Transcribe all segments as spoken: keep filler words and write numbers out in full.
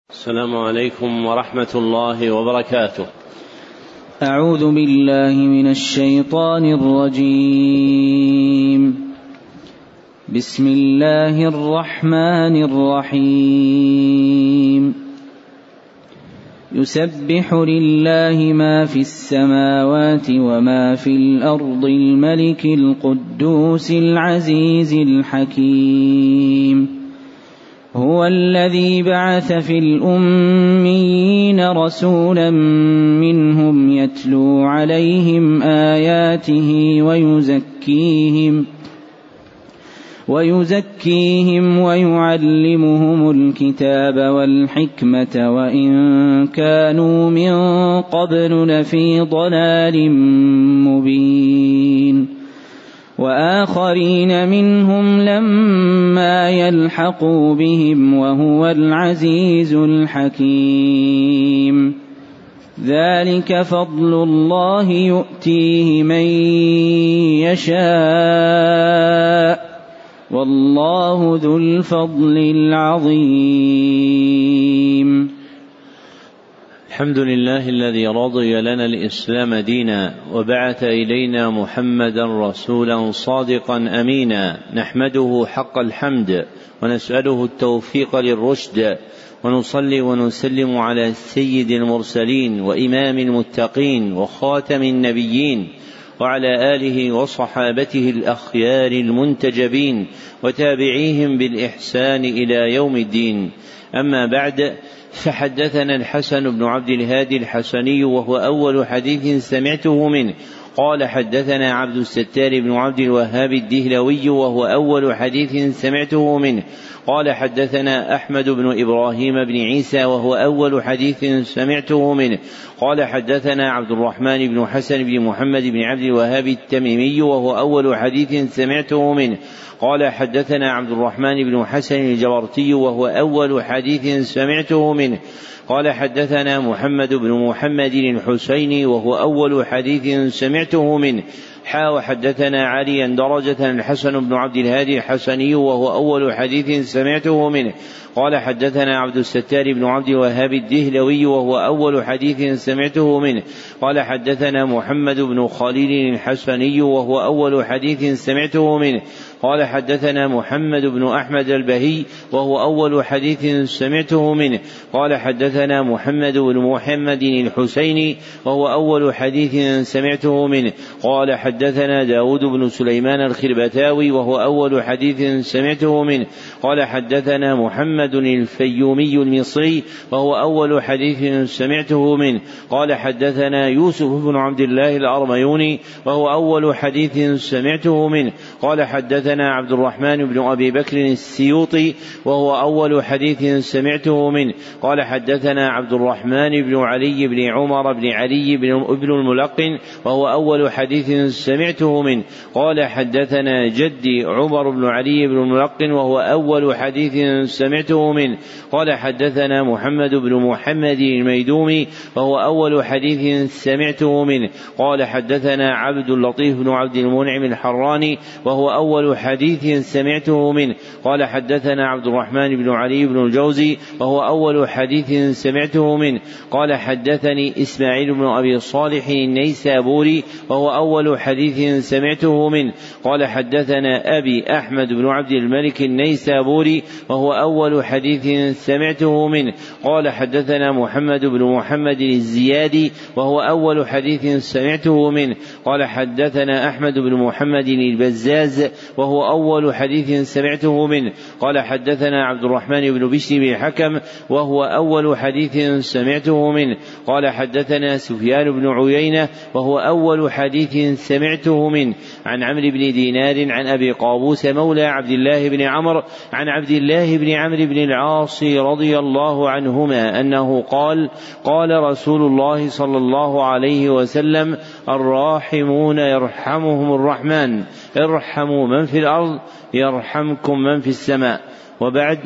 السلام عليكم ورحمة الله وبركاته. أعوذ بالله من الشيطان الرجيم. بسم الله الرحمن الرحيم. يسبح لله ما في السماوات وما في الأرض الملك القدوس العزيز الحكيم. هو الذي بعث في الأميين رسولا منهم يتلو عليهم آياته ويزكيهم ويزكيهم ويعلمهم الكتاب والحكمة وإن كانوا من قبل لفي ضلال مبين. وآخرين منهم لما يلحقوا بهم وهو العزيز الحكيم. ذلك فضل الله يؤتيه من يشاء والله ذو الفضل العظيم. الحمد لله الذي رضي لنا الإسلام دينا وبعث إلينا محمدا رسولا صادقا أمينا، نحمده حق الحمد ونسأله التوفيق للرشد، ونصلي ونسلم على سيد المرسلين وإمام المتقين وخاتم النبيين وعلى آله وصحابته الأخيار المنتجبين وتابعيهم بالإحسان إلى يوم الدين. أما بعد، فحدثنا الحسن بن عبد الهادي الحسني وهو أول حديث سمعته منه قال حدثنا عبد الستار بن عبد الوهاب الدهلوي وهو أول حديث سمعته منه قال حدثنا أحمد بن إبراهيم بن عيسى وهو أول حديث سمعته منه قال حدثنا عبد الرحمن بن حسن بن محمد بن عبد الوهاب التميمي وهو أول حديث سمعته منه قال حدثنا عبد الرحمن بن حسن الجبرتي وهو أول حديث سمعته منه قال حدثنا محمد بن محمد الحسيني وهو أول حديث سمعته منه حا وحدثنا عليا درجة الحسن بن عبد الهادي الحسني وهو أول حديث سمعته منه قال حدثنا عبد الستار بن عبد الوهاب الدهلوي وهو أول حديث سمعته منه قال حدثنا محمد بن خليل الحسني وهو أول حديث سمعته منه قال حدثنا محمد بن أحمد البهي وهو أول حديث سمعته منه قال حدثنا محمد بن محمد الحسيني وهو أول حديث سمعته منه قال حدثنا داود بن سليمان الخربتاوي وهو أول حديث سمعته منه قال حدثنا محمد الفيومي المصري وهو أول حديث سمعته منه قال حدثنا يوسف بن عبد الله الأرميوني وهو أول حديث سمعته منه قال حدثنا عبد الرحمن بن أبي بكر السيوطي وهو أول حديث سمعته منه قال حدثنا عبد الرحمن بن علي بن عمر بن علي بن الملقن وهو أول حديث سمعته منه قال حدثنا جدي عمر بن علي بن الملقن وهو أول حديث سمعته منه قال حدثنا محمد بن محمد الميدومي وهو أول حديث سمعته منه قال حدثنا عبد اللطيف بن عبد المنعم الحراني وهو أول حديث سمعته منه قال حدثنا عبد الرحمن بن علي بن الجوزي وهو أول حديث سمعته منه قال حدثني إسماعيل بن أبي صالح النيسابوري وهو أول حديث سمعته منه قال حدثنا أبي أحمد بن عبد الملك النيسابوري وهو أول حديث سمعته منه قال حدثنا محمد بن محمد الزيادي وهو أول حديث سمعته منه قال حدثنا أحمد بن محمد البزاز وهو أول حديث سمعته منه قال حدثنا عبد الرحمن بن بشر بن حكم وهو أول حديث سمعته منه قال حدثنا سفيان بن عيينة وهو أول حديث سمعته منه عن عمرو بن دينار عن أبي قابوس مولى عبد الله بن عمرو عن عبد الله بن عمرو بن العاص رضي الله عنهما أنه قال قال رسول الله صلى الله عليه وسلم الراحمون يرحمهم الرحمن ارحموا من في الأرض يرحمكم من في السماء. وبعد،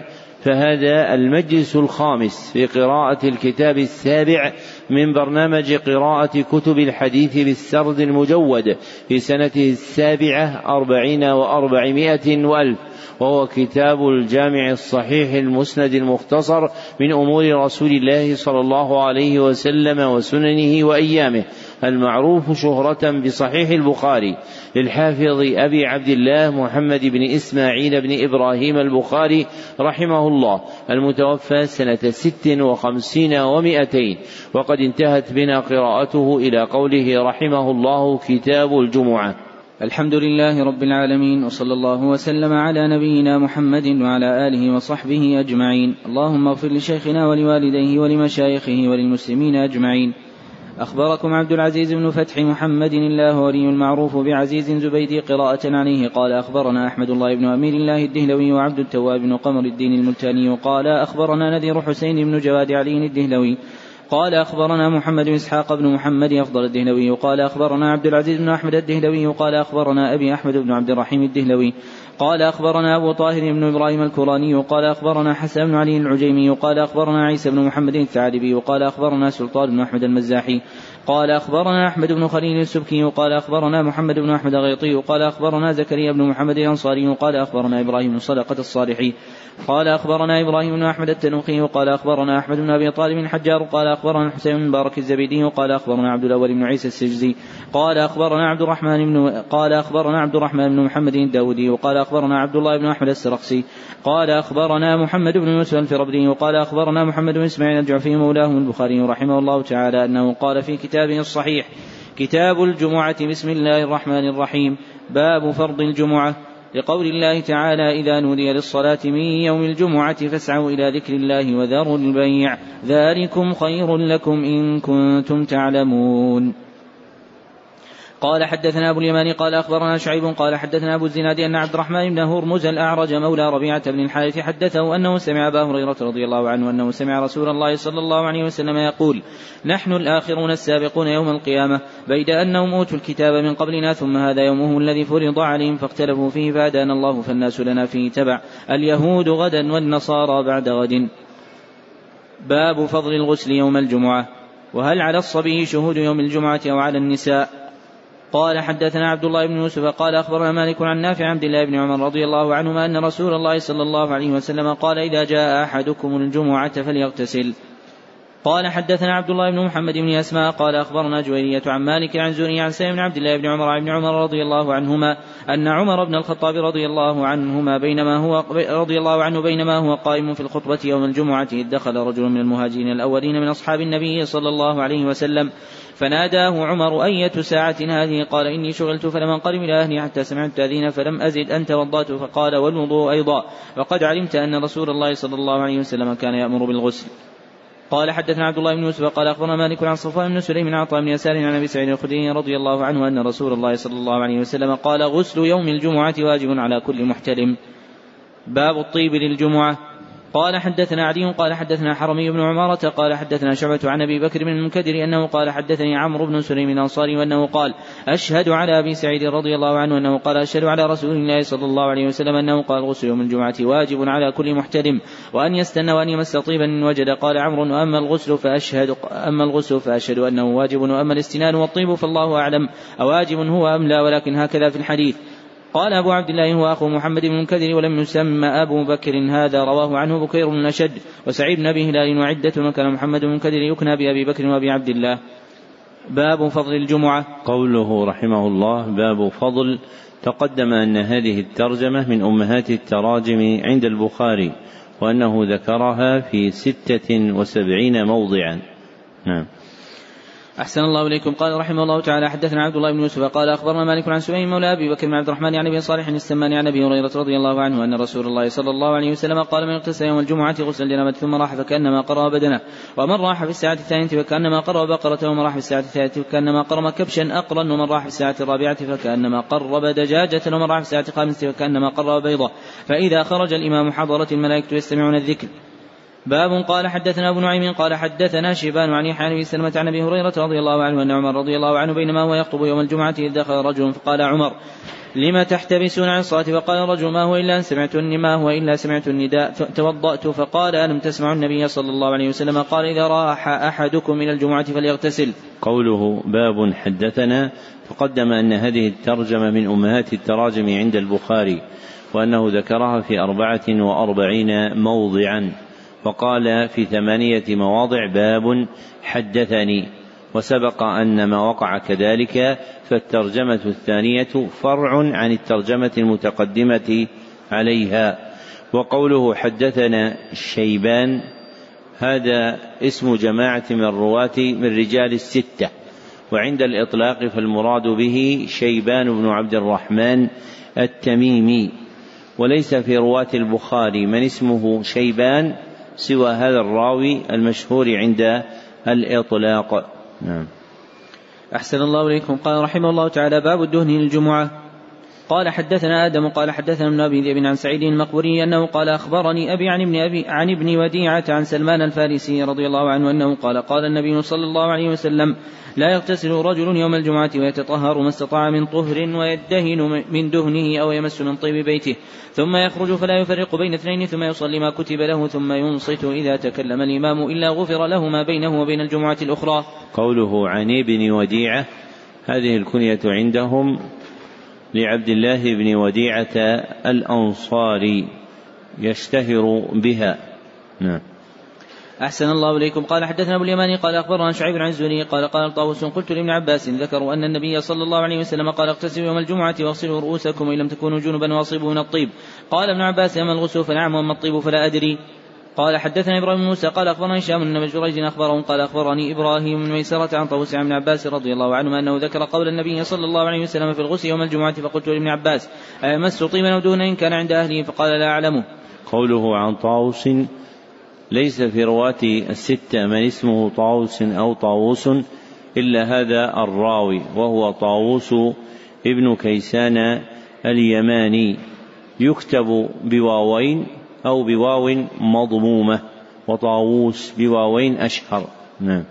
فهذا المجلس الخامس في قراءة الكتاب السابع من برنامج قراءة كتب الحديث بالسرد المجود في سنته السابعة أربعين وأربعمائة وألف، وهو كتاب الجامع الصحيح المسند المختصر من أمور رسول الله صلى الله عليه وسلم وسننه وأيامه، المعروف شهرة بصحيح البخاري للحافظ أبي عبد الله محمد بن إسماعيل بن إبراهيم البخاري رحمه الله، المتوفى سنة ست وخمسين ومائتين. وقد انتهت بنا قراءته إلى قوله رحمه الله: كتاب الجمعة. الحمد لله رب العالمين، وصلى الله وسلم على نبينا محمد وعلى آله وصحبه أجمعين. اللهم اغفر لشيخنا ولوالديه ولمشايخه وللمسلمين أجمعين. أخبركم عبد العزيز بن فتح محمد الله ولي المعروف بعزيز زبيدي قراءة عليه قال أخبرنا أحمد الله بن أمير الله الدهلوي وعبد التواب بن قمر الدين الملتاني قال أخبرنا نذير حسين بن جواد علي الدهلوي قال أخبرنا محمد بن إسحاق بن محمد أفضل الدهلوي قال أخبرنا عبد العزيز بن أحمد الدهلوي قال أخبرنا أبي أحمد بن عبد الرحيم الدهلوي قال أخبرنا أبو طاهر بن إبراهيم الكراني قال أخبرنا حسن بن علي العجيمي قال أخبرنا عيسى بن محمد الثعلبي قال أخبرنا سلطان بن أحمد المزاحي قال أخبرنا أحمد بن خليل السبكي قال أخبرنا محمد بن أحمد الغيطي قال أخبرنا زكريا بن محمد الأنصاري قال أخبرنا إبراهيم بن صدقة الصالحي قال أخبرنا إبراهيم بن أحمد التنوخي قال أخبرنا أحمد بن أبي طالب الحجار قال أخبرنا حسين بن مبارك الزبيدي قال أخبرنا عبد الأول بن عيسى السجزي قال أخبرنا عبد الرحمن بن قال أخبرنا عبد الرحمن بن محمد الداودي وقال أخبرنا عبد الله بن أحمد السرخسي قال أخبرنا محمد بن يوسف الفربري وقال أخبرنا محمد بن إسماعيل الجعفي مولاه البخاري رحمه الله تعالى أنه قال في كتابه الصحيح كتاب الجمعة: بسم الله الرحمن الرحيم. باب فرض الجمعة، لقول الله تعالى: إذا نودي للصلاة من يوم الجمعة فاسعوا إلى ذكر الله وذروا البيع ذلكم خير لكم إن كنتم تعلمون. قال حدثنا أبو اليمان قال أخبرنا شعيب قال حدثنا أبو الزناد أن عبد الرحمن بن هرمز الأعرج مولى ربيعة بن الحارث حدثه أنه سمع أبا هريرة رضي الله عنه أنه سمع رسول الله صلى الله عليه وسلم يقول: نحن الآخرون السابقون يوم القيامة بيد أنهم أوتوا الكتاب من قبلنا ثم هذا يومهم الذي فرض عليهم فاختلفوا فيه فهدانا الله فالناس لنا فيه تبع، اليهود غدا والنصارى بعد غد. باب فضل الغسل يوم الجمعة، وهل على الصبي شهود يوم الجمعة أو على النساء؟ قال حدثنا عبد الله بن يوسف قال أخبرنا مالك عن نافع عبد الله بن عمر رضي الله عنهما أن رسول الله صلى الله عليه وسلم قال: إذا جاء أحدكم الجمعة فليغتسل. قال حدثنا عبد الله بن محمد بن أسماء قال أخبرنا جويرية عن مالك عن زهري عن سالم بن عبد الله بن عمر بن عمر رضي الله عنهما أن عمر بن الخطاب رضي الله عنهما بينما هو رضي الله عنه بينما هو قائم في الخطبة يوم الجمعة إذ دخل رجل من المهاجرين الأولين من أصحاب النبي صلى الله عليه وسلم فناداه عمر: أية ساعة هذه؟ قال: إني شغلت فلم انقلب إلى أهلي حتى سمعت التأذين فلم أزد أن توضأت. فقال: والوضوء أيضا، وقد علمت أن رسول الله صلى الله عليه وسلم كان يأمر بالغسل. قال حدثنا عبد الله بن يوسف قال أخبرنا مالك عن صفوان بن سليم عن عطاء بن يسار عن أبي سعيد الخدري رضي الله عنه أن رسول الله صلى الله عليه وسلم قال: غسل يوم الجمعة واجب على كل محتلم. باب الطيب للجمعة. قال حدثنا علي قال حدثنا حرمي بن عمارة قال حدثنا شعبة عن أبي بكر بن المنكدر أنه قال حدثني عمرو بن سليم الأنصاري وأنه قال: أشهد على أبي سعيد رضي الله عنه أنه قال: أشهد على رسول الله صلى الله عليه وسلم أنه قال: غسل يوم الجمعة واجب على كل محتلم، وأن يستنى وأن يمس طيبا إن وجد. قال عمرو: أما الغسل فأشهد أما الغسل فأشهد أنه واجب، وأما الاستنان والطيب فالله أعلم أواجب هو أم لا، ولكن هكذا في الحديث. قال أبو عبد الله: هو أخو محمد بن المنكدر ولم يسمى أبو بكر، هذا رواه عنه بكير بن أشد وسعيد بن أبي هلال وعدة، وكان محمد بن المنكدر يكنى بأبي بكر وأبي عبد الله. باب فضل الجمعة. قوله رحمه الله: باب فضل. تقدم أن هذه الترجمة من أمهات التراجم عند البخاري، وأنه ذكرها في ستة وسبعين موضعا. نعم. أحسن الله إليكم. قال رحمه الله تعالى: حدثنا عبد الله بن يوسف قال أخبرنا مالك عن سليم مولى أبي بكر بن عبد الرحمن عن أبي صالح السماني عن أبي هريرة رضي الله عنه أن رسول الله صلى الله عليه وسلم قال: من اغتسل يوم الجمعة غسل الجنابة ثم راح فكأنما قرب بدنه، ومن راح في الساعة الثانية فكأنما قرب بقرة، ومن راح في الساعة الثالثة فكأنما قرب كبشا أقرا، ومن راح في الساعة الرابعة فكأنما قرب دجاجة، ومن راح في الساعة الخامسة فكأنما قرب بيضة، فإذا خرج الإمام حضرت الملائكة يستمعون الذكر. باب قال حدثنا ابو نعيم قال حدثنا شيبان عن يحيى بن سلمة عن ابي هريرة رضي الله عنه ان عمر رضي الله عنه بينما هو يخطب يوم الجمعة إذ دخل رجل فقال عمر لم تحتبسون عن الصلاة؟ فقال الرجل ما هو إلا أن سمعت ما هو إلا سمعت النداء توضأت. فقال ألم تسمعوا النبي صلى الله عليه وسلم قال إذا راح أحدكم من الجمعة فليغتسل. قوله باب حدثنا تقدم أن هذه الترجمة من أمهات التراجم عند البخاري وأنه ذكرها في أربعة وأربعين موضعا وقال في ثمانية مواضع باب حدثني، وسبق أن ما وقع كذلك، فالترجمة الثانية فرع عن الترجمة المتقدمة عليها. وقوله حدثنا شيبان هذا اسم جماعة من الرواة من رجال الستة، وعند الإطلاق فالمراد به شيبان بن عبد الرحمن التميمي، وليس في رواة البخاري من اسمه شيبان سوى هذا الراوي المشهور عند الإطلاق. نعم. أحسن الله إليكم. قال رحمه الله تعالى باب الدهن للجمعة. قال حدثنا آدم قال حدثنا ابن أبي ذئب عن سعيد المقبوري أنه قال أخبرني أبي عن ابن, أبي عن ابن وديعة عن سلمان الفارسي رضي الله عنه أنه قال قال النبي صلى الله عليه وسلم لا يغتسل رجل يوم الجمعة ويتطهر ما استطاع من طهر ويدهن من دهنه أو يمس من طيب بيته ثم يخرج فلا يفرق بين اثنين ثم يصلي ما كتب له ثم ينصت إذا تكلم الإمام إلا غفر له ما بينه وبين الجمعة الأخرى. قوله عن ابن وديعة هذه الكنية عندهم لعبد الله بن وديعة الأنصاري يشتهر بها. نعم. أحسن الله إليكم. قال حدثنا أبو اليماني قال أخبرنا شعيب عن الزهري قال قال طاووس قلت لابن عباس ذكروا أن النبي صلى الله عليه وسلم قال اغتسلوا يوم الجمعة واغسلوا رؤوسكم إن لم تكونوا جنبا واصيبوا من الطيب. قال ابن عباس أما الغسل فنعم وأما الطيب فلا أدري. قال حدثنا إبراهيم بن موسى قال أخبرنا هشام بن جريج أخبرهم قال أخبرني إبراهيم بن ميسرة عن طاووس عن ابن عباس رضي الله عنهما أنه ذكر قول النبي صلى الله عليه وسلم في الغسل يوم الجمعة فقلت لابن عباس أيمس طيبا أو دهنا إن كان عند أهله فقال لا أعلمه. قوله عن طاووس ليس في رواة الستة من اسمه طاووس أو طاووس إلا هذا الراوي وهو طاووس ابن كيسان اليماني يكتب بواوين أو بواو مضمومة وطاووس بواوين أشهر. نعم.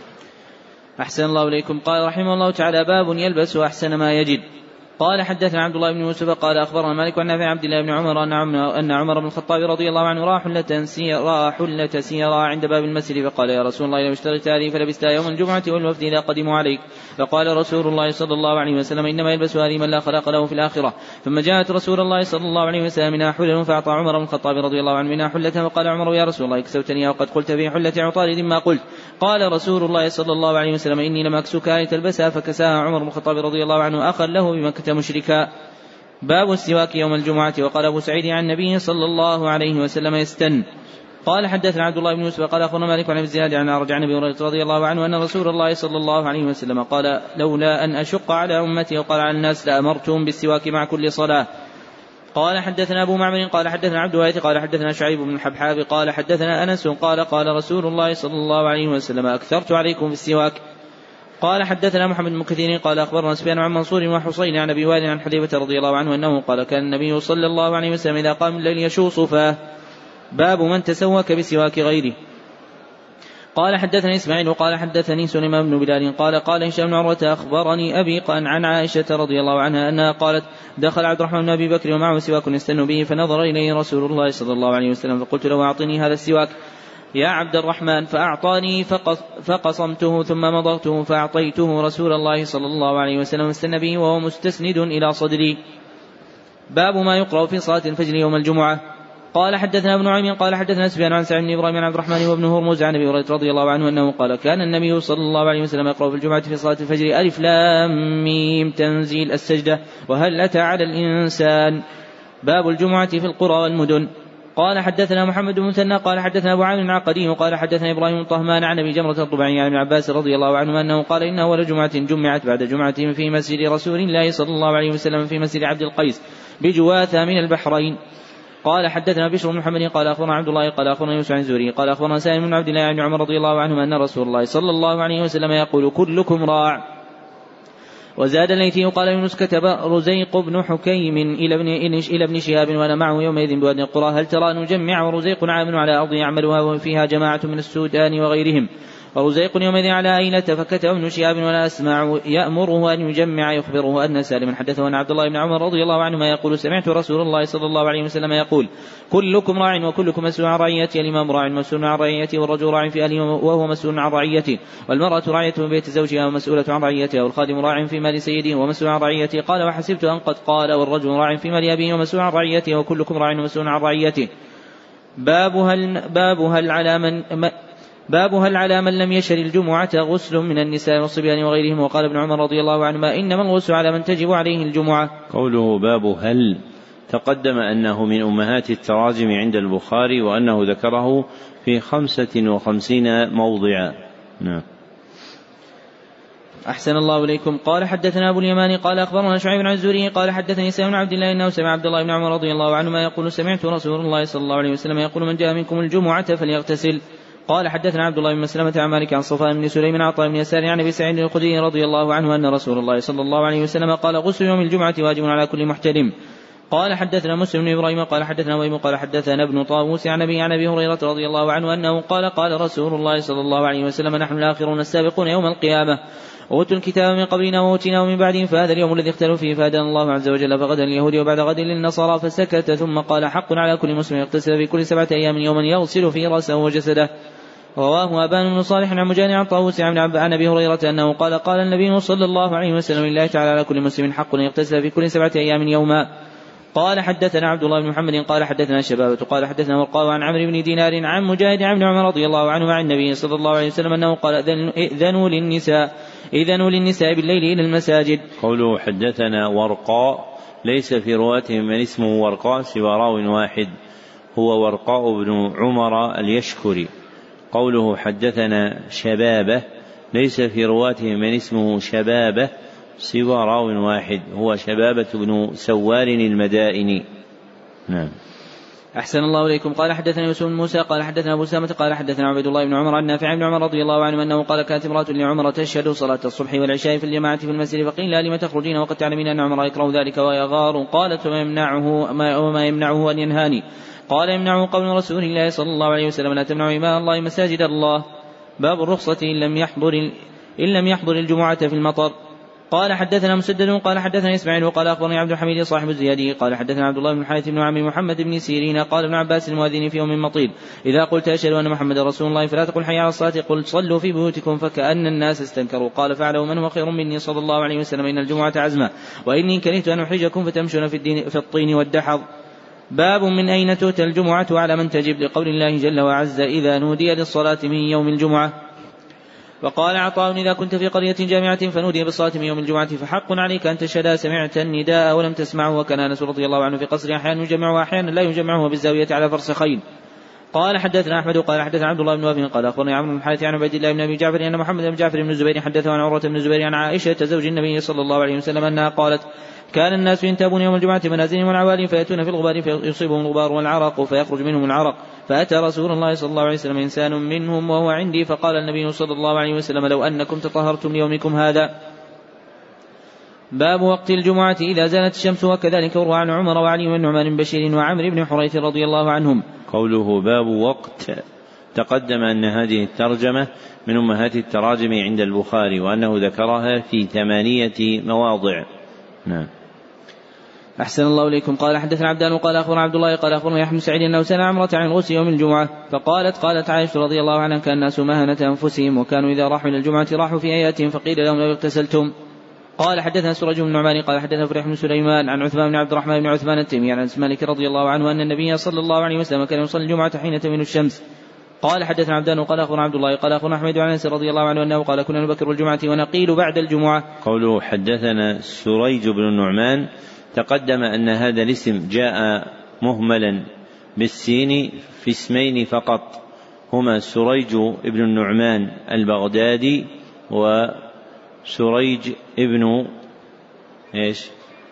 أحسن الله إليكم. قال رحمه الله تعالى باب يلبس أحسن ما يجد. قال حدثنا عبد الله بن يوسف قال أخبرنا مالك عن نافع عبد الله بن عمر أن عمر بن الخطاب رضي الله عنه راح حلة سيرا حلة سيرا عند باب المسجد فقال يا رسول الله لو اشتريت هذه فلبستها يوم الجمعة والوفد إذا قدموا عليك. فقال رسول الله صلى الله عليه وسلم إنما يلبس هذه من لا خلاق له في الآخرة. ثم جاءت رسول الله صلى الله عليه وسلم منها حلل فأعطى عمر بن الخطاب رضي الله عنه منها حلة وقال عمر يا رسول الله كسوتني وقد قلت في حلة عطارد ما قلت. قال رسول الله صلى الله عليه وسلم إني لم أكسك لتلبسها فكساها عمر بن الخطاب رضي الله عنه أخا له بمكة مشركا. باب السواك يوم الجمعة. وقال أبو سعيد عن النبي صلى الله عليه وسلم يستن. قال حدثنا عبد الله بن يوسف قال أخبرنا مالك عن الزياد عن أعرج عن أبي هريرة رضي الله عنه أن رسول الله صلى الله عليه وسلم قال لولا أن أشق على أمتي وقال على الناس لأمرتهم بالسواك مع كل صلاة. قال حدثنا أبو معمر قال حدثنا عبد الوارث قال حدثنا شعيب بن الحبحاب قال حدثنا أنس قال قال رسول الله صلى الله عليه وسلم أكثرت عليكم في السواك. قال حدثنا محمد بن كثير قال أخبرنا سفيان عن منصور وحصين عن أبي وائل عن حذيفة رضي الله عنه أنه قال كان النبي صلى الله عليه وسلم إذا قام الليل يشوص فاه. باب من تسوك بسواك غيره. قال حدثني إسماعيل وقال حدثني سليمان بن بلال قال قال هشام بن عروة أخبرني أبي عن عائشة رضي الله عنها أنها قالت دخل عبد الرحمن بن أبي بكر ومعه سواك يستن به فنظر إليه رسول الله صلى الله عليه وسلم فقلت له أعطني هذا السواك يا عبد الرحمن فأعطاني فقصمته ثم مضغته فأعطيته رسول الله صلى الله عليه وسلم استن به وهو مستسند إلى صدري. باب ما يقرأ في صلاة الفجر يوم الجمعة. قال حدثنا ابن نعيم قال حدثنا سفيان عن سعيد بن إبراهيم عن عبد الرحمن وابن هرمز عن أبي هريرة رضي الله عنه أنه قال كان النبي صلى الله عليه وسلم يقرأ في الجمعة في صلاة الفجر ألف لام ميم تنزيل السجدة وهل أتى على الإنسان. باب الجمعة في القرى والمدن. قال حدثنا محمد بن مثنى قال حدثنا أبو عامر العقدي وقال حدثنا إبراهيم طهمان عن أبي جمرة الطبعي عن ابن عباس رضي الله عنه أنه قال إنه أول جمعة جمعت بعد جمعة في مسجد رسول الله صلى الله عليه وسلم في مسجد عبد القيس بجواثة من البحرين. قال حدثنا بشر بن محمد قال أخبرنا عبد الله قال أخبرنا يوسف عن الزهري قال أخبرنا سالم بن عبد الله عن عمر رضي الله عنه أن رسول الله صلى الله عليه وسلم يقول كلكم راع. وزاد الليثي قال يونس كتب رزيق بن حكيم إلى ابن, إلى ابن شهاب وأنا معه يومئذ بوادي القرى هل ترى أن نجمع ورزيق عام على أرض يعملها وفيها جماعة من السودان وغيرهم ورزيق يومئذ على أيلة فكتب ابن شهاب ولا أسمع يأمره أن يجمع يخبره أن سالما حدثه أن عبد الله بن عمر رضي الله عنهما يقول سمعت رسول الله صلى الله عليه وسلم يقول كلكم راع وكلكم مسؤول عن رعيته الإمام راع مسؤول عن رعيته والرجل راع في أهله وهو مسؤول عن رعيته والمرأة راعية من بيت زوجها ومسؤولة عن رعيتها والخادم راع في مال سيده ومسؤول عن رعيته قال وحسبت أن قد قال والرجل راع في مال أبيه ومسؤول عن رعيته وكلكم راع ومسؤول عن رعيته. باب هل, باب هل على من باب هل على من لم يشهد الجمعة غسل من النساء والصبيان وغيرهم وقال ابن عمر رضي الله عنهما إنما الغسل على من تجب عليه الجمعة. قوله باب هل تقدم أنه من أمهات التراجم عند البخاري وأنه ذكره في خمسة وخمسين موضعا. نعم. أحسن الله إليكم. قال حدثنا أبو اليمان قال أخبرنا شعيب بن الزهري قال حدثني سالم بن عبد الله إنه سمع عبد الله بن عمر رضي الله عنهما يقول سمعت رسول الله صلى الله عليه وسلم يقول من جاء منكم الجمعة فليغتسل. قال حدثنا عبد الله بن مسلمة عن مالك عن صفوان بن سليم عن عطاء بن يسار عن أبي سعيد الخدري رضي الله عنه أن رسول الله صلى الله عليه وسلم قال غسل يوم الجمعة واجب على كل محتلم. قال حدثنا مسلم بن إبراهيم قال حدثنا ويم قال حدثنا ابن طاووس عن أبي عن أبي هريرة رضي الله عنه أنه قال قال رسول الله صلى الله عليه وسلم نحن الآخرون السابقون يوم القيامة أوتوا الكتاب من قبلنا وأوتيناه من بعدهم فهذا اليوم الذي اختلوا فيه فهدانا الله عز وجل فغدا اليهود وبعد غد للنصارى فسكت ثم قال حق على كل مسلم يغتسل في كل سبعة أيام يوما يغسل فيه رأسه وجسده. رواه أبان بن صالح عن مجاني عن طاووس عن أبي هريرة أنه قال قال النبي صلى الله عليه وسلم لله تعالى على كل مسلم حق يغتسل في كل سبعة أيام يوما. قال حدثنا عبد الله بن محمد قال حدثنا شبابة قال حدثنا ورقاء عن عمرو بن دينار عن مجاهد عن عمر رضي الله عنه عن النبي صلى الله عليه وسلم أنه قال إذنوا للنساء إذنوا للنساء بالليل إلى المساجد. قوله حدثنا ورقاء ليس في رواتهم من اسمه ورقاء سوى راو واحد هو ورقاء بن عمر اليشكري. قوله حدثنا شبابة ليس في رواتهم من اسمه شبابة سوى راو واحد هو شبابة بن سوار المدائني. نعم. أحسن الله إليكم. قال حدثنا يوسف بن موسى قال حدثنا أبو سامة قال حدثنا عبد الله بن عمر عن نافع بن عمر رضي الله عنه أنه قال كانت امرأة لعمر تشهد صلاة الصبح والعشاء في الجماعة في المسجد فقيل لها لم تخرجين وقد تعلمين أن عمر يكره ذلك ويغار. قالت وما يمنعه, وما يمنعه أن ينهاني. قال يمنعه قول رسول الله صلى الله عليه وسلم لا تمنعوا إماء الله مساجد الله. باب الرخصة إن لم يحضر, إن لم يحضر الجمعة في المطر. قال حدثنا مسدد قال حدثنا إسماعيل وقال أخبرني عبد الحميد صاحب الزيادي قال حدثنا عبد الله بن الحارث بن عمي محمد بن سيرين قال ابن عباس المؤذن في يوم مطير إذا قلت أشهد أن محمد رسول الله فلا تقل حي على الصلاة قل صلوا في بيوتكم فكأن الناس استنكروا. قال فعلوا من هو خير مني صلى الله عليه وسلم إن الجمعة عزمة وإني كرهت أن أحرجكم فتمشون في, الدين في الطين والدحض. باب من أين تؤتى الجمعة على من تجب لقول الله جل وعز إذا نودي للصلاة من يوم الجمعة. وقال عطاء إذا كنت في قرية جامعة فنودي بالصلاة من يوم الجمعة فحق عليك أن تشهد سمعت النداء ولم تسمعه. وكان أنس رضي الله عنه في قصر أحيانا يجمعه وأحيانا لا يجمعه بالزاوية على فرسخين. قال حدثنا أحمد قال حدثنا عبد الله بن وهب قال أخبرني عمرو بن الحارث عن عبيد الله بن أبي جعفر أن محمد بن جعفر بن الزبير حدثه عن عروة بن الزبير عن عائشة زوج النبي صلى الله عليه وسلم أنها قالت كان الناس ينتابون يوم الجمعة منازلهم والعوالي فيأتون في الغبار فيصيبهم الغبار والعرق فيخرج منهم العرق فأتى رسول الله صلى الله عليه وسلم إنسان منهم وهو عندي فقال النبي صلى الله عليه وسلم لو أنكم تطهرتم ليومكم هذا. باب وقت الجمعة إذا زالت الشمس وكذلك روى عن عمر وعلي والنعمان بن بشير وعمرو بن حريث رضي الله عنهم. قوله باب وقت تقدم أن هذه الترجمة من أمهات التراجم عند البخاري وأنه ذكرها في ثمانية مواضع. نعم. أحسن الله إليكم. قال حدثنا عبدان وقال أخبرنا عبد الله قال أخبرنا يحيى بن سعيد أنه سأل عمرة عن الغسل يوم الجمعة فقالت قالت عائشة رضي الله عنها كان الناس مهنة أنفسهم وكانوا إذا راحوا إلى الجمعة راحوا في أياتهم فقيل لهم لو اغتسلتم. قال حدثنا سراج بن نعمان قال حدثنا فريح بن سليمان عن عثمان بن عبد الرحمن بن عثمان التيمي عن أنس مالك رضي الله عنه أن النبي صلى الله عليه وسلم كان يصلي الجمعة حين تميل الشمس. قال حدثنا عبدان وقال أخبرنا عبد الله قال أخبرنا أحمد عن أنس رضي الله عنه أنه قال كنا نبكر الجمعة ونقيل بعد الجمعة. قوله حدثنا سريج بن النعمان تقدم أن هذا الاسم جاء مهملا بالسين في اسمين فقط هما سريج بن النعمان البغدادي وسريج ابن إيش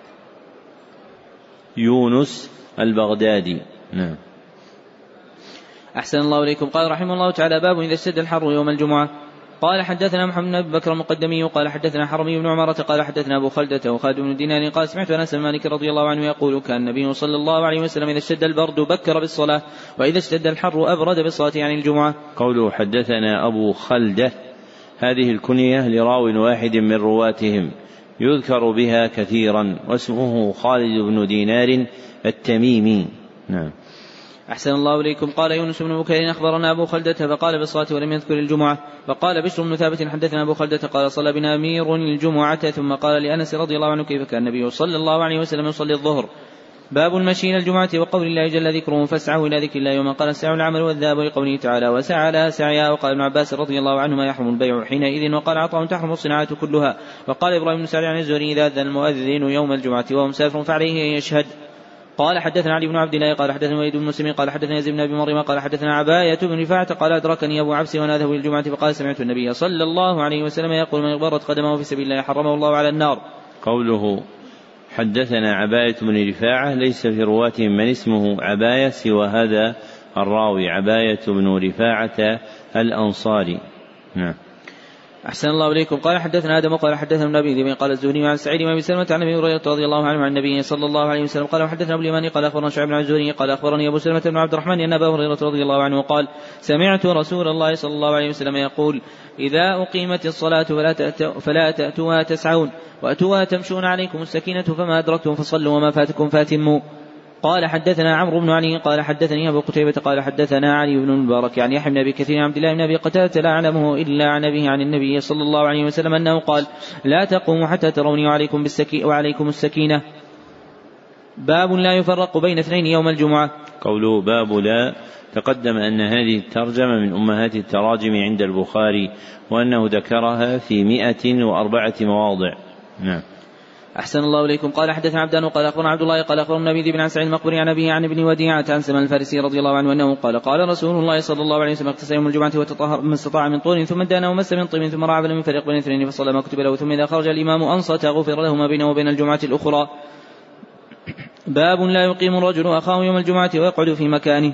يونس البغدادي. نعم. أحسن الله إليكم. قال رحمه الله تعالى باب إذا اشتد الحر يوم الجمعة. قال حدثنا محمد بن بكر المقدمي قال حدثنا حرمي بن عمارة قال حدثنا أبو خلدة وخالد بن دينار قال سمعت أنس بن مالك رضي الله عنه يقول كان النبي صلى الله عليه وسلم إذا اشتد البرد بكر بالصلاة وإذا اشتد الحر أبرد بالصلاة عن الجمعة. قوله حدثنا أبو خلدة هذه الكنية لراو واحد من رواتهم يذكر بها كثيرا واسمه خالد بن دينار التميمي. نعم. أحسن الله إليكم. قال يونس بن بكير أخبرنا أبو خلدة فقال بالصلاة ولم يذكر الجمعة. فقال بشر بن ثابت حدثنا أبو خلدة قال صلى بنا أمير الجمعة ثم قال لأنس رضي الله عنه كيف كان النبي صلى الله عليه وسلم يصلي الظهر. باب المشي إلى الجمعة وقول الله جل ذكره فاسعوا إلى ذكر الله ومن قال السعي العمل والذهاب لقوله تعالى وسعى لها سعيا. وقال ابن عباس رضي الله عنهما يحرم البيع حينئذ. وقال عطاء تحرم الصناعة كلها. وقال إبراهيم بن سعد عن الزهري إذا أذن المؤذن يوم الجمعة وهو مسافر فعليه أن يشهد. قال حدثنا علي بن عبد الله قال حدثنا وليد بن مسلم قال حدثنا يزيد بن ابي مريم قال حدثنا عباية بن رفاعة قال ادركني ابو عبس وانا اذهب الى الجمعة فقال سمعت النبي صلى الله عليه وسلم يقول من اغبرت قدمه في سبيل الله حرمه الله على النار. قوله حدثنا عباية بن رفاعة ليس في رواتهم من اسمه عباية سوى هذا الراوي عباية بن رفاعة الأنصاري. نعم. أحسن الله إليكم. قال حدثنا آدم قال حدثنا ابن أبي ذئب قال الزهري عن سعيد بن أبي سلمة عن أبي هريرة رضي الله عنه عن النبي صلى الله عليه وسلم قال حدثنا أبو اليماني قال أخبرنا شعيب بن الزهري قال أخبرني أبو سلمة بن عبد الرحمن أن أبا هريرة رضي الله عنه قال سمعت رسول الله صلى الله عليه وسلم يقول إذا أقيمت الصلاة فلا تأتوا فلا تأتوها تسعون وأتوها تمشون عليكم السكينة فما أدركتم فصلوا وما فاتكم فاتموا. قال حدثنا عمرو بن علي قال حدثني أبو قتيبة قال حدثنا علي بن المبارك يعني يحيى بن أبي كثير عبد الله بن أبي قتادة لا أعلمه إلا عن أبيه عن النبي صلى الله عليه وسلم أنه قال لا تقوموا حتى تروني وعليكم, بالسكي وعليكم السكينة. باب لا يفرق بين اثنين يوم الجمعة. قوله باب لا تقدم أن هذه الترجمة من أمهات التراجم عند البخاري وأنه ذكرها في مئة وأربعة مواضع. نعم. أحسن الله إليكم. قال حدثنا عبدان قال أخبرنا عبد الله قال أخبرنا النبي بن عن سعيد المقبري عن أبيه عن ابن وديعة عن سلمان الفارسي رضي الله عنه أنه قال قال رسول الله صلى الله عليه وسلم اغتسل يوم الجمعة وتطهر من استطاع من طول ثم دان ومس من طيب ثم رعى فلم يفرق بين اثنين فصلى ما كتب له ثم إذا خرج الإمام أنصت غفر له ما بينه وبين الجمعة الأخرى. باب لا يقيم الرجل أخاه يوم الجمعة ويقعد في مكانه.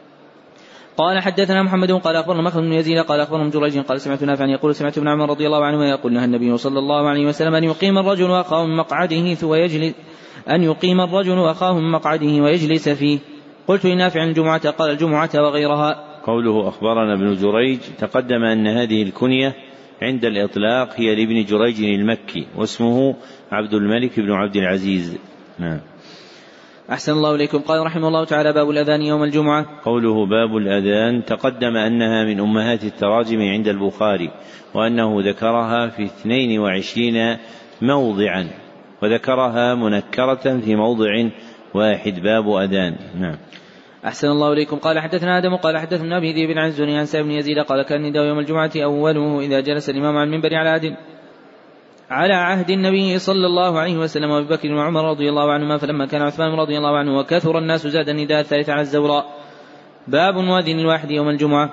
قال حدثنا محمد قال أخبرنا مخلد بن يزيد قال أخبرنا جريج قال سمعت نافعا يقول سمعت ابن عمر رضي الله عنه يقول نهى النبي صلى الله عليه وسلم أن يقيم الرجل أخاه من مقعده ويجلس أن يقيم الرجل أخاه من مقعده ويجلس فيه. قلت لنافع الجمعة قال الجمعة وغيرها. قوله أخبرنا ابن جريج تقدم أن هذه الكنية عند الإطلاق هي لابن جريج المكي واسمه عبد الملك بن عبد العزيز. نعم. أحسن الله إليكم. قال رحمه الله تعالى باب الأذان يوم الجمعة. قوله باب الأذان تقدم أنها من أمهات التراجم عند البخاري وأنه ذكرها في اثنين وعشرين موضعا وذكرها منكرة في موضع واحد باب أذان. نعم. أحسن الله إليكم. قال حدثنا آدم قال حدثنا أبي ذئب عن الزهري عن سعيد بن يزيد قال كان نداء يوم الجمعة أوله إذا جلس الإمام على المنبر على عهد على عهد النبي صلى الله عليه وسلم وابي بكر وعمر رضي الله عنهما فلما كان عثمان رضي الله عنه وكثر الناس زاد النداء الثالث على الزوراء. باب مؤذن الواحد يوم الجمعة.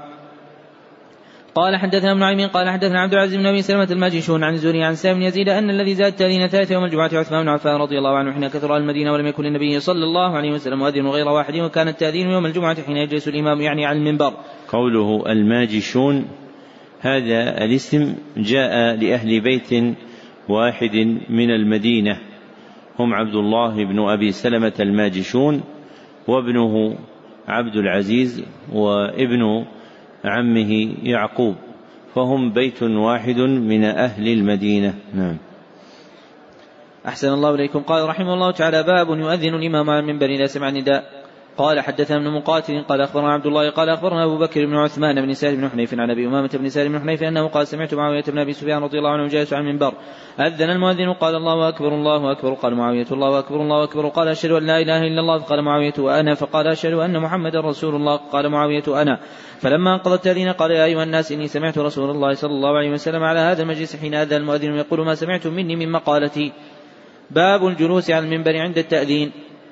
قال حدثنا ابن نعيم قال حدثنا عبد العزيز بن ابي سلمة الماجشون عن الزهري عن سالم بن يزيد ان الذي زاد التأذين الثالث يوم الجمعة عثمان بن عفان رضي الله عنه حين كثر المدينة ولم يكن للنبي صلى الله عليه وسلم مؤذن غير واحد وكان التأذين يوم الجمعة حين يجلس الإمام يعني على المنبر. قوله الماجشون هذا الاسم جاء لأهل بيت واحد من المدينة هم عبد الله بن أبي سلمة الماجشون وابنه عبد العزيز وابن عمه يعقوب فهم بيت واحد من أهل المدينة. نعم. أحسن الله إليكم. قال رحمه الله تعالى باب يؤذن الإمام على المنبر إذا سمع النداء. قال حدثنا ابن مقاتل قال أخبرنا عبد الله قال أخبرنا أبو بكر بن عثمان بن سالم بن حنيف عن أبي أمامة بن سالم بن حنيف أنه قال سمعت معاوية بن أبي سفيان رضي الله عنه جالس على المنبر أذن المؤذن قال الله أكبر الله أكبر قال معاوية الله أكبر الله أكبر قال أشهد أن لا إله إلا الله قال معاوية وأنا فقال أشهد أن محمد رسول الله قال معاوية أنا فلما انقضى التأذين قال يا أيها الناس إني سمعت رسول الله صلى الله عليه وسلم على هذا المجلس حين أذن المؤذن يقول ما سمعتم مني من مقالتي. باب الجلوس على المنبر عند التأذين.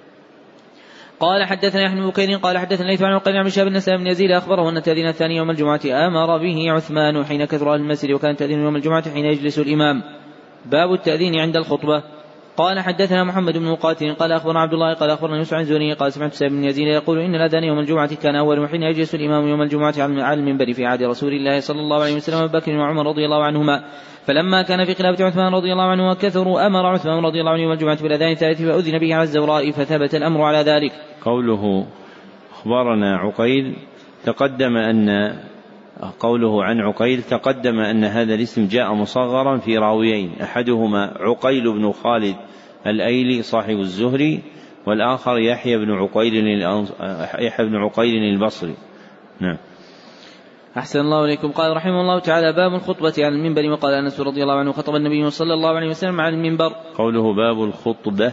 قال حدثنا يحيى بن بكير قال حدثنا ليث عن عقيل عن شهاب بن سلمة بن يزيد أخبره أن التأذين الثاني يوم الجمعة أمر به عثمان حين كثر أهل المسجد وكان التأذين يوم الجمعة حين يجلس الإمام. باب التأذين عند الخطبة. قال حدثنا محمد بن مقاتل قال أخبرنا عبد الله قال أخبرنا يوسف عن الزهري قال سمعت سعيد بن يزيد يقول إن الأذان يوم الجمعة كان أول حين يجلس الإمام يوم الجمعة على المنبر في عهد رسول الله صلى الله عليه وسلم أبي بكر وعمر رضي الله عنهما، فلما كان في خلافة عثمان رضي الله عنه وكثروا أمر عثمان رضي الله عنه يوم الجمعة بالأذان الثالث فأذن به على الزوراء فثبت الأمر على ذلك. قوله أخبرنا عقيل تقدم أن قوله عن عقيل تقدم أن هذا الاسم جاء مصغرا في راويين، أحدهما عقيل بن خالد الأيلي صاحب الزهري، والآخر يحيى بن عقيل يحيى بن عقيل البصري. نعم. أحسن الله إليكم. قال رحمه الله تعالى باب الخطبة على المنبر. وقال أنس رضي الله عنه خطب النبي صلى الله عليه وسلم على المنبر. قوله باب الخطبة،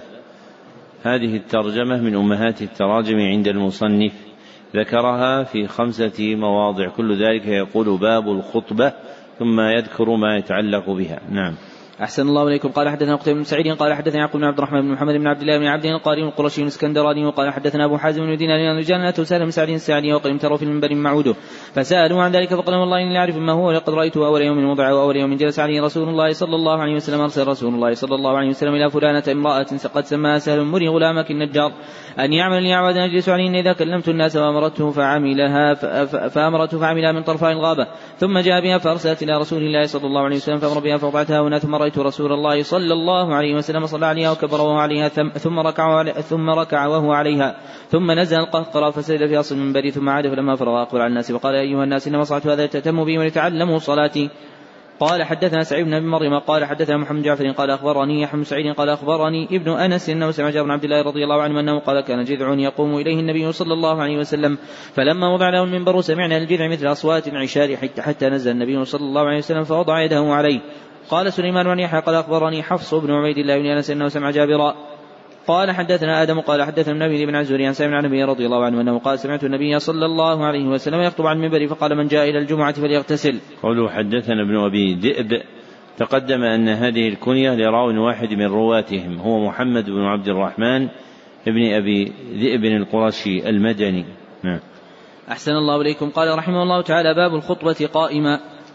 هذه الترجمة من أمهات التراجم عند المصنف، ذكرها في خمسة مواضع، كل ذلك يقول باب الخطبة ثم يذكر ما يتعلق بها. نعم. أحسن الله إليكم. قال حدثنا قتيبة بن سعيد قال حدثنا يعقوب بن عبد الرحمن بن محمد بن عبد الله بن عبد القاري القرشي الاسكندراني وقال حدثنا أبو حازم بن دينار رجال أتوا سالم بن سعد الساعدي وقد امتروا في المنبر معوده فسألوا عن ذلك فقال والله إني لا أعرف ما هو، لقد رأيته أول يوم وضع وأول يوم جلس عليه رسول الله صلى الله عليه وسلم. أرسل رسول الله صلى الله عليه وسلم إلى فلانة امرأة قد سماها سهل مري غلامك النجار أن يعمل لي عودا نجلس عليه إذا كلمت الناس وأمرته فعملها فأمرته فعملها من طرفاء الغابة، ثم جاء بها فأرسلت إلى رسول الله صلى الله عليه وسلم فأمر بها فوضعتها هنا، ثم رأيت رسول الله صلى الله عليه وسلم صلى عليها وكبر وهو عليها ثم ركع ثم ركع وهو عليها ثم نزل القهقرى فسجد في أصل المنبر ثم عاد فلما فرغ أقبل على الناس وقال أيها الناس إنما صنعت هذا لتأتموا بي ولتعلموا صلاتي. قال حدثنا سعيد بن أبي مريم قال حدثنا محمد جعفر قال أخبرني يحيى بن سعيد قال أخبرني ابن أنس أنه سمع جابر بن عبد الله رضي الله عنه أنه قال كان جذع يقوم إليه النبي صلى الله عليه وسلم فلما وضع له المنبر سمعنا الجذع مثل أصوات العشار حتى, حتى نزل النبي صلى الله عليه وسلم فوضع يده عليه. قال سليمان بن يحيى قال أخبرني حفص بن عبيد الله بن أنس أنه سمع جابرا قال حدثنا آدم قال حدثنا النبي بن عزوري عن سامع عن النبي رضي الله عنه أنه قال سمعت النبي صلى الله عليه وسلم يخطب عن المنبر فقال من جاء إلى الجمعة فليغتسل. قوله حدثنا ابن أبي ذئب تقدم أن هذه الكنية لراو واحد من رواتهم هو محمد بن عبد الرحمن ابن أبي ذئب القرشي المدني. نعم. أحسن الله إليكم. قال رحمه الله تعالى باب الخطبة قائما.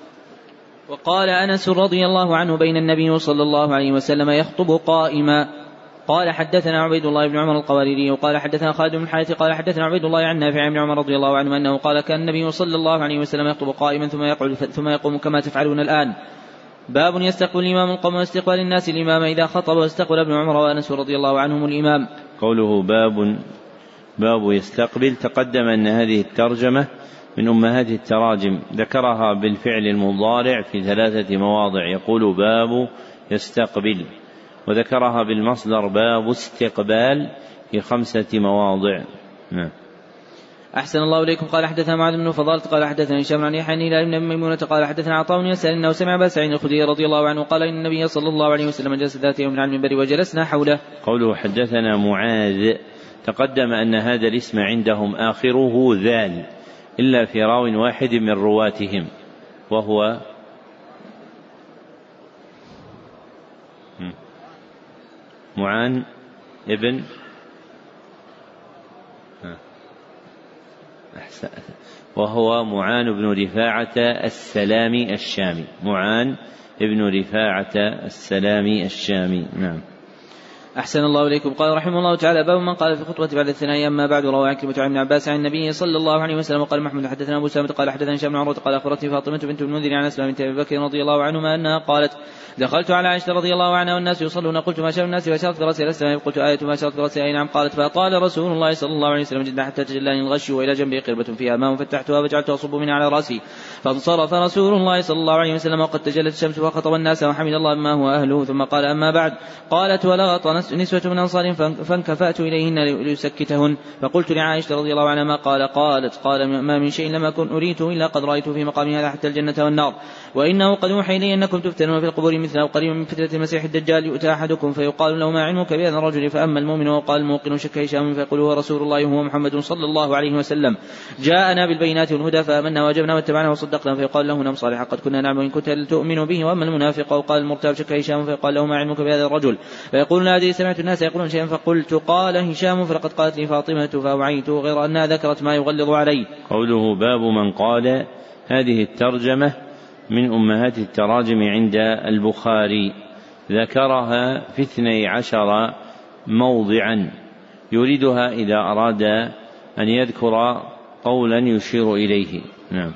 وقال أنس رضي الله عنه بين النبي صلى الله عليه وسلم يخطب قائما. قال حدثنا عبيد الله بن عمر القواريري وقال حدثنا خالد بن حارث قال حدثنا عبيد الله عن نافع بن عمر رضي الله عنه أنه قال كان النبي صلى الله عليه وسلم يخطب قائما ثم يقعد ثم يقوم كما تفعلون الآن. باب يستقبل الإمام القوم واستقبال الناس الإمام إذا خطب واستقبل ابن عمر وأنس رضي الله عنهم الإمام. قوله باب باب يستقبل تقدم أن هذه الترجمة من أمهات التراجم، ذكرها بالفعل المضارع في ثلاثة مواضع، يقول باب يستقبل، وذكرها بالمصدر باب استقبال في خمسة مواضع. نعم. أحسن الله إليكم. قال حدثنا معاذ بن فضالة قال حدثنا هشام عن يحيى بن ميمونة قال حدثنا عطاء بن يسار أنه سمع أبا سعيد الخدري رضي الله عنه قال إن النبي صلى الله عليه وسلم جلس ذات يوم على المنبر وجلسنا حوله. قوله حدثنا معاذ تقدم أن هذا الاسم عندهم آخره ذال إلا في راو واحد من رواتهم وهو معان ابن وهو معان بن رفاعة السلامي الشامي معان ابن رفاعة السلامي الشامي. نعم. أحسن الله إليكم. قال رحمه الله تعالى باب من قال في خطبة بعد الثناء أما بعد. رواه عكرمة عن ابن عباس عن النبي صلى الله عليه وسلم وقال محمد حدثنا أبو سامة قال حدثنا هشام بن عروة قال أخبرتني فاطمة بنت المنذر عن أسماء بنت أبي بكر رضي الله عنهما أنها قالت دخلت على عائشة رضي الله عنها والناس يصلون قلت ما شاء الناس فأشرت برأسي إلى السماء قلت آية ما أشرت برأسي أي نعم قالت فأطال رسول الله صلى الله عليه وسلم جدا حتى تجلاني الغش وإلى جنبي قربة فيها ماء فتحتها فجعلت أصب منها على رأسي فانصرف رسول الله صلى الله عليه وسلم وقد تجلت الشمس وخطب الناس وحمد الله ما هو أهله ثم قال أما بعد. قالت ولغط نسوة من أنصار فانكفأت إليهن ليسكتهن فقلت لعائشة رضي الله عنها ما قال قالت قال ما من شيء لم أكن أريته إلا قد رأيت في مقام هذا حتى الجنة والنار وإنه قد أوحي إلي أنكم تفتنون في القبور مثل أو قريبا من فتنة المسيح الدجال يؤتى أحدكم فيقال له ما علمك بهذا الرجل فأما المؤمن وقال الموقن شك هشام فيقول هو رسول الله وهو محمد صلى الله عليه وسلم جاءنا بالبينات والهدى فآمنا وجبنا واتبعنا وصدقنا فيقال له نعم صالحا قد كنا نعلم إن كنت تؤمن به. وأما المنافق وقال المرتاب شك هشام فيقال له ما علمك بهذا الرجل فيقول لا أدري سمعت الناس يقولون شيئا فقلت قال هشام فلقد قالت لي فاطمة فأوعيت غير أنها ذكرت ما يغلظ عليه. قوله باب من قال هذه الترجمة من أمهات التراجم عند البخاري، ذكرها في اثني عشر موضعا يريدها إذا أراد أن يذكر قولا يشير إليه. نعم.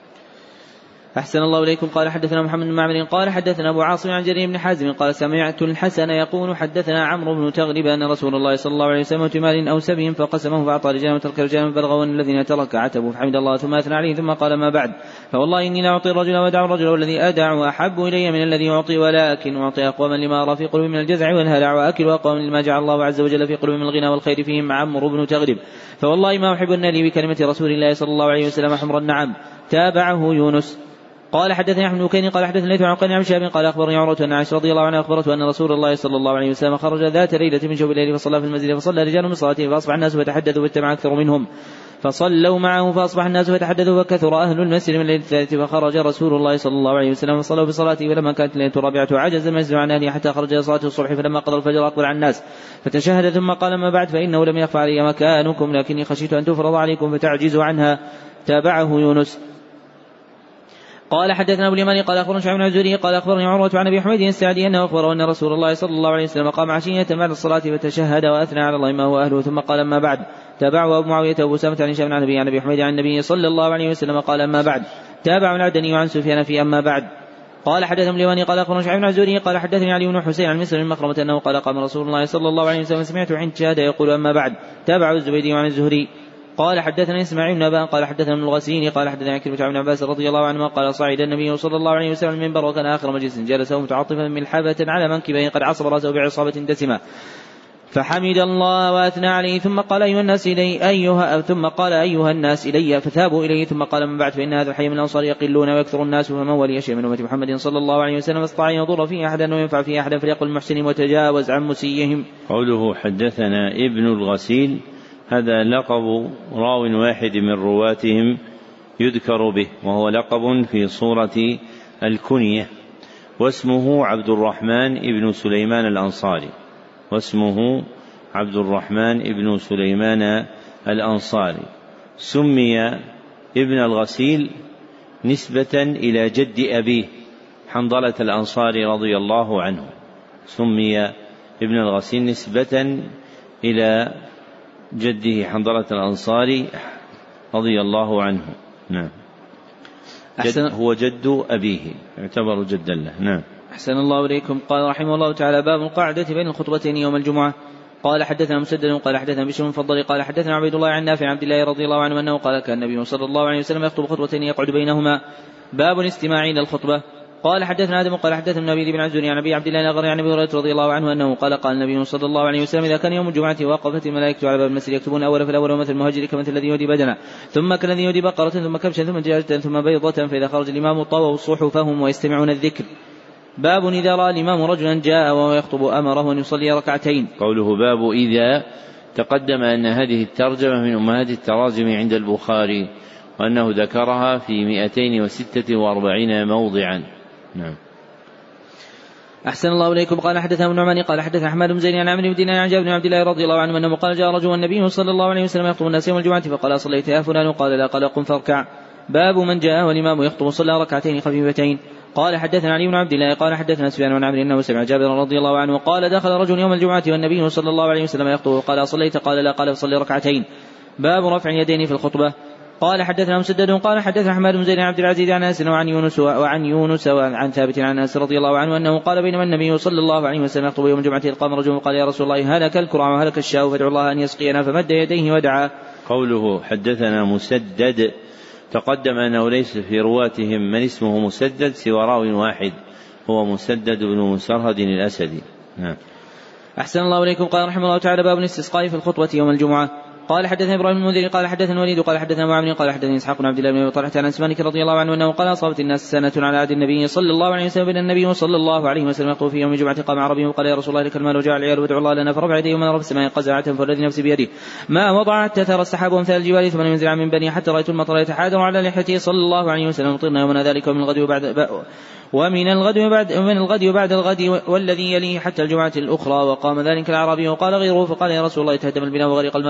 أحسن الله إليكم. قال حدثنا محمد بن معمر قال حدثنا أبو عاصم عن جرير بن حازم قال سمعت الحسن يقول حدثنا عمرو بن تغلب أن رسول الله صلى الله عليه وسلم مال أو سبي فقسمه فأعطى رجالا وترك رجالا فبلغوا أن الذين ترك عتبوا فحمد الله ثم أثنى عليه ثم قال ما بعد فوالله إني لا أعطي الرجل وأدع الرجل والذي أدع أحب إلي من الذي أعطي ولكن أعطي أقواما لما أرى في قلوبهم من الجزع والهلع وأكل أقواما لما جعل الله عز وجل في قلوبهم من الغنى والخير فيهم عمرو بن تغلب فوالله ما أحب أن لي بكلمة رسول الله صلى الله عليه وسلم حمر النعم. تابعه يونس. قال حدثني أحمد بن كين قال حدثني ليث عن عقيل عن شهاب قال أخبرني عروة أن عائشة رضي الله عنها أخبرته أن رسول الله صلى الله عليه وسلم خرج ذات ليلة من جوف الليل فصلى في المسجد فصلى رجال من صلاته فأصبح الناس فتحدثوا فاجتمع أكثر منهم فصلوا معه فأصبح الناس فتحدثوا فكثر أهل المسجد من الليلة الثالثة فخرج رسول الله صلى الله عليه وسلم فصلوا بصلاته فلما كانت الليلة الرابعة عجز المسجد عن أهله حتى خرج صلاة الصبح فلما قضى الفجر أقبل على الناس فتشهد ثم قال ما بعد فإنه لم يخفى علي مكانكم لكني خشيت أن تفرض عليكم فتعجزوا عنها. تابعه يونس. قال حدثنا أبو اليماني قال أخبرنا شعيب بن الزهري قال أخبرني عروة عن أبي حميد السعدي أنه أخبره أن رسول الله صلى الله عليه وسلم قام عشية بعد الصلاة فتشهد وأثنى على الله ما هو أهله ثم قال أما بعد. تابعه أبو معاوية أبو سامة عن هشام عن أبي عن أبي حميد عن النبي صلى الله عليه وسلم قال أما بعد. تابع العدني عن سفيان في أما بعد. قال حدثنا اليماني قال أخبرنا شعيب بن الزهري قال حدثني علي بن حسين عن مصر المخرمة أنه قال قام رسول الله صلى الله عليه وسلم سمعت عند شهادة يقول أما بعد. تابع الزبيدي عن الزهري قال حدثنا اسماعيل بن أبان قال حدثنا ابن الغسيل قال حدثنا عكرمة عن ابن عباس رضي الله عنهما قال صعد النبي صلى الله عليه وسلم المنبر وكان آخر مجلس جلسه متعاطفا ملحفة على منكبه قد عصب رأسه بعصابة دسمة فحمد الله وأثنى عليه ثم قال أيها الناس إلي أيها ثم قال أيها الناس إلي فثابوا إليه ثم قال من بعد فإن هذا الحي من الأنصار يقلون ويكثر الناس فمن ولي شيء من أمة محمد صلى الله عليه وسلم استطاع أن يضر فيه أحدا وينفع فيه أحدا فليقل المحسنين وتجاوز عن مسيهم. قوله حدثنا ابن الغسيل هذا لقب راو واحد من رواتهم يذكر به وهو لقب في صورة الكنية واسمه عبد الرحمن ابن سليمان الأنصاري واسمه عبد الرحمن ابن سليمان الأنصاري سمي ابن الغسيل نسبة إلى جد أبيه حنظلة الأنصاري رضي الله عنه سمي ابن الغسيل نسبة إلى جده حنظلة الأنصاري رضي الله عنه. نعم. جد هو جد أبيه يعتبر جدا له. نعم. أحسن الله إليكم. قال رحمه الله تعالى باب القاعدة بين الخطبتين يوم الجمعة. قال حدثنا مسدد قال حدثنا بشر بن فضل قال حدثنا عبيد الله عن نافع عبد الله رضي الله عنه أنه قال كان النبي صلى الله عليه وسلم يخطب خطبتين يقعد بينهما. باب الاستماع إلى الخطبة. قال حدثنا آدم قال حدثنا أبي بن عزوني عن أبي عبد الله الأغري عن أبي هريرة رضي الله عنه أنه قال قال النبي صلى الله عليه وسلم إذا كان يوم الجمعة وقفت الملائكة على باب المسجد يكتبون أول فالأول ومثل المهاجر كمثل الذي يودي بدنا ثم كالذي يودي بقرة ثم كبشا ثم دجاجة ثم بيضة فإذا خرج الإمام طووا صحفهم ويستمعون الذكر. باب إذا رأى الإمام رجلا جاء وهو يخطب أمره أن يصلي ركعتين. قوله باب إذا تقدم أن هذه الترجمة من أمهات التراجم عند البخاري وأنه ذكرها في مئتين وستة وأربعين موضعا. نعم. أحسن الله إليكم. قال حدثنا ابن نعمان قال حدثنا أحمد بن زيد عن عمرو بن دينار عن جابر بن عبد الله رضي الله عنه أنه قال جاء رجل النبي صلى الله عليه وسلم يخطب الناس يوم الجمعة فقال صليت يا فلان قال لا قال قم فاركع. باب من جاء والإمام يخطب صلى ركعتين خفيفتين. قال حدثنا علي بن عبد الله قال حدثنا سفيان بن عمرو انه سمع جابر رضي الله عنه قال دخل رجل يوم الجمعة والنبي صلى الله عليه وسلم يخطب قال صليت قال لا قال صلي ركعتين. باب رفع اليدين في الخطبة. قال حدثنا مسدد قال حدثنا حماد بن زيد عن عبد العزيز عن انس وعن يونس وعن يونس وعن ثابت عن انس رضي الله عنه انه قال بينما النبي صلى الله عليه وسلم يخطب يوم الجمعة قام رجل وقال يا رسول الله هلك الكرع وهلك الشاة فادعوا الله ان يسقينا فمد يديه ودعا. قوله حدثنا مسدد تقدم أنه ليس في رواتهم من اسمه مسدد سوى راو واحد هو مسدد بن مسرهد الأسدي. نعم. أحسن الله إليكم. قال رحمه الله تعالى باب الاستسقاء في الخطبة يوم الجمعة. قال حدثنا إبراهيم المنذري قال حدثنا الوليد قال حدثنا معمر قال حدثنا إسحاق بن عبد الله بن أبي طلحة عن أنس مالك رضي الله عنه أنه قال أصابت الناس سنة على عهد النبي صلى الله عليه وسلم بين النبي صلى الله عليه وسلم يخطب في يوم الجمعة قام عربي وقال يا رسول الله لك المال وجاء العيال وادعوا الله لنا فرفع يديه ومن رب السماء قزعة فالذي نفسي بيده ما وضع حتى ترى السحاب وامثال الجبال ثم ينزل من بني حتى رأيت المطر يتحادر على لحيته صلى الله عليه وسلم مطرنا يومنا ذلك ومن الغد وبعد ومن الغد وبعد ومن الغد وبعد الغد والذي يليه حتى الجمعة الأخرى. وقام ذلك الأعرابي وقال غيره فقال يا رسول الله تهدم البناء وغرق المال فادعوا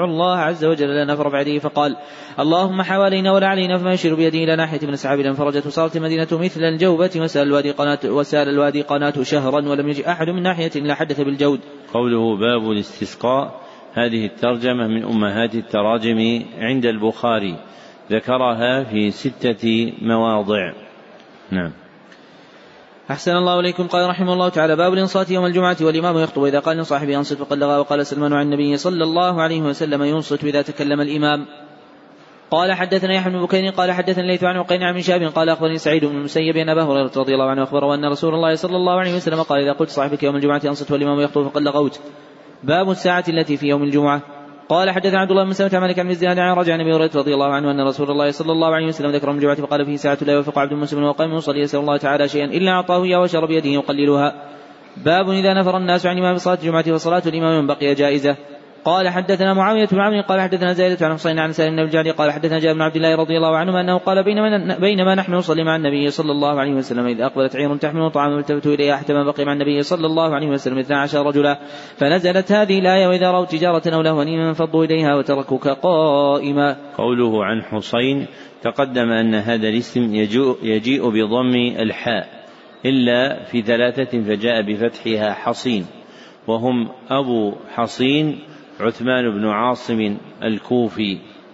الله عز وجل لا نفر بعده فقال اللهم حوالينا ولا علينا فما يشير بيده إلى ناحية ابن سعاب انفرجت وصارت المدينة مثل الجوبة وسال الوادي قناة, وسال الوادي قناة شهرا ولم يجي أحد من ناحية إلا حدث بالجود. قوله باب الاستسقاء، هذه الترجمة من أمهات التراجم عند البخاري، ذكرها في ستة مواضع. نعم. أحسن الله إليكم. قال رحمه الله تعالى باب الإنصات يوم الجمعة والإمام يخطب إذا قال لصاحبه أنصت فقد لغى. وقال سلمان عن النبي صلى الله عليه وسلم ينصت إذا تكلم الإمام. قال حدثنا يحيى بن بكير قال حدثنا الليث عن عقيل عن شهاب قال أخبرني سعيد بن المسيب أن أبا هريرة رضي الله عنه أخبره أن رسول الله صلى الله عليه وسلم قال إذا قلت صاحبك يوم الجمعة أنصت والإمام يخطب فقد لغوت. باب الساعة التي في يوم الجمعة. قال حدثنا عبد الله بن سلمة عن مالك عن الزناد عن رجع عن ابي هريرة رضي الله عنه ان رسول الله صلى الله عليه وسلم ذكر من الجمعة فقال فيه ساعة لا يوفق عبد مسلم وقام يصلي يسأل الله تعالى شيئا الا اعطاه اياه وشر بيده يقللها. باب اذا نفر الناس عن امام صلاة الجمعة فصلاة الامام بقي جائزة. قال حدثنا معاوية بن عمرو قال حدثنا زائدة عن حسين عن سالم بن الجعدي قال حدثنا جابر بن عبد الله رضي الله عنهما انه قال بينما, بينما نحن نصلي مع النبي صلى الله عليه وسلم اذ اقبلت عير تحمل طعاما فالتفتوا اليها حتى ما بقي مع النبي صلى الله عليه وسلم اثنا عشر رجلا فنزلت هذه الآية واذا رأوا تجارة او لهوا انفضوا اليها وتركوك قائما. قوله عن حسين تقدم ان هذا الاسم يجيء بضم الحاء الا في ثلاثة فجاء بفتحها حصين، وهم ابو حصين عثمان بن عاصم الكوفي،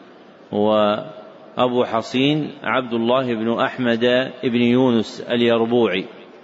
وأبو حصين عبد الله بن أحمد بن يونس اليربوعي،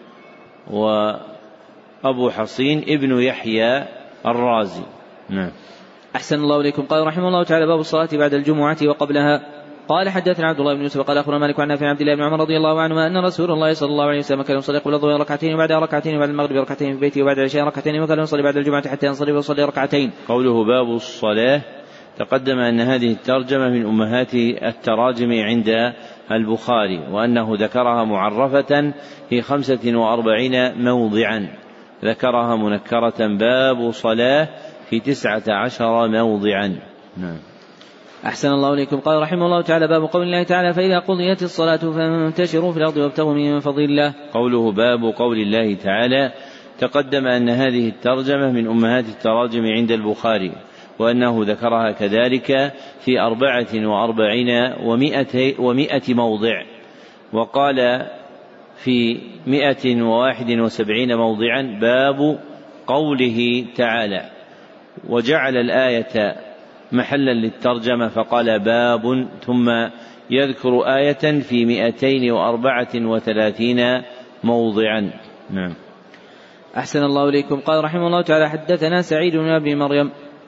وأبو حصين ابن يحيى الرازي. نعم. أحسن الله إليكم. قال رحمه الله تعالى باب الصلاة بعد الجمعة وقبلها. قال حدثنا عبد الله بن يوسف قال أخبرنا مالك عن نافع عن عبد الله بن عمر رضي الله عنهما أن رسول الله صلى الله عليه وسلم كان يصلي قبل الظهر ركعتين وبعدها ركعتين وبعد المغرب ركعتين في بيته وبعد العشاء ركعتين وكان يصلي بعد الجمعة حتى ينصرف ويصلي ركعتين. قوله باب الصلاة تقدم أن هذه الترجمة من أمهات التراجم عند البخاري، وأنه ذكرها معرفة في خمسة وأربعين موضعا، ذكرها منكرة باب صلاة في تسعة عشر موضعا. نعم. أحسن الله إليكم. قال رحمه الله تعالى باب قول الله تعالى فإذا قضيت الصلاة فانتشروا في الأرض وابتغوا من فضل الله. قوله باب قول الله تعالى تقدم أن هذه الترجمة من أمهات التراجم عند البخاري، وأنه ذكرها كذلك في أربعة وأربعين ومائة, ومائة موضع، وقال في مائة وواحد وسبعين موضعا باب قوله تعالى، وجعل الآية محلا للترجمة فقال باب ثم يذكر آية في مئتين وأربعة وثلاثين موضعا. نعم. أحسن الله إليكم. قال رحمه الله تعالى حدثنا سعيد بن أبي مريم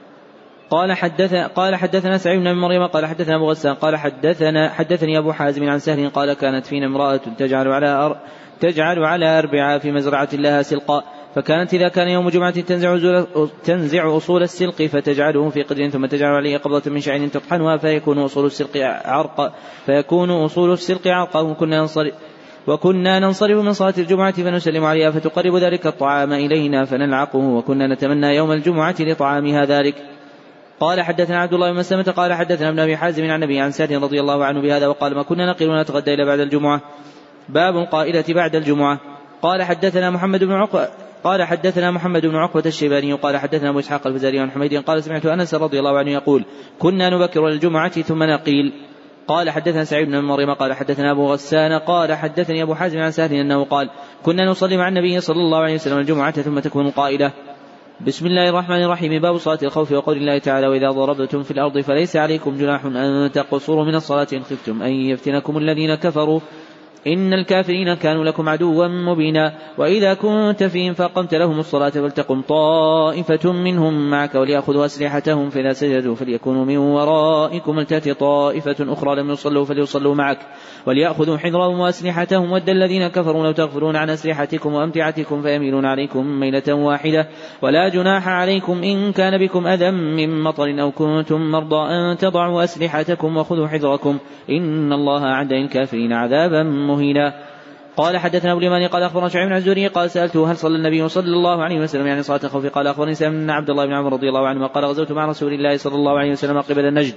قال حدث قال حدثنا سعيد بن أبي مريم قال حدثنا أبو غسان قال حدثنا حدثني أبو حازم عن سهل قال كانت فينا امرأة تجعل على أر تجعل على أربعة في مزرعة لها سلقا، فكانت إذا كان يوم جمعة تنزع, تنزع أصول السلق فتجعله في قدر ثم تجعل عليه قبضة من شعير تطحنها فيكون أصول السلق عرقا فيكون أصول السلق عرقا وكنا ننصرف وكنا ننصرف من صلاة الجمعة فنسلم عليها فتقرب ذلك الطعام إلينا فنلعقه وكنا نتمنى يوم الجمعة لطعامها ذلك. قال حدثنا عبد الله بن مسلمة قال حدثنا ابن أبي حازم عن النبي عن سعد رضي الله عنه بهذا وقال ما كنا نقل نتغدى إلى بعد الجمعة. باب القائلة بعد الجمعة. قال حدثنا محمد بن عقبة قال حدثنا محمد بن عقبة الشيباني قال حدثنا أبو إسحاق الفزاري عن حميد قال سمعت أنس رضي الله عنه يقول كنا نبكر الجمعة ثم نقيل. قال حدثنا سعيد بن مريم قال حدثنا أبو غسان قال حدثني أبو حازم عن سهل أنه قال كنا نصلي مع النبي صلى الله عليه وسلم الجمعة ثم تكون القائلة. بسم الله الرحمن الرحيم. باب صلاة الخوف وقول الله تعالى وإذا ضربتم في الأرض فليس عليكم جناح أن تقصروا من الصلاة إن خفتم أن يفتنكم الذين كفروا إن الكافرين كانوا لكم عدوا مبينا. وإذا كنت فيهم فأقمت لهم الصلاة فلتقم طائفة منهم معك وليأخذوا أسلحتهم فإذا سجدوا فليكونوا من ورائكم ولتأتي طائفة أخرى لم يصلوا فليصلوا معك وليأخذوا حذرهم وأسلحتهم ود الذين كفروا لو تغفلون عن أسلحتكم وأمتعتكم فيميلون عليكم ميلة واحدة ولا جناح عليكم إن كان بكم أذى من مطر أو كنتم مرضى أن تضعوا أسلحتكم وخذوا حذركم إن الله أعد للكافرين عذابا مهينا. قال حدثنا أبو اليمان قال أخبرنا شعيب بن الزهري قال سألته هل صلى النبي صلى الله عليه وسلم يعني صلاة الخوف؟ قال أخبرني سالم بن عبد الله بن عمر رضي الله عنه قال غزوت مع رسول الله صلى الله عليه وسلم قبل النجد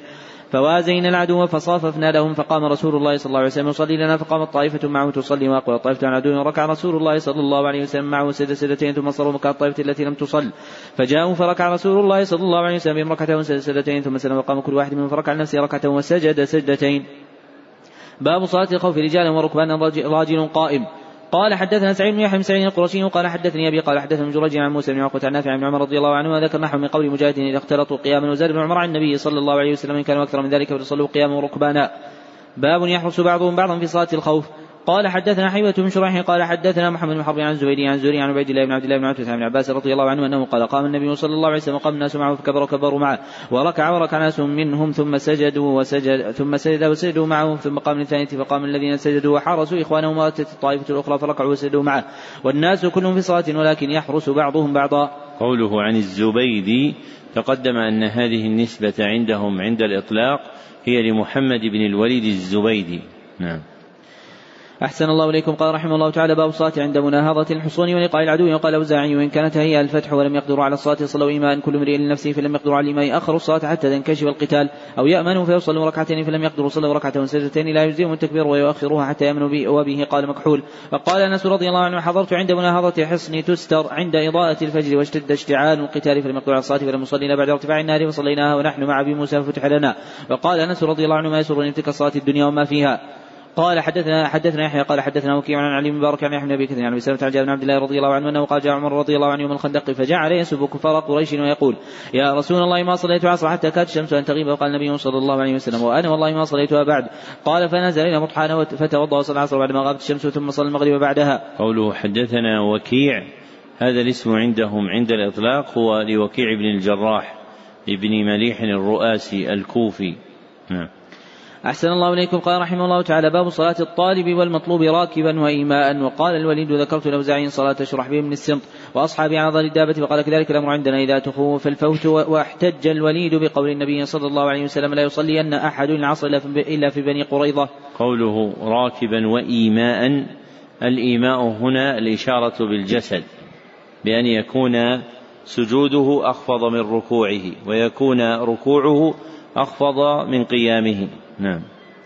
فوازينا العدو فصاففنا لهم فقام رسول الله صلى الله عليه وسلم يصلي لنا فقامت طائفة معه تصلي وأقبلت طائفة عن العدو وركع رسول الله صلى الله عليه وسلم معه سجد سجدتين ثم صلوا مكان الطائفة التي لم تصل فجاءوا فركع رسول الله صلى الله عليه وسلم بهم ركعتين وسجد سجدتين ثم سلم وقام كل واحد منهم فركع نفسه ركعة وسجد سجدتين. باب صلاة الخوف رجالا وركبانا راجل قائم. قال حدثنا سعيد بن يحيى بن سعيد القرشي قال حدثني أبي قال حدثنا جريج عن موسى بن عقبة عن نافع عن عمر رضي الله عنه وذكر نحو من قول مجاهد إذا اختلطوا قياما وزاد بن عمر عن النبي صلى الله عليه وسلم إن كانوا أكثر من ذلك فليصلوا قياما وركبانا. باب يحرس بعضهم بعضا في صلاة الخوف. قال حدثنا حيوة بن شريح قال حدثنا محمد بن حرب عن الزبيدي عن زوري عن عبيد الله بن عبد الله بن عتبة بن عباس رضي الله عنه أنه قال قام النبي صلى الله عليه وسلم وقام الناس معه فكبروا وكبروا معه وركع وركع ناس منهم ثم سجدوا وسجد ثم سجد وسجدوا معه ثم قام للثانية فقام الذين سجدوا وحرسوا إخوانهم وأتت الطائفة الأخرى فركعوا وسجدوا معه والناس كلهم في صلاة ولكن يحرس بعضهم بعضا. قوله عن الزبيدي تقدم أن هذه النسبة عندهم عند الإطلاق هي لمحمد بن الوليد الزبيدي. نعم. أحسن الله إليكم. قال رحمه الله تعالى باب الصلاة عند مناهضة الحصون ولقاء العدو. وقال أوزاعي وإن كانت هي الفتح ولم يقدروا على الصلاة صلوا إيماء كل امرئ لنفسه فلم يقدروا على الإيماء أخروا الصلاة حتى تنكشف القتال أو يأمنوا فيصلوا ركعتين فلم يقدروا صلوا ركعة وسجدتين لا يجزئهم التكبير ويؤخروها حتى يأمنوا به وبه. قال مكحول. فقال أنس رضي الله عنه حضرت عند مناهضة حصن تستر عند إضاءة الفجر واشتد اشتعال القتال فلم يقدروا على الصلاة فلم يصلينا بعد ارتفاع النار فصليناها ونحن مع أبي موسى ففتح لنا. وقال أنس رضي الله عنه ما يسرني تلك الصلاة الدنيا وما فيها. قال حدثنا حدثنا يحيى قال حدثنا وكيع عن علي بن مبارك عن يحيى بن ابي كثير عن ابي سلمة عن جابر بن عبد الله رضي الله عنه انه قال جاء عمر رضي الله عنه يوم الخندق فجعل يسب كفار قريش ويقول يا رسول الله ما صليت العصر حتى كاد الشمس ان تغيب. وقال النبي صلى الله عليه وسلم وانا والله ما صليتها بعد. قال فنزل الى مطحان فتوضا وصلى العصر بعد ما غابت الشمس ثم صلى المغرب بعدها. قوله حدثنا وكيع هذا الاسم عندهم عند الاطلاق هو لوكيع بن الجراح ابن مليح الرؤاسي الكوفي. نعم. أحسن الله إليكم. قال رحمه الله تعالى باب صلاة الطالب والمطلوب راكبا وإيماء. وقال الوليد ذكرت الأوزاعي صلاة شرحبيل بن السمط وأصحابي على ظهر الدابة فقال كذلك الأمر عندنا إذا تخوف الفوت. واحتج الوليد بقول النبي صلى الله عليه وسلم لا يصلي أن أحد العصر إلا في بني قريظة. قوله راكبا وإيماء الإيماء هنا الإشارة بالجسد بأن يكون سجوده أخفض من ركوعه ويكون ركوعه أخفض من قيامه. نعم.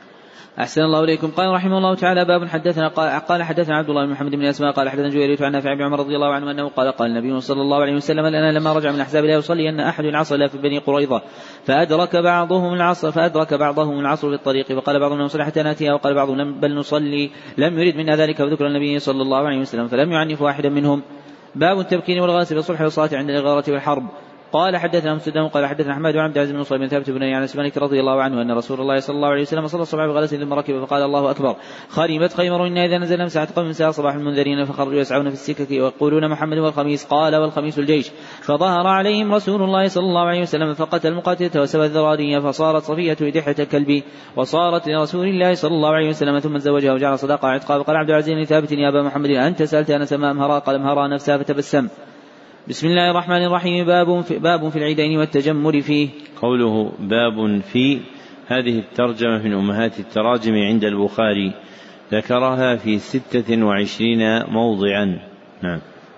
أحسن الله إليكم. قال رحمه الله تعالى باب حدثنا قال حدثنا عبد الله بن محمد بن أسماء قال حدثنا جويرية عن نافع بن عمر رضي الله عنه أنه قال قال النبي صلى الله عليه وسلم أنا لما رجع من أحزاب لا يصلي أن أحد العصر لا في بني قريظة فأدرك بعضهم العصر فأدرك بعضهم العصر في الطريق فقال بعضهم نصلي حتى نأتيها وقال بعضهم بل نصلي لم يرد منا ذلك فذكر النبي صلى الله عليه وسلم فلم يعنف واحدا منهم. باب التبكير والغاس بالصلح والصلاة عند الإغارة والحرب. قال حدثنا مسدد قال حدثنا احمد وعبد العزيز بن صهيب بن ثابت بن انس مالك رضي الله عنه ان رسول الله صلى الله عليه وسلم صلى الصبح بغلس ثم ركب فقال الله اكبر خربت خيمر إنا اذا نزلنا مساعة قوم ساعة صباح المنذرين فخرجوا يسعون في السكك ويقولون محمد والخميس. قال والخميس الجيش. فظهر عليهم رسول الله صلى الله عليه وسلم فقتل المقاتلة وسبى الذرارية فصارت صفية إدحة الكلب وصارت لرسول الله صلى الله عليه وسلم ثم تزوجها وجعل صداقة عتقا. قال عبد العزيز بن ثابت يا ابا محمد انت سالت انس ما امهرا قال امهرا نفسها فتبسم. بسم الله الرحمن الرحيم. باب في, باب في العيدين والتجمل فيه. قوله باب في هذه الترجمة من أمهات التراجم عند البخاري ذكرها في ستة وعشرين موضعا. نعم.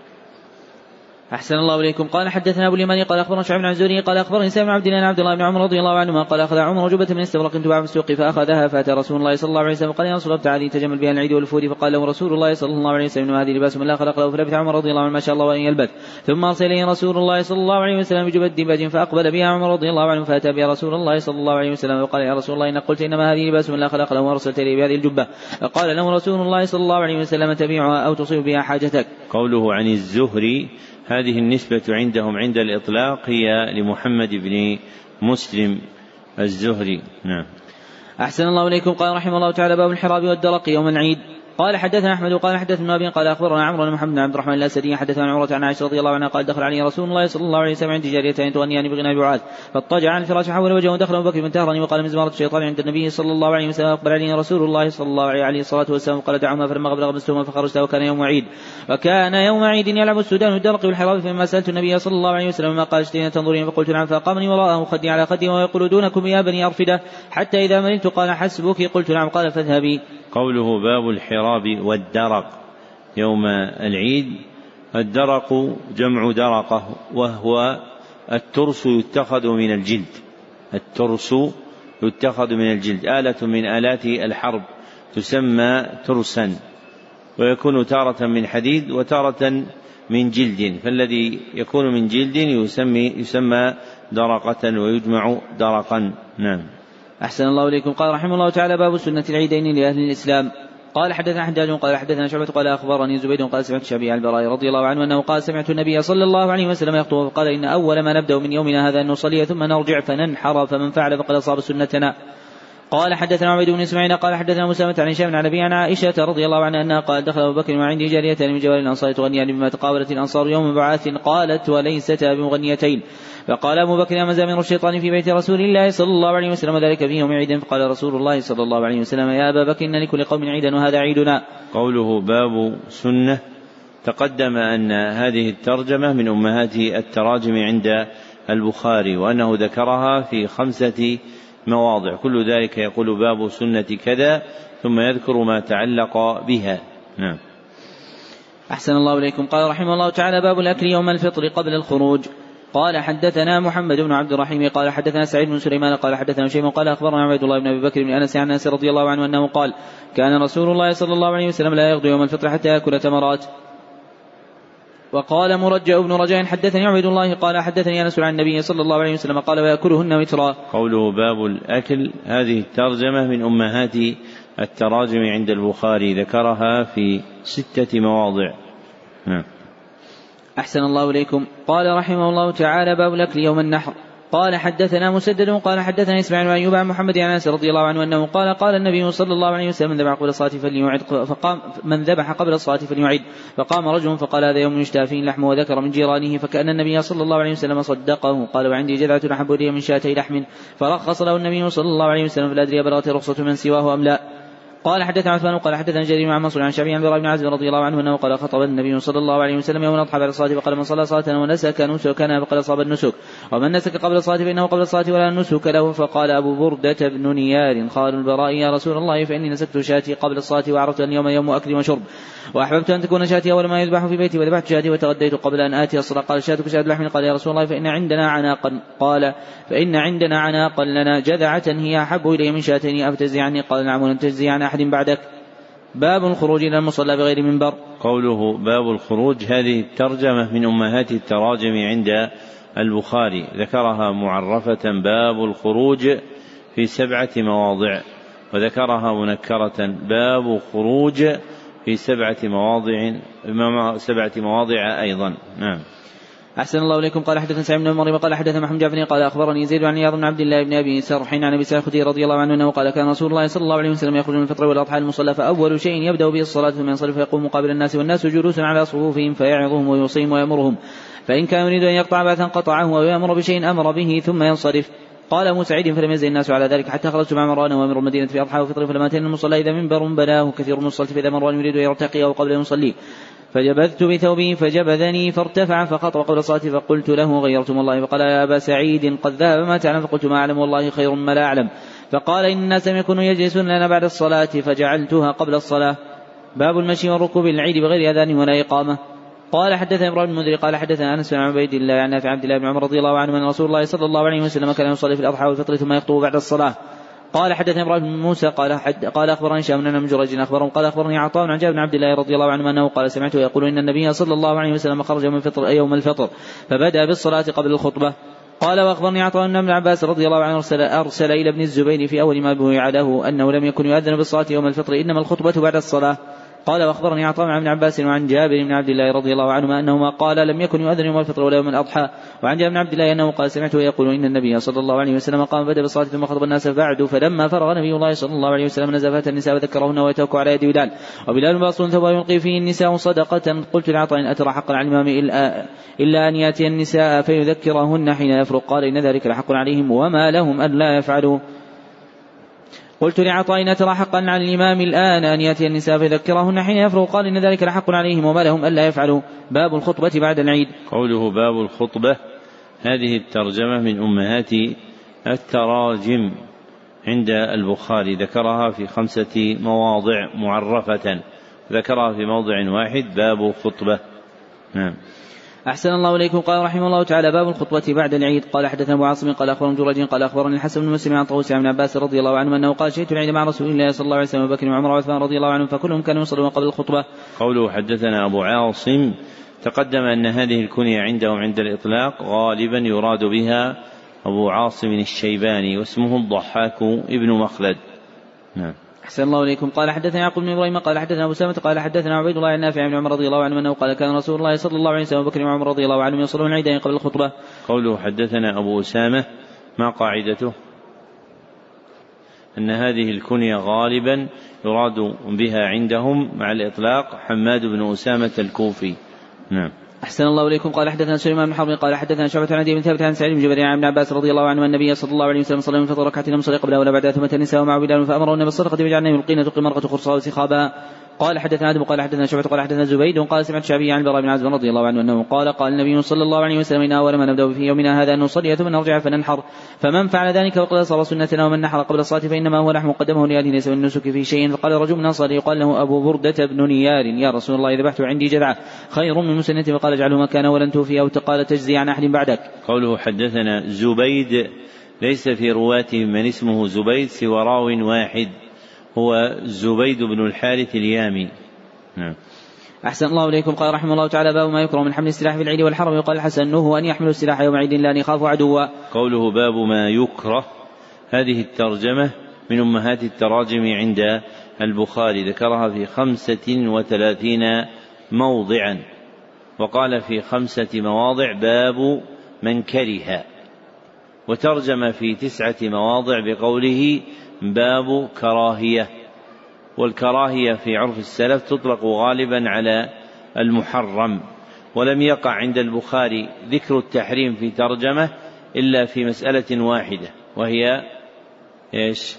أحسن الله إليكم. قال حدثنا أبو اليماني قال أخبرنا شعيب بن الزهري قال أخبرني سالم بن عبد الله بن عبد الله بن عمر رضي الله عنهما قال أخذ عمر جبة من استبرق تباع في السوق فأخذها فأتى رسول الله صلى الله عليه وسلم قال يا رسول الله تعالى تجمل بها العيد والفود فقال له رسول الله صلى الله عليه وسلم هذه لباس من لا خلق له فلبث عمر رضي الله عنه ما شاء الله وأن يلبث ثم أرسل إليه رسول الله صلى الله عليه وسلم بجبة ديباج فأقبل بها عمر رضي الله عنه فأتى بها رسول الله صلى الله عليه وسلم وقال يا رسول الله إن قلت إنما هذه لباس من لا خلق له وأرسلت إليه بهذه الجبة فقال له رسول الله صلى الله عليه وسلم تبيعها أو تصيب بها حاجتك. قوله عن الزهري هذه النسبة عندهم عند الإطلاق هي لمحمد بن مسلم الزهري. نعم. أحسن الله إليكم. قال رحمه الله تعالى باب الحراب والدرق يوم العيد. قال حدثنا أحمد قال حدثنا أبي قال أخبرنا عمرو بن محمد بن عبد الرحمن الأسدي حدثنا عمرة عن عائشة رضي الله عنها قال دخل علي رسول الله صلى الله عليه وسلم عند جاريتين تغنيان بغنى بعاث فاضطجع عن الفراش حول وجهه ودخل أبو بكر بن تهرني وقال مزمارة الشيطان عند النبي صلى الله عليه وسلم أقبل علينا رسول الله صلى الله عليه الصلاة والسلام قال دعهما فلما بلغ مستهما فخرجت وكان يوم عيد وكان يوم عيد يلعب السودان الدرق والحراب فلما سألت النبي صلى الله عليه وسلم ما قال اشترين تنظرين فقلت نعم فأقامني وراءه خدي على خدي ويقول دونكم يا بني أرفدة حتى إذا مللت قال حسبك قلت نعم قال فاذهبي. قوله باب الحراب والدرق يوم العيد. الدرق جمع درقة وهو الترس يتخذ من الجلد الترس يتخذ من الجلد، آلة من آلات الحرب تسمى ترسا، ويكون تارة من حديد وتارة من جلد، فالذي يكون من جلد يسمى, يسمى درقة ويجمع درقا. نعم. أحسن الله إليكم. قال رحمه الله تعالى: باب سنة العيدين لأهل الإسلام. قال حدثنا حجاج قال حدثنا شعبة قال أخبرني زبيد قال سمعت الشعبي عن البراء رضي الله عنه أنه قال: سمعت النبي صلى الله عليه وسلم يخطب فقال: إن أول ما نبدأ من يومنا هذا أن نصلي ثم نرجع فننحر، فمن فعل فقد أصاب سنتنا. قال حدثنا عبيد بن اسماعيل قال حدثنا مسامة عن هشام عن أبي عن عائشة رضي الله عنها أنها قال: دخل أبو بكر وعندي جاريتان من جوار الأنصار تغنيان بما تقابلت الأنصار يوم بعاث، قالت: وليستا بمغنيتين. فقال أبو بكر: يا مزامير الشيطان في بيت رسول الله صلى الله عليه وسلم ذلك في يوم عيد. فقال رسول الله صلى الله عليه وسلم: يا أبا بكر إن لكل قوم عيدا وهذا عيدنا. قوله باب سنة، تقدم أن هذه الترجمة من أمهات التراجم عند البخاري، وأنه ذكرها في خمسة مواضع، كل ذلك يقول باب سنة كذا ثم يذكر ما تعلق بها. نعم. أحسن الله إليكم. قال رحمه الله تعالى: باب الأكل يوم الفطر قبل الخروج. قال حدثنا محمد بن عبد الرحيم قال حدثنا سعيد بن سليمان قال حدثنا شيء قال أخبرنا عبد الله بن أبي بكر بن أنس عن أنس رضي الله عنه أنه قال: كان رسول الله صلى الله عليه وسلم لا يغدو يوم الفطر حتى يأكل تمرات. وقال مرجع بن رجاء حدثني عبد الله قال حدثني أنس عن النبي صلى الله عليه وسلم قال: ويأكلهن وترا. قوله باب الأكل، هذه الترجمة من أمهات التراجم عند البخاري، ذكرها في ستة مواضع. نعم. أحسن الله إليكم. قال رحمه الله تعالى: باب الأكل يوم النحر. قال حدثنا مسدد قال حدثنا إسماعيل بن أيوب عن محمد عن أنس رضي الله عنه أنه قال: قال النبي صلى الله عليه وسلم: من ذبح قبل الصلاة فليعد، فقام من ذبح قبل الصلاة فليعد. فقام رجل فقال: هذا يوم يشتهى فيه اللحم، وذكر من جيرانه، فكأن النبي صلى الله عليه وسلم صدقه. قال: وعندي جذعة أحب لي من شاتي لحم. فرخص له النبي صلى الله عليه وسلم، فلا أدري بلغت رخصة من سواه أم لا. قال حدثنا عثمان قال حدثنا جرير عن منصور عن شعبي عن البراء بن عازب رضي الله عنه انه قال: خطب النبي صلى الله عليه وسلم يوم الاضحى بعد الصلاه فقال: من صلى صلاه ونسك نسكنا فقد اصاب النسك، ومن نسك قبل الصلاه فانه قبل الصلاه ولا نسك له. فقال ابو برده بن نيار خال البراء: يا رسول الله فاني نسكت شاتي قبل الصلاه وعرفت ان اليوم يوم اكل وشرب، واحببت ان تكون شاتي اول ما يذبح في بيتي، وذبحت شاتي وتغديت قبل ان اتي الصلاه. قال: شاتك شات لحم. قال: يا رسول الله فان عندنا عناقا. قال: فان عندنا عناقا لنا جذعه هي احب الي من شاتين، افتزي عني؟ قال: نعم، ولن تجزي عن احد بعدك. باب الخروج إلى المصلى بغير منبر. قوله باب الخروج، هذه الترجمة من أمهات التراجم عند البخاري، ذكرها معرفة باب الخروج في سبعة مواضع، وذكرها منكرة باب خروج في سبعة مواضع سبعة مواضع أيضا. نعم. أحسن الله إليكم. قال حدثنا سعيد بن مريم قال حدثنا محمد جعفر قال أخبرني زيد عن عياض بن عبد الله بن أبي سرح عن أبي سعيد رضي الله عنه أنه قال: كان رسول الله صلى الله عليه وسلم يخرج من الفطر والأضحى المصلى، فأول شيء يبدأ به الصلاة ثم ينصرف فيقوم مقابل الناس، والناس جلوس على صفوفهم فيعظهم ويوصيهم ويأمرهم، فإن كان يريد أن يقطع بعثا قطعه، ويأمر بشيء أمر به ثم ينصرف. قال أبو سعيد: فلم يزل الناس على ذلك حتى خرجت مع مروان وامر المدينة في أضحى وفطر، فلما أتينا المصلى إذا منبر بناه كثير من الصلاة، فإذا مروان يريد أن يرتقي قبل أن يصلي فجبذت بثوبه فجبذني فارتفع فخطب قبل الصلاة، فقلت له: غيرتم الله؟ فقال: يا أبا سعيد قد ذهب ما تعلم. فقلت: ما أعلم والله خير ما لا أعلم. فقال: إن الناس لم يكونوا يجلسون لنا بعد الصلاة فجعلتها قبل الصلاة. باب المشي والركوب العيد بغير أذان ولا إقامة. قال حدثنا إبراهيم بن المنذر قال حدثنا أنس بن عبيد الله عن نافع عبد الله بن عمر رضي الله عنه أن رسول الله صلى الله عليه وسلم كان يصلي في الأضحى والفطر ثم يخطب بعد الصلاة. قال حدثنا إبراهيم بن موسى قال حد قال أخبرني هشام بن جريج أخبرهم قال أخبرني عطاء عن جابر بن عبد الله رضي الله عنه أنه قال: سمعته يقول إن النبي صلى الله عليه وسلم خرج يوم الفطر يوم الفطر فبدأ بالصلاة قبل الخطبة. قال: وأخبرني عطاء بن عباس رضي الله عنه أرسل, أرسل إلى ابن الزبير في أول ما بويع له أنه لم يكن يؤذن بالصلاة يوم الفطر، إنما الخطبة بعد الصلاة. قال: واخبرني عطاء عن ابن عباس وعن جابر بن عبد الله رضي الله عنهما انهما قال: لم يكن يؤذن يوم الفطر ولا يوم الاضحى. وعن جابر بن عبد الله انه قال: سمعته يقول ان النبي صلى الله عليه وسلم قام بدا بالصلاه ثم خطب الناس بعد، فلما فرغ نبي الله صلى الله عليه وسلم نزل فات النساء وذكرهن ويتوكل على يد بلال، وبلال باص ثم يلقي فيه النساء صدقه. قلت لعطاء: ان اترى حقا على الامام الا, إلا ان ياتي النساء فيذكرهن حين يفرغ؟ قال: ان ذلك لحق عليهم وما لهم ان لا يفعلوا. قلت لعطاء: ترى حقا على الإمام الآن أن يأتي النساء فيذكرهن حين يفرغ؟ قال: إن ذلك لحق عليهم وما لهم ألا يفعلوا. باب الخطبة بعد العيد. قوله باب الخطبة، هذه الترجمة من أمهات التراجم عند البخاري، ذكرها في خمسة مواضع معرفة، ذكرها في موضع واحد باب خطبة. نعم. أحسن الله إليكم. قال رحمه الله تعالى: باب الخطبة بعد العيد. قال حدثنا أبو عاصم قال أخبرنا جريج قال أخبرني الحسن بن مسلم عن طاووس عن عباس رضي الله عنه أنه قال: شهدت العيد مع رسول الله صلى الله عليه وسلم وأبو بكر وعمر وعثمان رضي الله عنهم فكلهم كانوا يصلون قبل الخطبة. قوله حدثنا أبو عاصم تقدم أن هذه الكنية عندهم عند الإطلاق غالبا يراد بها أبو عاصم الشيباني واسمه الضحاك ابن مخلد. نعم. أحسن الله إليكم. قال حدثنا يعقوب بن إبراهيم قال حدثنا أبو سلمة قال حدثنا عبيد الله عن نافع بن عمر رضي الله عنه أنه قال: كان رسول الله صلى الله عليه وسلم وبكر وعمر رضي الله عنهم يصلون العيدين قبل الخطبة. قوله حدثنا أبو أسامة ما قاعدته؟ أن هذه الكنية غالبا يراد بها عندهم مع الإطلاق حماد بن أسامة الكوفي. نعم. أحسن الله إليكم. قال حدثنا سليمان بن حرب قال حدثنا شعبة عن عدي بن ثابت عن سعيد بن جبير عن ابن عباس رضي الله عنه أن النبي صلى الله عليه وسلم صلى من فطر ركعتين مصلي قبلها ولا بعدها ثم النساء ومع بلال فأمرهن بالصدقة بجعلنا يلقين تقي مرقة خرصها وسخابها. قال حدثنا آدم قال حدثنا شعبة قال حدثنا زبيد قال سمعت شعبي عن البراء بن عازب رضي الله عنه أنه قال: قال النبي صلى الله عليه وسلم: إن أول ما نبدأ في يومنا هذا أن نصلي ثم نرجع فننحر، فمن فعل ذلك فقد أصاب سنتنا، ومن نحر قبل الصلاة فإنما هو لحم قدمه لأهله ليس من النسك في شيء. فقال رجل من الأنصار يقال له أبو بردة بن نيار: يا رسول الله ذبحت عندي جذعة خير من مسنة، فقال: اجعله مكانه ولن توفي، أو قال: تجزي عن أحد بعدك. قوله حدثنا زبيد ليس في رواته من اسمه زبيد سوى راو واحد هو زبيد بن الحارث اليامي. نعم. أحسن الله إليكم. قال رحمه الله تعالى: باب ما يكره من حمل السلاح في العيد والحرم. يقال الحسن هو أن يحمل السلاح يوم عيد لا يخاف عدوا. قوله باب ما يكره، هذه الترجمة من أمهات التراجم عند البخاري، ذكرها في خمسة وثلاثين موضعا، وقال في خمسة مواضع باب من كره، وترجم في تسعة مواضع بقوله باب كراهية. والكراهية في عرف السلف تطلق غالبا على المحرم، ولم يقع عند البخاري ذكر التحريم في ترجمة إلا في مسألة واحدة، وهي إيش؟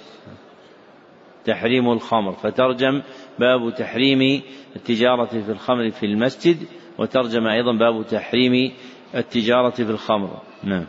تحريم الخمر، فترجم باب تحريم التجارة في الخمر في المسجد، وترجم أيضا باب تحريم التجارة في الخمر. نعم.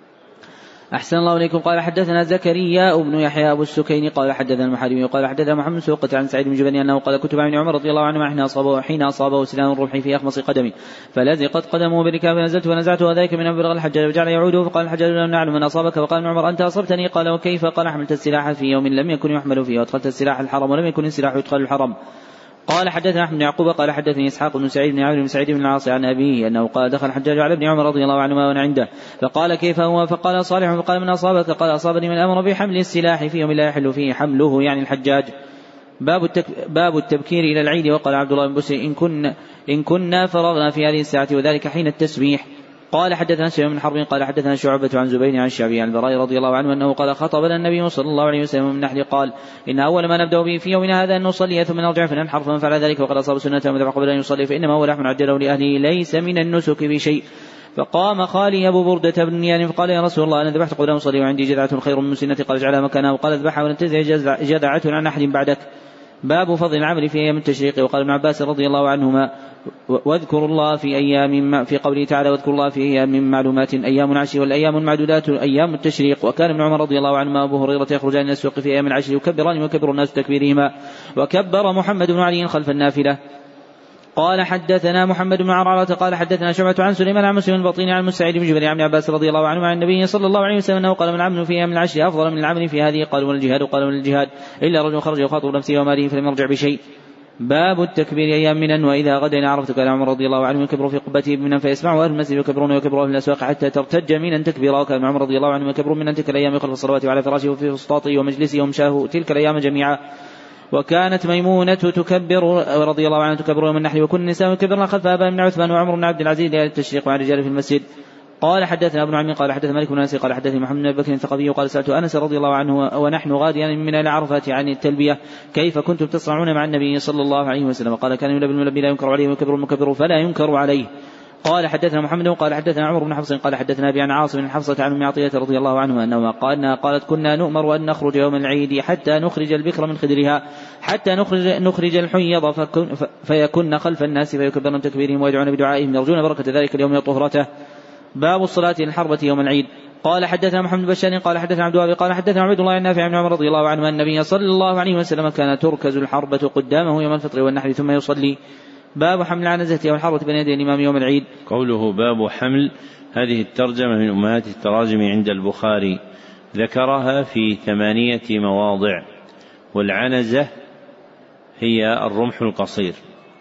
أحسن الله إليكم. قال حدثنا زكريا ابن يحيى أبو السكيني قال حدثنا المحاربي قال حدثنا محمد سوقة عن سعيد بن جبير أنه قال: كنت مع ابن عمر رضي الله عنه حين أصابه حين أصابه سنان الرمح في أخمص قدمي فلزقت قدمه بركاب فنزلت ونزعته، وذلك من أبرغ الحجاج، وجعل يعوده، فقال الحجاج: لم نعلم من أصابك. فقال ابن عمر: أنت أصبتني. قال: وكيف؟ قال: حملت السلاح في يوم لم يكن يحمل فيه، وأدخلت السلاح الحرم ولم يكن السلاح يدخل الحرم. قال حدثنا أحمد بن يعقوب قال حدثني إسحاق بن سعيد بن عامر بن سعيد بن العاص عن أبيه أنه قال: دخل الحجاج على ابن عمر رضي الله عنهما وأنا عنده، فقال: كيف هو؟ فقال: صالح. فقال: من أصابك؟ قال: أصابني من أمر بحمل السلاح في يوم لا يحل فيه حمله، يعني الحجاج. باب, التك... باب التبكير إلى العيد. وقال عبد الله بن بسر: إن كنا, إن كنا فرغنا في هذه الساعة، وذلك حين التسبيح. قال حدثنا سليمان بن حرب قال حدثنا شعبة عن زبيد عن الشعبي عن البراء رضي الله عنه أنه قال: خطبنا النبي صلى الله عليه وسلم من نحل، قال: إن أول ما نبدأ به في يومنا هذا أن نصلي ثم نرجع فننحر، فمن فعل ذلك وقد أصاب سنة ومدفع قبل أن يصلي فإنما هو لحم عجله لأهله ليس من النسك في شيء. فقام خالي أبو بردة بن نيار فقال: يا رسول الله، أنا ذبحت قبل أن أصلي وعندي جذعة خير من مسنة. قال: اجعلها مكانها. وقال: اذبحها ولن تزع جذعة عن أحد بعدك. باب فضل العمل في أيام التشريق. وقال ابن عباس رضي الله عنهما: واذكروا الله في أيام، في قوله تعالى: واذكروا الله في أيام معلومات، أيام العشر والأيام المعدودات أيام التشريق. وكان ابن عمر رضي الله عنهما وأبو هريرة يخرجان إلى السوق في أيام العشر يكبران ويكبر الناس تكبيرهما، وكبر محمد بن علي خلف النافلة. قال حدثنا محمد بن عرعرة قال حدثنا شعبة عن سليمان عن مسلم البطين عن سعيد بن جبير عن عباس رضي الله عنه عن النبي صلى الله عليه وسلم أنه قال: من العمل في أيام العشر أفضل من العمل في هذه. قالوا: من الجهاد؟ قالوا: من الجهاد إلا رجل خرج يخاطب نفسه وماله فلم يرجع بشيء. باب التكبير أيام منى. وإذا غدا إلى عرفة كان عمر رضي الله عنه يكبر في قبته منى فيسمعه أهل المسجد يكبرون ويكبرون في الأسواق حتى ترتج منى تكبيرا. وكان عمر رضي الله عنه يكبر منى تلك الأيام يخلف الصلوات وعلى فراشه وفي فسطاطه ومجلسه ومشاه تلك الأيام جميعا. وكانت ميمونة تكبر رضي الله عنها تكبر يوم النحر، وكل النساء يكبرن خلف آباء بن عثمان وعمر بن عبد العزيز لآل التشريق وعن الرجال في المسجد. قال حدثنا ابن عمي قال حدثنا مالك بن انس قال حدثني محمد بن بكر الثقفي قال: سألت أنس رضي الله عنه ونحن غاديا من إلى عرفة عن التلبية: كيف كنتم تصنعون مع النبي صلى الله عليه وسلم؟ قال: كان يلبي الملبي لا ينكر عليه ويكبر المكبر فلا ينكر عليه. قال حدثنا محمد قال حدثنا عمر بن حفص قال حدثنا أبي عن عاصم بن حفصة عن أم عطية رضي الله عنه أنه قالنا قالت: كنا نؤمر أن نخرج يوم العيد حتى نخرج البكر من خدرها حتى نخرج, نخرج الحيض فيكن خلف الناس فيكبرن تكبيرهم ويدعون بدعائهم يرجون بركة ذلك اليوم وطهرته. باب الصلاة للحربة يوم العيد. قال حدثنا محمد بن بشار قال حدثنا عبد الله قال حدثنا عبد الله النافع بن عمر رضي الله عنه أن النبي صلى الله عليه وسلم كان تركز الحربة قدامه يوم الفطر والنحر ثم يصلي. باب حمل العنزة أو الحرة بين يدي الإمام يوم العيد. قوله باب حمل، هذه الترجمة من أمهات التراجم عند البخاري، ذكرها في ثمانية مواضع، والعنزة هي الرمح القصير.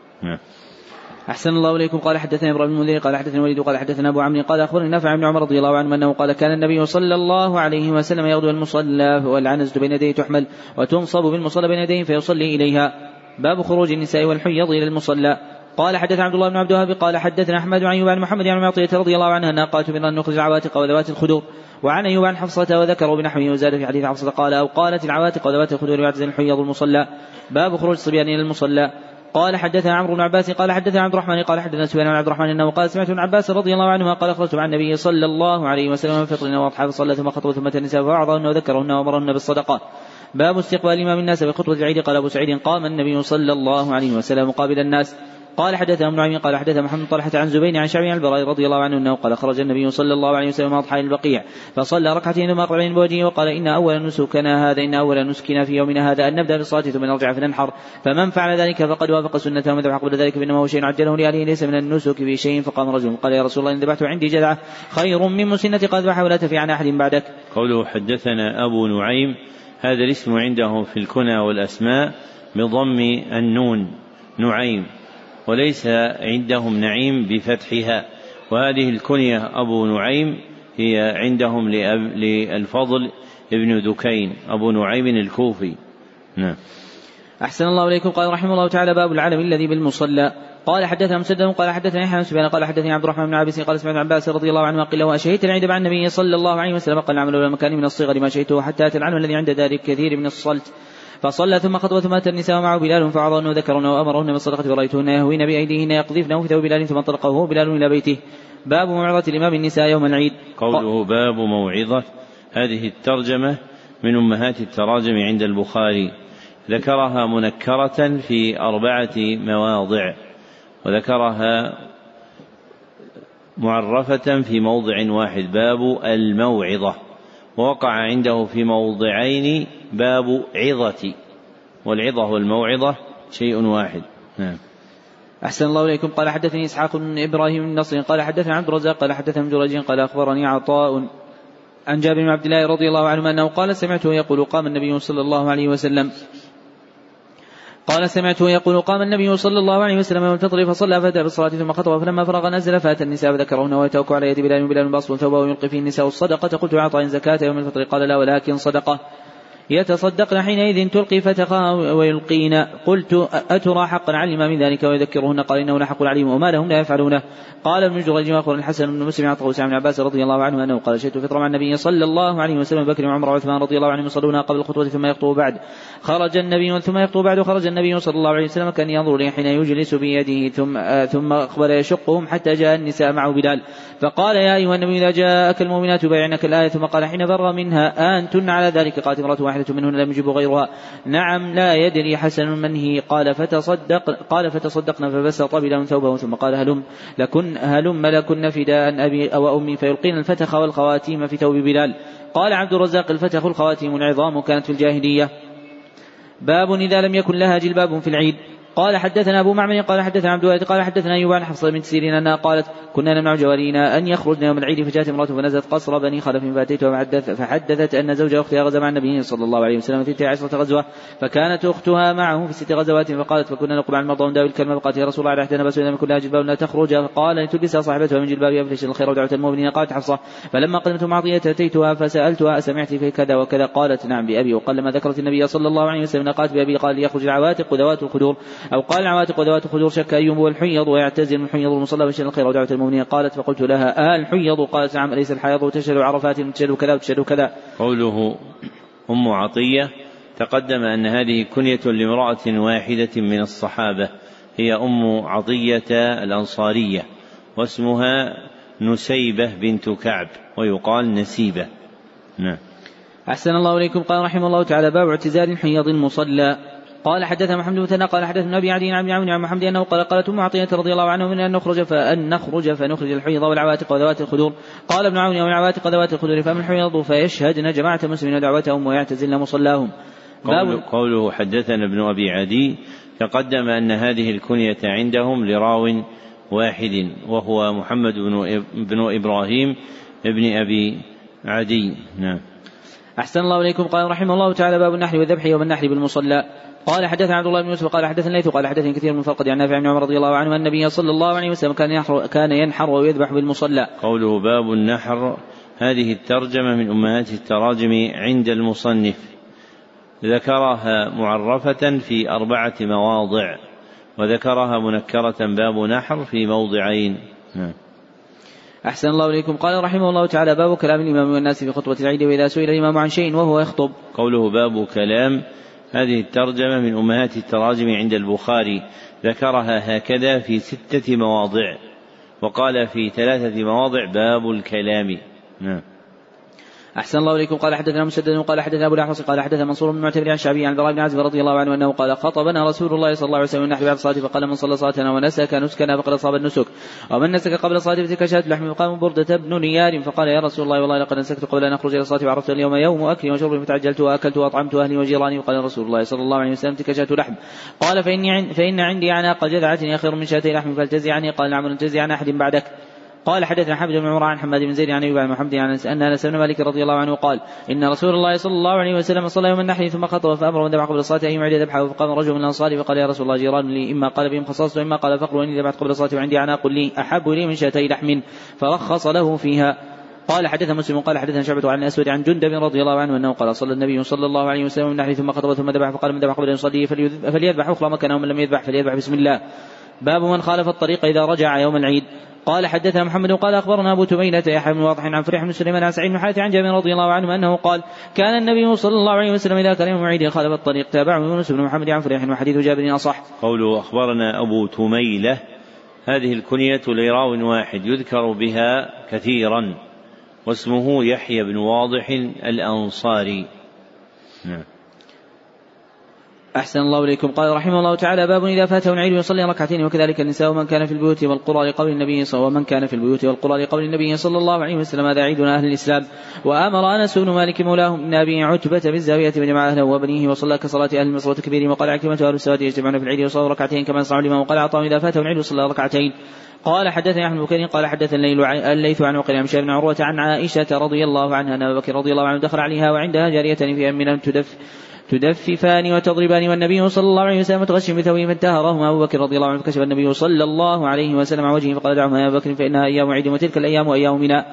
أحسن الله إليكم. قال حدثنا إبراهيم المنذري قال حدثنا الوليد قال حدثنا أبو عمرو قال أخبرني نافع بن عمر رضي الله عنه أنه قال كان النبي صلى الله عليه وسلم يغدو المصلى والعنزة بين يديه تحمل وتنصب بالمصلى بين يديه فيصلي إليها. باب خروج النساء والحيض إلى المصلى. قال حدثنا عبد الله بن عبد الوهاب قال حدثنا أحمد عن أيوب عن محمد عن معطية رضي الله عنها أنها قالت من أن نخرج العواتق وذوات الخدور، وعن أيوب عن حفصة وذكروا بنحوه وزاد في حديث حفصة قال أو قالت العواتق وذوات الخدور واعتزل الحيض المصلى. باب خروج الصبيان إلى المصلى. قال حدثنا عمرو بن عباس قال حدثنا عبد الرحمن قال حدثنا سفيان بن عبد الرحمن انه قال سمعت ابن عباس رضي الله عنهما قال خرجت مع النبي صلى الله عليه وسلم من فطر واضحى فصلى ثم خطب ثم النساء فوعظهن وذكرهن وامرهن بالصدقه. باب استقبال امام الناس بخطبه العيد. قال ابو سعيد قام النبي صلى الله عليه وسلم مقابل الناس. قال حدثنا ابن نعيم قال حدثنا محمد طلحة عن زبير عن شعبي عن البراء رضي الله عنه انه قال خرج النبي صلى الله عليه وسلم اضحى البقيع فصلى ركعتين ثم اقبل بوجهه وقال ان اول نسكنا هذا ان اول نسكنا في يومنا هذا ان نبدا بالصلاه ثم نرجع فننحر، فمن فعل ذلك فقد وافق سنته ومن ذبح قبل ذلك فانما هو شيء عجله لاهله ليس من النسك في شيء. فقام رجل قال يا رسول الله ان ذبحت عندي جذعه خير من مسنه قد ذبح ولا تفي عن احد بعدك. قوله حدثنا ابو نعيم، هذا الاسم عنده في الكنى والاسماء بضم النون نعيم، وليس عندهم نعيم بفتحها، وهذه الكنية أبو نعيم هي عندهم للفضل ابن دكين أبو نعيم الكوفي. نعم. أحسن الله إليكم. قال رحمه الله تعالى باب العلم الذي بالمصلى. قال حدثنا مسدد قال حدثني يحيى بن سفيان قال حدثني عبد الرحمن بن عابس قال سمعت عباس رضي الله عنه قال له أشهدت العيد مع النبي صلى الله عليه وسلم؟ قال نعم ولا مكان من الصغر ما شهدته حتى أتى العلم الذي عند دار كثير من الصلت فصلى ثم خطب ثم أتى النساء معه بلال فعظهن وذكرهن وأمرهن بالصدقة فرأيتهن يهوين بأيديهن يقذفنه في ثوب بلال ثم انطلق وهو بلال إلى بيته. باب موعظة الإمام النساء يوم العيد. قوله باب موعظة، هذه الترجمة من أمهات التراجم عند البخاري، ذكرها منكرة في أربعة مواضع وذكرها معرفة في موضع واحد باب الموعظة، ووقع عنده في موضعين باب عظة، والعظة والموعظة شيء واحد. نعم. أحسن الله إليكم. قال حدثني إسحاق بن إبراهيم النصري قال حدثنا عبد الرزاق قال حدثنا جريج قال أخبرني عطاء عن جابر بن عبد الله رضي الله عنه أنه قال سمعته يقول قام النبي صلى الله عليه وسلم قال سمعته يقول قام النبي صلى الله عليه وسلم يوم الفطر فصلى فأتى بالصلاة ثم خطب فلما فرغ نزل فأتى النساء فذكرهن ويتوكل على يد بلال بلال باص ثوبه ويلقي فيه النساء الصدقة. قلت عطاء زكاة يوم الفطر؟ قال لا ولكن صدقة يتصدقن حينئذ تلقي فتخا ويلقين. قلت أترى حقا علم من ذلك ويذكرهن؟ قال إنه لحق عليم وما لهم لا يفعلونه. قال ابن جريج وأخبر الحسن بن مسلم عن طاووس عن عباس رضي الله عنه أنه قال شهدت فطر مع النبي صلى الله عليه وسلم بكر وعمر وعثمان رضي الله عنهم يصلون قبل الخطوة ثم يخطب بعد خرج النبي ثم يخطب بعد خرج النبي صلى الله عليه وسلم كان ينظر لي حين يجلس بيده ثم آه ثم أخبر يشقهم حتى جاء النساء معه بلال فقال يا أيها النبي إذا جاءك المؤمنات يبايعنك الآية ثم قال حين بر منها أنتن على ذلك؟ قالت امرأة واحدة منهن لم يجب غيرها نعم لا يدري حسن من هي. قال فتصدق قال فتصدقنا فبسط بلال ثوبه ثم قال هلم لكن هلم لكن فداء أبي أو أمي فيلقين الفتخ والخواتيم في ثوب بلال. قال عبد الرزاق الفتخ الخواتيم العظام كانت في الجاهلية. باب إذا لم يكن لها جلباب في العيد. قال حدثنا أبو معمر قال حدثنا عبد الوارث قال حدثنا أيوب عن حفصة بنت سيرين أنها قالت كنا نمنع جوارينا أن يخرجن يوم العيد فجاءت امرأة فنزلت قصر بني خلف فأتيتها فحدثت أن زوج أختها غزا مع النبي صلى الله عليه وسلم في عشرة غزوة فكانت أختها معه في ست غزوات فقالت فكنا نقبل عن المرضى ونداوي الكلمة فقالت يا رسول الله على إحدانا بس إذا كلها جلباب لا تخرج قال لتلبسها صاحبتها من جلبابها فليش الخير ودعوة المؤمنين. قالت حفصة فلما قدمت معطية أتيتها فسألتها أسمعت في كذا وكذا؟ قالت نعم بأبي. وقال لما ذكرت النبي صلى الله عليه وسلم قالت بأبي قال يخرج العواتق وذوات الخدور أو قال العواتق وذوات الخدور شك أيهم والحيض ويعتزل الحيض المصلى بشر الخير ودعوة المؤمنين. قالت فقلت لها آه الحيض؟ قالت نعم أليس الحيض تشهد عرفات تشهد كذا وتشهد كذا. قوله أم عطية تقدم أن هذه كنية لامرأة واحدة من الصحابة هي أم عطية الأنصارية واسمها نسيبة بنت كعب ويقال نسيبة. نعم. أحسن الله إليكم. قال رحمه الله تعالى باب اعتزال حيض المصلى. قال حدثنا محمد بن مثنى قال حدثنا أبي عدي عن عون عن محمد أنه قال قالت أم عطية رضي الله عنه من أن نخرج فأن نخرج فنخرج الحيض والعواتق وذوات الخدور. قال ابن عون والعواتق وذوات الخدور فأما الحيض فيشهدن جماعة المسلمين دعوتهم ويعتزلن مصلاهم. قوله, قوله حدثنا ابن أبي عدي تقدم أن هذه الكنية عندهم لراو واحد وهو محمد بن إبراهيم ابن أبي عدي. نعم. أحسن الله إليكم. قال رحمه الله تعالى: باب النحر والذبح يوم النحر بالمصلى. قال حدثنا عبد الله بن يوسف قال حدثنا الليث قال حدثني كثير من فرقد عن نافع بن عمر رضي الله عنه أن النبي صلى الله عليه وسلم كان ينحر, كان ينحر ويذبح بالمصلى. قوله باب النحر، هذه الترجمة من أمهات التراجم عند المصنف، ذكرها معرفة في أربعة مواضع، وذكرها منكرة باب نحر في موضعين. أحسن الله إليكم. قال رحمه الله تعالى: باب كلام الإمام والناس في خطبة العيد وإذا سئل الإمام عن شيء وهو يخطب. قوله باب كلام، هذه الترجمة من أمهات التراجم عند البخاري، ذكرها هكذا في ستة مواضع، وقال في ثلاثة مواضع باب الكلام. نعم. أحسن الله إليكم. قال حدثنا مسدد قال حدثنا أبو الأحوص قال حدثنا منصور بن معتمر عن شعبي عن البراء بن عازب رضي الله عنه أنه قال: خطبنا رسول الله صلى الله عليه وسلم نحن بعد الصلاة فقال: من صلى صلاتنا ونسك نسكنا فقد أصاب النسك، ومن نسك قبل الصلاة فتلك شاة لحم. فقام بردة بن نيار فقال: يا رسول الله والله لقد نسكت قبل أن أخرج إلى الصلاة وعرفت اليوم يوم أكل وشرب فتعجلت وأكلت وأطعمت أهلي وجيراني. وقال رسول الله صلى الله عليه وسلم: تلك شاة لحم. قال: فإني فإن عندي عناق جذعة خير من شاتي لحم فالتزعني. قال: نعم نلتزي عن أحد بعدك. قال حدثنا حمد بن عمران عن حماد بن زيد عن أيوب عن محمد عن أن أنس بن مالك رضي الله عنه قال: إن رسول الله صلى الله عليه وسلم صلى يوم النحر ثم خطب فأمر من ذبح قبل الصلاة أن يعيد ذبحه. فقام رجل من الأنصار فقال: يا رسول الله جيران لي إما قال بهم خصصت وإما قال فقر، وإني ذبحت قبل الصلاة وعندي عناق لي أحب لي من شاتي لحم، فرخص له فيها. قال حدثنا مسلم قال حدثنا شعبة عن الأسود عن جندب رضي الله عنه أنه قال: صلى النبي صلى الله عليه وسلم النحر ثم خطب ثم ذبح، فقال: من ذبح قبل أن يصلي فليذبح أخرى مكانه، ومن لم يذبح فليذبح بسم الله. باب من خالف الطريق إذا رجع يوم العيد. قال حدثنا محمد قال أخبرنا أبو تميلة يحيى بن واضح عن فريح بن سليمان عن سعيد بن حارث عن جابر رضي الله عنه أنه قال: كان النبي صلى الله عليه وسلم إذا كان يوم العيد خالف الطريق. تابعه يونس بن محمد عن فريح وحديث جابر أصح. قوله أخبرنا أبو تميلة، هذه الكنية لراو واحد يذكر بها كثيرا، واسمه يحيى بن واضح الأنصاري. نعم. أحسن الله إليكم. قال رحمه الله تعالى: باب إذا فاته العيد يصلي ركعتين وكذلك النساء ومن كان في البيوت والقرى لقول النبي صلى ومن كان في البيوت والقرى لقول النبي صلى الله عليه وسلم: هذا عيدنا أهل الإسلام. وأمر أنس بن مالك مولاه من أبي عتبة بالزاوية فجمع أهله وبنيه وصلى كصلاة أهل المصر كبير. وقال عكرمة أهل السواد يجتمعون في العيد وصلوا ركعتين كما يصنع الإمام. وقال عطاء: إذا فاته العيد صلى ركعتين. قال حدثنا أحمد بن بكير قال حدثنا الليث عن عقيل عن هشام بن عروة عن عائشة رضي الله عنها أن أبا بكر رضي الله عنه دخل عليها وعندها جاريتان في أمن تدف تدففان وتضربان، والنبي صلى الله عليه وسلم متغشم بثوبه فانتهرهما أبو بكر رضي الله عنه، فكشف النبي صلى الله عليه وسلم عن وجهه فقال: دعهما يا أبا بكر فإنها أيام عيد وتلك الأيام أيام منى.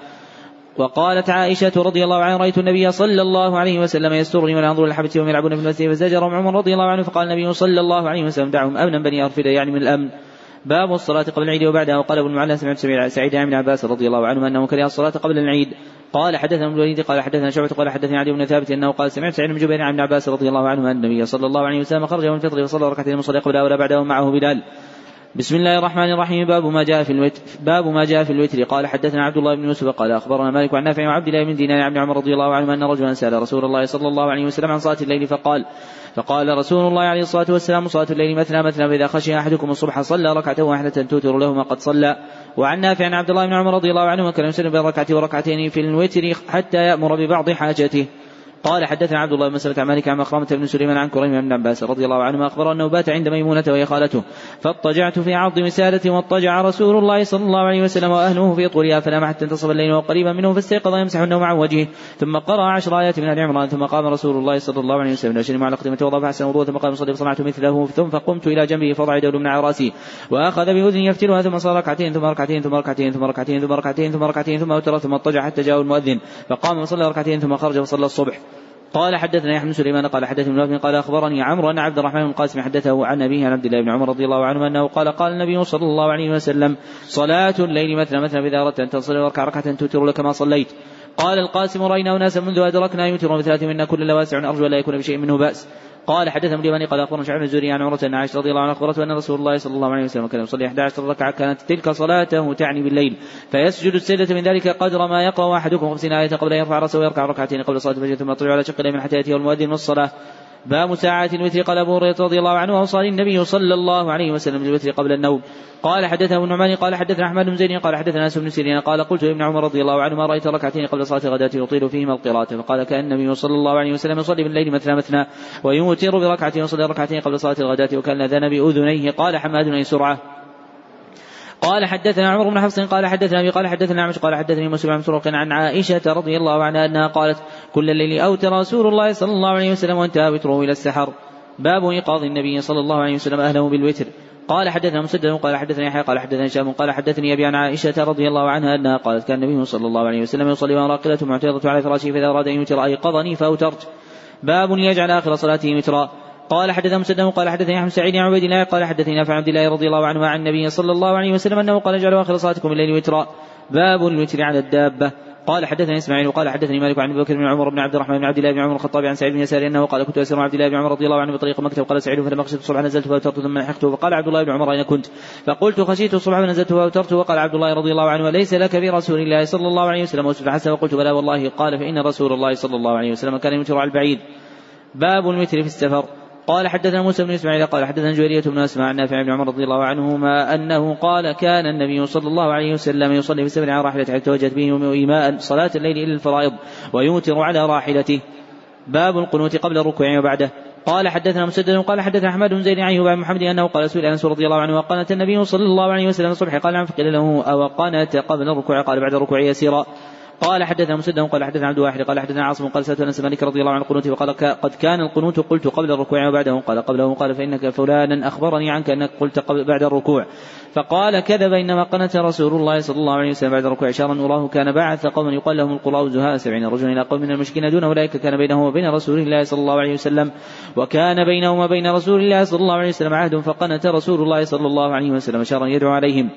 وقالت عائشة رضي الله عنها: رأيت النبي صلى الله عليه وسلم يسترني ولا ينظر للحبة وهم يلعبون في المسجد، فزجرهم عمر رضي الله عنه فقال النبي صلى الله عليه وسلم: دعهم أمنا بني أرفدة، يعني من الأمن. باب الصلاة قبل العيد وبعدها. وقال ابن المعلى: سمعت سعيد بن عباس رضي الله عنه أنه كره الصلاة قبل العيد. قال حدثنا ابن الوليد قال حدثنا شعبة قال حدثنا علي بن ثابت أنه قال: سمعت سعيد بن جبير عن ابن عباس رضي الله عنه أن النبي صلى الله عليه وسلم خرج يوم الفطر وصلى ركعتين المصلى قبلها ولا بعدها معه بلال. بسم الله الرحمن الرحيم. باب ما جاء في الوتر. باب ما جاء في الوتر. قال حدثنا عبد الله بن يوسف قال أخبرنا مالك عن نافع وعبد الله بن دينار عن عمر رضي الله عنه أن رجلا سأل رسول الله صلى الله عليه وسلم عن صلاة الليل فقال فقال رسول الله عليه الصلاة والسلام: صلاة الليل مثنى مثنى، فإذا خشي أحدكم الصبح صلى ركعة واحدة توتر له ما قد صلى. وعن نافع عن عبد الله بن عمر رضي الله عنه كان يسلم بين ركعة وركعتين في الوتر حتى يأمر ببعض حاجته. قال حدثنا عبد الله بن مسلمة عن مالك عن مخرمة بن سليمان عن كريم بن عباس رضي الله عنهما أخبر أنه بات عند ميمونة وهي خالته، فاضطجعت في عرض وسادة واضطجع رسول الله صلى الله عليه وسلم وأهله في طولها، فنام حتى انتصف الليل وقريبا منه فاستيقظ يمسح النوم عن وجهه، ثم قرأ عشر آيات من آل عمران، ثم قام رسول الله صلى الله عليه وسلم ناشرا على قدمته وضع فحسن وضوء، ثم قام يصلي فصنعت مثله، ثم فقمت إلى جنبه فوضع يده اليمنى على رأسي وأخذ بأذني يفتلها، ثم صلى ركعتين ثم ركعتين ثم ركعتين ثم ركعتين ثم ركعتين ثم ركعتين ثم أوتر ثم اضطجع حتى جاء المؤذن فقام وصلى ركعتين ثم خرج وصلى الصبح. قال حدثنا يحيى بن سليمان قال حدثني ابن قال أخبرني عمرو أن عبد الرحمن بن القاسم حدثه عن أبيه عن عبد الله بن عمر رضي الله عنه أنه قال قال النبي صلى الله عليه وسلم: صلاة الليل مثنى مثنى، فإذا أردت أن تصلي وركع ركعة توتر لك ما صليت. قال القاسم: رأينا أناسا منذ أدركنا يوترون بثلاث منا كل لواسع، أرجو لا يكون بشيء منه بأس. قال حدثنا ابن يماني قال أخبرنا شعيب بن الزهري عن عروة أن عائشة رضي الله عنها أخبرته أن رسول الله صلى الله عليه وسلم كان يصلي إحدى عشرة ركعة، كانت تلك صلاته تعني بالليل، فيسجد السجدة من ذلك قدر ما يقرأ أحدكم خمسين آية قبل أن يرفع رأسه ويركع ركعتين قبل صلاة الفجر، ثم يطلع على شق اليمين حتى يأتيه المؤذن من الصلاة. باب ساعات الوتر. قال أبو هريرة رضي الله عنه أوصى النبي صلى الله عليه وسلم بالوتر قبل النوم. قال حدثنا ابن نعمان قال حدثنا أحمد بن زيد قال حدثنا أنس بن سيرين قال قلت لابن عمر رضي الله عنه ما رأيت ركعتين قبل صلاة الغداة يطيل فيهما القراءة؟ فقال كأن النبي صلى الله عليه وسلم يصلي بالليل مثنى مثنى ويوتر بركعتين ويصلي ركعتين قبل صلاة الغداة وكان أذن بأذنيه. قال حماد أي سرعة. قال حدثنا عمر بن حفص قال حدثنا أبي قال حدثنا عمش قال حدثني مسلم بن مسروق عن عائشة رضي الله عنها أنها قالت كل الليل أوتر رسول الله صلى الله عليه وسلم وانتهى وتره إلى السحر. باب إيقاظ النبي صلى الله عليه وسلم أهله بالوتر. قال حدثنا مسدد قال حدثني يحيى قال حدثنا هشام قال حدثني أبي عن عائشة رضي الله عنها أنها قالت كان النبي صلى الله عليه وسلم يصلي وأنا راقدة معترضة على فراشه فإذا أراد أن يوتر أيقظني فأوترت. باب يجعل آخر صلاته وترا. قال حدثنا مسدد قال حدثني أحمد سعيد عن عبيد الله قال حدثني نافع عن عبد الله رضي الله عنه عن النبي صلى الله عليه وسلم أنه قال اجعلوا آخر صلاتكم الليل وترا. باب الوتر على الدابة. قال حدثني اسماعيل وقال حدثني مالك عن ابي بكر بن عمر بن عبد الرحمن بن عبد الله بن عمر الخطاب عن سعيد بن يسار انه قال كنت اسير مع عبد الله بن عمر رضي الله عنه بطريق مكه وقال سعيد فلما خشيت الصبح نزلت فاوترت ثم لحقته فقال عبد الله بن عمر اين كنت؟ فقلت خشيت الصبح فنزلت فاوترت وقال عبد الله رضي الله عنه ليس لك برسول الله صلى الله عليه وسلم اسوة حسنة وقلت بلى والله. قال فان رسول الله صلى الله عليه وسلم كان يوتر على البعيد. باب الوتر في السفر. قال حدثنا موسى بن اسماعيل قال حدثنا جويرية بن اسماء عن نافع بن عمر رضي الله عنهما انه قال كان النبي صلى الله عليه وسلم يصلي في السفر على راحلته حتى توجهت به ايماء صلاة الليل الى الفرائض ويوتر على راحلته. باب القنوت قبل الركوع وبعده. قال حدثنا مسدد قال حدثنا احمد بن زيد عن ايوب عن محمد انه قال سئل انس رضي الله عنه وقنت النبي صلى الله عليه وسلم الصبح قال نعم فقيل له او قنت قبل الركوع قال بعد الركوع يسيرا. قال حدثنا مسدد قال حدثنا عبد الواحد قال حدثنا عاصم قال سألت أنس مالك رضي الله عنه القنوت وقال قد كان القنوت قلت قبل الركوع وبعده قال قبله قال فإنك فلانا أخبرني عنك أنك قلت قبل بعد الركوع فقال كذب إنما قنت رسول الله صلى الله عليه وسلم بعد الركوع شهرا أراه كان بعث قوما يقال لهم القراء زهاء سبعين رجلا إلى قوم من المشركين دون أولئك كان بينهم وبين رسول الله صلى الله عليه وسلم وكان بينهم وبين رسول الله صلى الله عليه وسلم عهد فقنت رسول الله صلى الله عليه وسلم شهرا يدعو عليهم.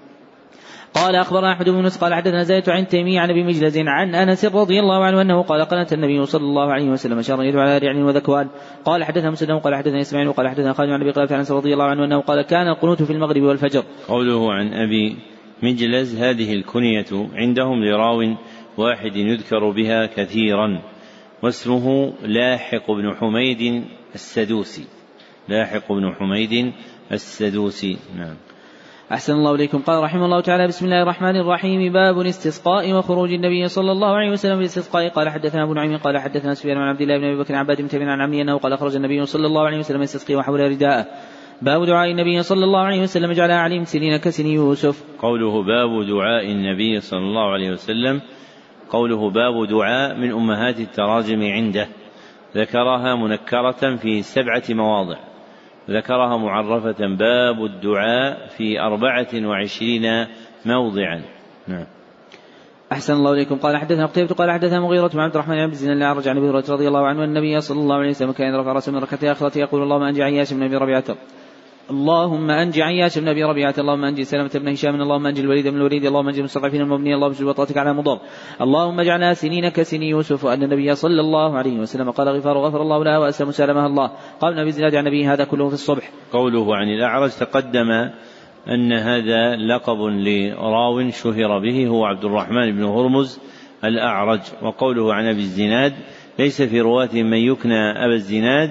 قال أخبرنا أحمد بن يونس قال حدثنا زيد عن تيمية عن أبي مجلز عن أنس رضي الله عنه أنه قال قنت النبي صلى الله عليه وسلم شهرا يدعو على رعل وذكوان. قال حدثنا مسدد قال حدثنا إسماعيل وقال حدثنا خالد عن أبي قلابة عن أنس رضي الله عنه أنه قال كان القنوت في المغرب والفجر. قوله عن أبي مجلز هذه الكنية عندهم لراو واحد يذكر بها كثيرا واسمه لاحق بن حميد السدوسي. لاحق بن حميد السدوسي. نعم. أحسن الله إليكم. قال رحمه الله تعالى بسم الله الرحمن الرحيم. باب الاستسقاء وخروج النبي صلى الله عليه وسلم بالاستسقاء. قال حدثنا أبو نعيم قال حدثنا سفيان عن عبد الله بن أبي بكر عن عباد بن تميم عن عمه أنه قال خرج النبي صلى الله عليه وسلم يستسقي وحول رداءه. باب دعاء النبي صلى الله عليه وسلم جعل عليهم سنين كسن يوسف. قوله باب دعاء النبي صلى الله عليه وسلم قوله باب دعاء من أمهات التراجم عنده ذكرها منكرة في سبعة مواضع ذكرها معرفة باب الدعاء في أربعة وعشرين موضعا. نعم. أحسن الله إليكم. قال حدثنا قتيبة قال حدثنا مغيرة بن عبد الرحمن بن زيد الأعرج عن أبي هريرة رضي الله عنه النبي صلى الله عليه وسلم كان رفع رأسه من ركعتي آخرته يقول اللهم أنجي عياش بن أبي ربيعة اللهم أنجي عياش بن أبي ربيعة اللهم أنجي سلمة بن هشام اللهم أنجي الوليد بن الوليد اللهم أنجي المستضعفين المبنين اللهم اجعل وطأتك على مضر اللهم اجعلنا سنين كسن يوسف. وأن النبي صلى الله عليه وسلم قال غفار غفر الله لها وأسلم سلمها الله. قال نبي زناد عن نبي هذا كله في الصبح. قوله عن الأعرج تقدم أن هذا لقب لراو شهر به هو عبد الرحمن بن هرمز الأعرج. وقوله عن أبي الزناد ليس في رواة من يكنى أبا الزناد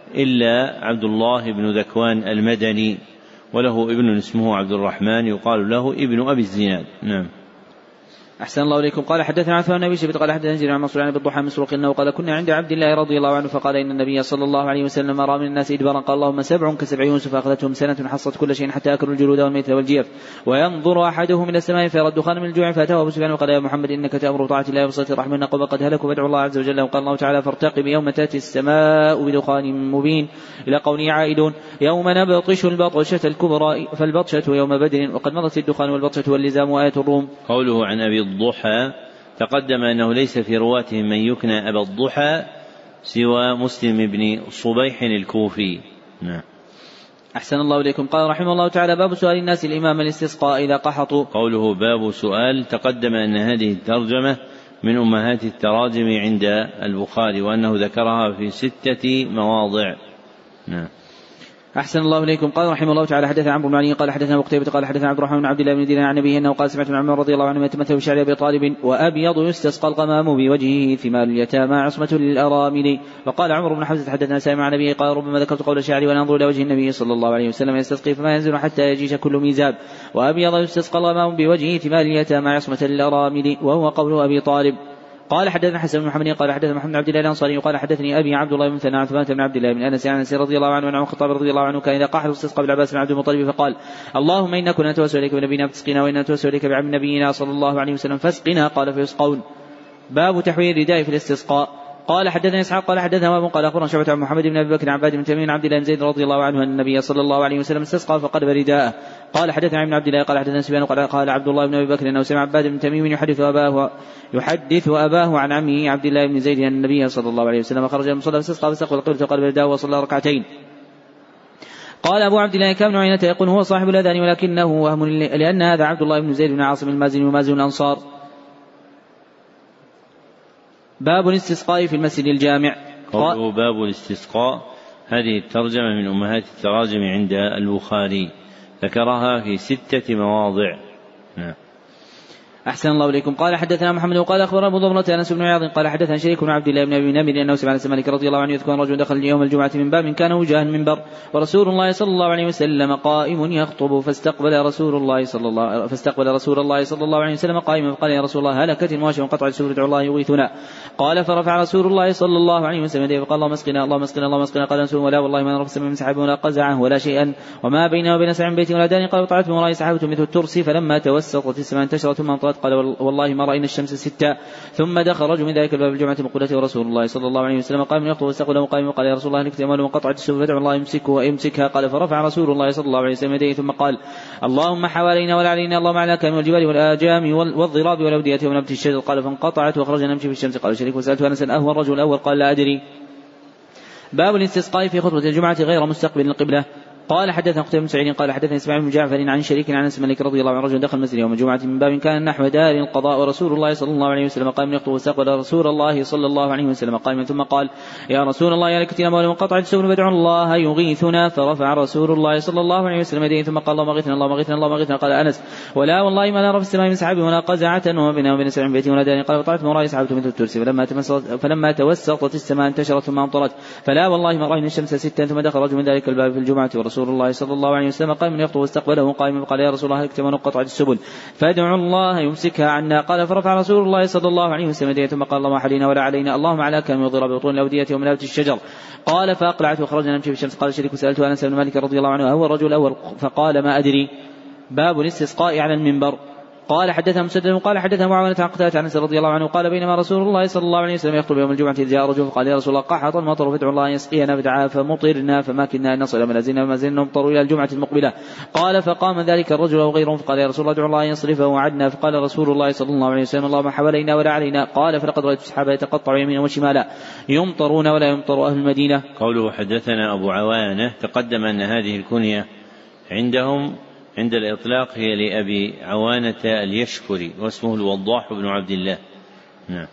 إلا عبد الله بن ذكوان المدني وله ابن اسمه عبد الرحمن يقال له ابن أبي الزناد. نعم. أحسن الله إليكم. قال حدثنا عثمان بن أبي شيبة قال حدثنا زيد عن منصور عن بالضحى مسروق إنه قال كنا عند عبد الله رضي الله عنه فقال إن النبي صلى الله عليه وسلم رأى من الناس إدبارا قال اللهم سبع كسبع يوسف أخذتهم سنة حصت كل شيء حتى أكلوا الجلود والميت والجيف وينظر أحدهم إلى السماء فيرى الدخان من الجوع فأتاه أبو سفيان وقال يا محمد إنك تأمر بطاعة الله وصلة الرحم إن قوم قد هلكوا فادعوا الله عز وجل. وقال الله تعالى فارتقب يوم تأتي السماء بدخان مبين إلى قوله عائدون يوم نبطش البطشة الكبرى فالبطشة يوم بدر وقد مضت الدخان والبطشة واللزام وآية الروم. قوله عن أبي الضحى تقدم أنه ليس في رواتهم من يكنى أبا الضحى سوى مسلم بن صبيح الكوفي. نعم. أحسن الله إليكم. قال رحمه الله تعالى باب سؤال الناس الإمام الاستسقاء إذا قحطوا. قوله باب سؤال تقدم أن هذه الترجمة من أمهات التراجم عند البخاري وأنه ذكرها في ستة مواضع. نعم. أحسن الله إليكم. قال رحمه الله تعالى حدثنا عمرو بن علي قال حدثنا أبو قتيبة قال حدثنا عبد الرحمن بن عبد الله بن دينار عن نبيه أنه قال سمعت من عمر رضي الله عنه يتمثل بشعر أبي طالب وأبيض يستسقى الغمام بوجهه ثمال اليتامى عصمة للأرامل. وقال عمر بن حمزة حدثنا سامع عن نبيه قال ربما ذكرت قول الشاعر وننظر إلى وجه النبي صلى الله عليه وسلم يستسقي فما ينزل حتى يجيش كل ميزاب وأبيض يستسقى الغمام بوجهه ثمال اليتامى عصمة للأرامل وهو قول أبي طالب. قال حدثنا حسن بن محمد قال حدثنا محمد بن عبد الله الأنصاري قال حدثني أبي عبد الله بن مثنى عن ثمان بن عبد الله بن أنس عن أنس رضي الله عنه عن الخطاب رضي الله عنه كان إذا قاح استسقى بالعباس بن عبد المطلب فقال اللهم إنا كنا نتوسل إليك بنبينا فتسقينا وإنا نتوسل إليك بعم نبينا صلى الله عليه وسلم فاسقنا قال فيسقون. باب تحويل الرداء في الاستسقاء. قال حدثنا إسحاق قال حدثنا وابن قال أخبرنا شعبة عن محمد بن أبي بكر عن عباد بن تميم بن عبد الله بن زيد رضي الله عنه أن النبي صلى الله عليه وسلم استسقى فقلب رداءه. قال حدثنا ابن عبد الله قال حدثنا سفيان قال قال عبد الله بن أبي بكر أنه سمع عباد بن تميم يحدث أباه يحدث أباه عن عمه عبد الله بن زيد أن النبي صلى الله عليه وسلم خرج من المصلى فاستسقى فاستقبل القبلة فقلب رداءه وصلى ركعتين. قال أبو عبد الله كان عينته يقول هو صاحب الأذان ولكنه وهم لأن هذا عبد الله بن زيد بن عاصم المازني ومازن الأنصار. باب الاستسقاء في المسجد الجامع. قوله باب الاستسقاء هذه الترجمة من أمهات التراجم عند البخاري ذكرها في ستة مواضع. نعم. أحسن الله إليكم. قال حدثنا محمد وقال أخبرنا أبو ضمرة أنس بن عياض قال حدثنا شريك بن عبد الله بن أبي نمر أنه سمع أنس مالك رضي الله عنه يذكر رجل دخل يوم الجمعة من باب كان وجاه المنبر ورسول الله صلى الله عليه وسلم قائم يخطب فاستقبل رسول الله صلى الله فاستقبل رسول الله صلى الله عليه وسلم قائما فقال يا رسول الله هلكت المواشي وانقطع السبل ادعوا الله يغيثنا. قال فرفع رسول الله صلى الله عليه وسلم يديه فقال اللهم اسقنا اللهم اسقنا اللهم اسقنا. قال انس ولا والله ما نرى في السماء من سحاب ولا قزعه ولا شيئا وما بينه وبين سعي بيت ولا دار. قال وطلعت من وراء سحابة مثل الترس فلما توسطت السماء انتشرت ثم انطلقت. قال والله ما رأينا الشمس ستة. ثم دخل رجل من ذلك الباب الجمعة مقولته ورسول الله صلى الله عليه وسلم قائم يخطب واستقبله قائم وقال يا رسول الله هلكت أموال وانقطعت السبل فادعوا الله يمسكه ويمسكها. قال فرفع رسول الله صلى الله عليه وسلم يديه ثم قال اللهم حوالينا ولا علينا اللهم على الأكام والجبال والآجام والضراب والأودية ونبت الشجر. قال فانقطعت وخرجنا نمشي في الشمس. قال شريك وسألت أنس أهو الرجل الأول قال لا أدري. باب الاستسقاء في خطبة الجمعة غير مستقبل القبلة. قال حدثنا قتيبة بن سعيد قال حدثنا اسماعيل بن جعفر عن شريك عن انس مالك رضي الله عنه رجل دخل المسجد يوم الجمعة من باب كان نحو دار القضاء ورسول الله صلى الله عليه وسلم قائم يخطب واستقبل رسول الله صلى الله عليه وسلم قائما ثم قال يا رسول الله يا لكت الأموال وانقطعت السبل فادعوا الله يغيثنا. فرفع رسول الله صلى الله عليه وسلم يديه ثم قال اللهم اغثنا اللهم اغثنا اللهم اغثنا. قال انس ولا والله ما نرى في السماء من سحاب ولا قزعة وما بيننا وبين سبع بيت ولا دار. قال وطلعت من وراء سحابة مثل الترس فلما فلما توسطت السماء انتشرت ثم امطرت. فلا والله ما رأينا الشمس ستا. ثم دخل رجل من ذلك الباب في الجمعة ورسول الله صلى الله عليه وسلم قائم يخطب واستقبله قائما فقال يا رسول الله هلكت من قطعت السبل فادعوا الله يمسكها عنا. قال فرفع رسول الله صلى الله عليه وسلم يديه ثم قال اللهم حلينا ولا علينا اللهم على كم وضرب بطون الأودية ومنابت الشجر. قال فأقلعت وخرجنا نمشي في الشمس. قال شريك سألت أنس بن مالك رضي الله عنه هو الرجل الأول فقال ما أدري. باب الاستسقاء على المنبر. قال حدثنا مسدد قال حدثنا معاونة عن قتادة عن انس رضي الله عنه قال بينما رسول الله صلى الله عليه وسلم يخطب يوم الجمعة إذ جاء رجل فقال يا رسول الله قحط المطر فادعوا الله يسقينا فدعا فمطرنا فما كنا أن نصل ما زلنا وما زلنا نمطر إلى الجمعة المقبلة. قال فقام ذلك الرجل أو غيره فقال يا رسول الله ادعوا الله يصرفه وعدنا. فقال رسول الله صلى الله عليه وسلم اللهم حوالينا ولا علينا. قال فلقد رأيت السحابة يتقطع يمينا وشمالا يمطرون ولا يمطر أهل المدينة. قوله حدثنا أبو عوانة تقدم أن هذه الكنية عندهم عند الإطلاق هي لأبي عوانة اليشكري واسمه الوضاح بن عبد الله. نعم.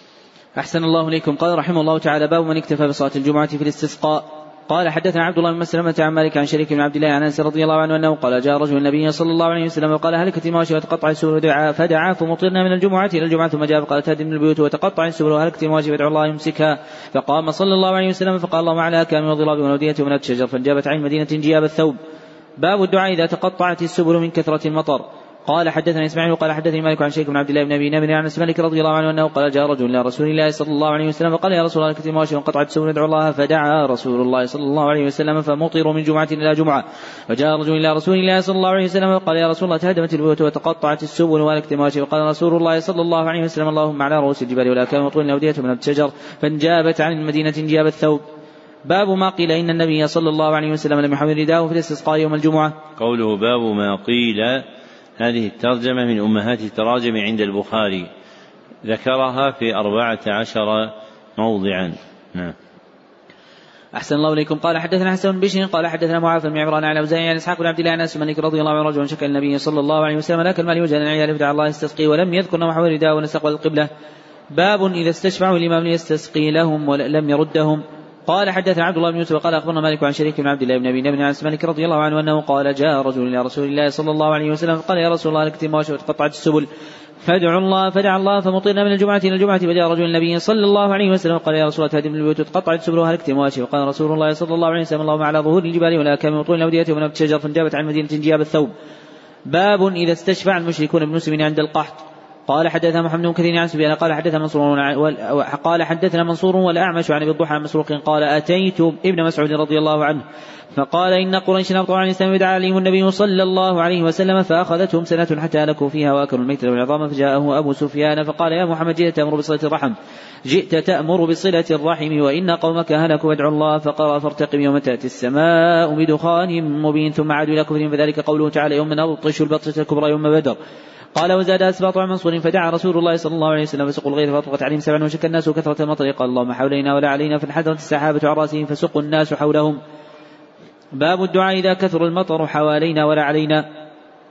أحسن الله إليكم. قال رحمه الله تعالى باب من اكتفى بصلاة الجمعة في الاستسقاء. قال حدثنا عبد الله بن مسلمة عن مالك عن شريك بن عبد الله عن انس رضي الله عنه انه قال جاء رجل النبي صلى الله عليه وسلم وقال هلكت المواشي وتقطع السبل فدعا فدعا فمطرنا من الجمعة إلى الجمعة ثم جاء فقال تهدم البيوت وتقطع السبل وهلكت المواشي فادعوا الله يمسكها. فقام صلى الله عليه وسلم فقال اللهم على أكام وضراب ونودية ومنابت الشجر فانجابت عين مدينة جياب الثوب. باب الدعاء إذا تقطعت السبل من كثرة المطر. قال حدثنا اسماعيل قال حدثني مالك عن شريك بن عبد الله بن ابي نمر عن انس مالك رضي الله عنه انه قال جاء رجل الى رسول الله صلى الله عليه وسلم وقال يا رسول الله هلكت المواشي وانقطعت السبل ادعوا الله. فدعا رسول الله صلى الله عليه وسلم فمطروا من جمعة الى جمعة. وجاء رجل الى رسول الله صلى الله عليه وسلم وقال يا رسول الله تهدمت البيوت وتقطعت السبل وهلكت المواشي. وقال رسول الله صلى الله عليه وسلم اللهم على رؤوس الجبال والاكام وطول الاودية من الشجر فانجابت عن المدينة انجاب الثوب. باب ما قيل إن النبي صلى الله عليه وسلم لم يحمل رداءه في الاستسقاء يوم الجمعة. قوله باب ما قيل هذه الترجمة من أمهات التراجم عند البخاري ذكرها في أربعة عشر موضعا. نعم. أحسن الله إليكم. قال حدثنا حسن بن بشر قال حدثنا معاذ بن عمران عن أوزاعي عن إسحاق بن عبد الله عن أنس مالك رضي الله عنه رجل شكى النبي صلى الله عليه وسلم لكن المال يوجد العيال فدعا الله يستسقي ولم يذكر محور رداءه ونستقبل القبلة. باب إذا استشفعوا الإمام ليستسقي لهم ولم يردهم. قال حدثنا عبد الله بن يوسف قال أخبرنا مالك عن شريك بن عبد الله بن أبي نبي عن مالك رضي الله عنه أنه قال جاء رجل إلى رسول الله صلى الله عليه وسلم قال يا رسول الله لك مواشي وتقطعت السبل فادعوا الله فدعا الله فمطرنا من الجمعة إلى الجمعة فجاء رجل النبي صلى الله عليه وسلم قال يا رسول الله تهدم البيوت وتقطعت السبل وهلكت مواشي وقال رسول الله صلى الله عليه وسلم اللهم على ظهور الجبال والأكام وطول الأودية ونبت شجر فانجابت عن مدينة جياب الثوب. باب إذا استشفع المشركون بمسلم عند القحط. قال حدثنا محمد بن كثير عن سفيان قال حدثنا منصور قال حدثنا منصور والأعمش عن ابي الضحى عن مسروق قال أتيت ابن مسعود رضي الله عنه فقال إن قريشا أبطأوا عن الإسلام ودعا عليهم النبي صلى الله عليه وسلم فأخذتهم سنة حتى هلكوا فيها وأكلوا الميتة والعظام فجاءه أبو سفيان فقال يا محمد جئت تأمر بصلة الرحم جئت تأمر بصلة الرحم وإن قومك هلكوا وادعوا الله فقرأ فارتقب يوم تأتي السماء بدخان مبين ثم عادوا إلى كفرهم فذلك قوله تعالى يوم نبطش البطشة الكبرى يوم بدر. قال وزاد أسباط عن منصور فدعا رسول الله صلى الله عليه وسلم فسقوا الغيث فأطلقت عليهم سبعا وشك الناس كثرة المطر قال اللهم حولينا ولا علينا فانحدرت السحابة عن رأسهم فسقوا الناس حولهم. باب الدعاء إذا كثر المطر حوالينا ولا علينا.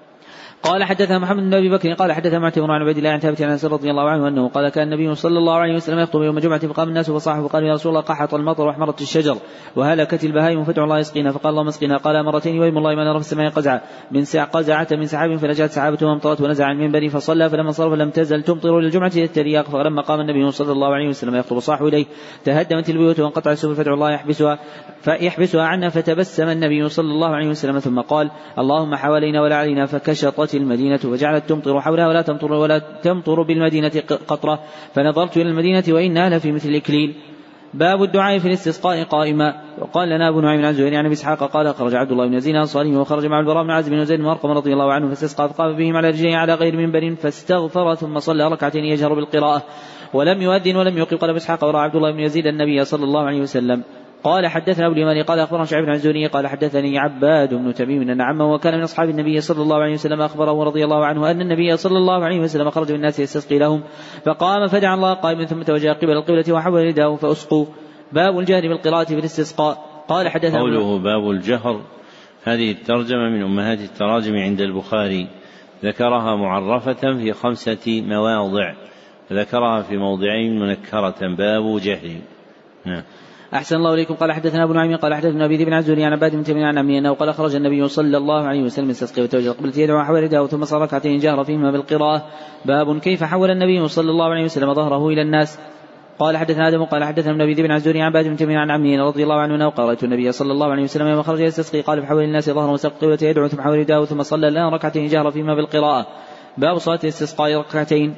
قال حدثنا محمد بن أبي بكر قال حدثنا معتمر عن عبيد الله عن ثابت عن أنس رضي الله عنه أنه قال كان النبي صلى الله عليه وسلم يخطب يوم الجمعة فقام الناس فصاحوا فقالوا يا رسول الله قحط المطر واحمرت الشجر وهلكت البهائم فادعوا الله يسقينا فقال اللهم اسقنا قال مرتين ويم الله ما نرى في السماء قزعة من سع قزعة من سحاب فنجت سحابته وامطرت ونزع عن منبري فصلى فلما انصرف لم تزل تمطر للجمعة إلى الترياق فلما قام النبي صلى الله عليه وسلم يخطب صاحوا إليه تهدمت البيوت وانقطع السبل فادعوا الله يحبسها فيحبسها عنا فتبسم النبي صلى الله عليه وسلم ثم قال اللهم حوالينا ولا علينا فكشطت المدينة وجعلت تمطر حولها ولا تمطر ولا تمطر بالمدينة قطرة فنظرت إلى المدينة وإنها لفي مثل الإكليل. باب الدعاء في الاستسقاء قائما. وقال لنا أبو نعيم عن زهير عن أبي إسحاق قال خرج عبد الله بن يزيد الأنصاري وخرج مع البراء بن عازب وزيد بن أرقم رضي الله عنه فاستسقى فقام بهم على رجليه على غير منبر فاستغفر ثم صلى ركعتين يجهر بالقراءة ولم يؤذن ولم يقم. قال أبو إسحاق ورأى عبد الله بن يزيد النبي صلى الله عليه وسلم. قال حدثنا أبو اليماني قال أخبرنا شعيب بن الزهري قال حدثني عباد بن تميم أن عمه وكان من أصحاب النبي صلى الله عليه وسلم أخبره رضي الله عنه أن النبي صلى الله عليه وسلم خرج من الناس يستسقي لهم فقام فدعا الله قائما ثم توجه قبل القبلة وحول رداه فأسقوا. باب الجهر بالقراءة في الاستسقاء. قال حدثنا قوله باب الجهر هذه الترجمة من أمهات التراجم عند البخاري ذكرها معرفة في خمسة مواضع ذكرها في موضعين منكرة باب جهر. نعم. أحسن الله إليكم. قال حدثنا أبو نعيم قال حدثنا أبي ذئب بن عزوري عن عباد بن تميم عن عمي أنه قال خرج النبي صلى الله عليه وسلم يستسقي وتوجه قبلة يدعو حول رداه ثم صار ركعتين جهر فيهما بالقراءة. باب كيف حول النبي صلى الله عليه وسلم ظهره إلى الناس. قال حدثنا آدم قال حدثنا أبي ذئب بن عزوري عن عباد بن تميم عن عمي رضي الله عنه أنه قال رأيت النبي صلى الله عليه وسلم يوم خرج يستسقي قال فحول الناس ظهره وسق قبلة يدعو ثم حول رداه ثم صلى لنا ركعتين جهر فيهما بالقراءة. باب صلاة الاستسقاء ركعتين.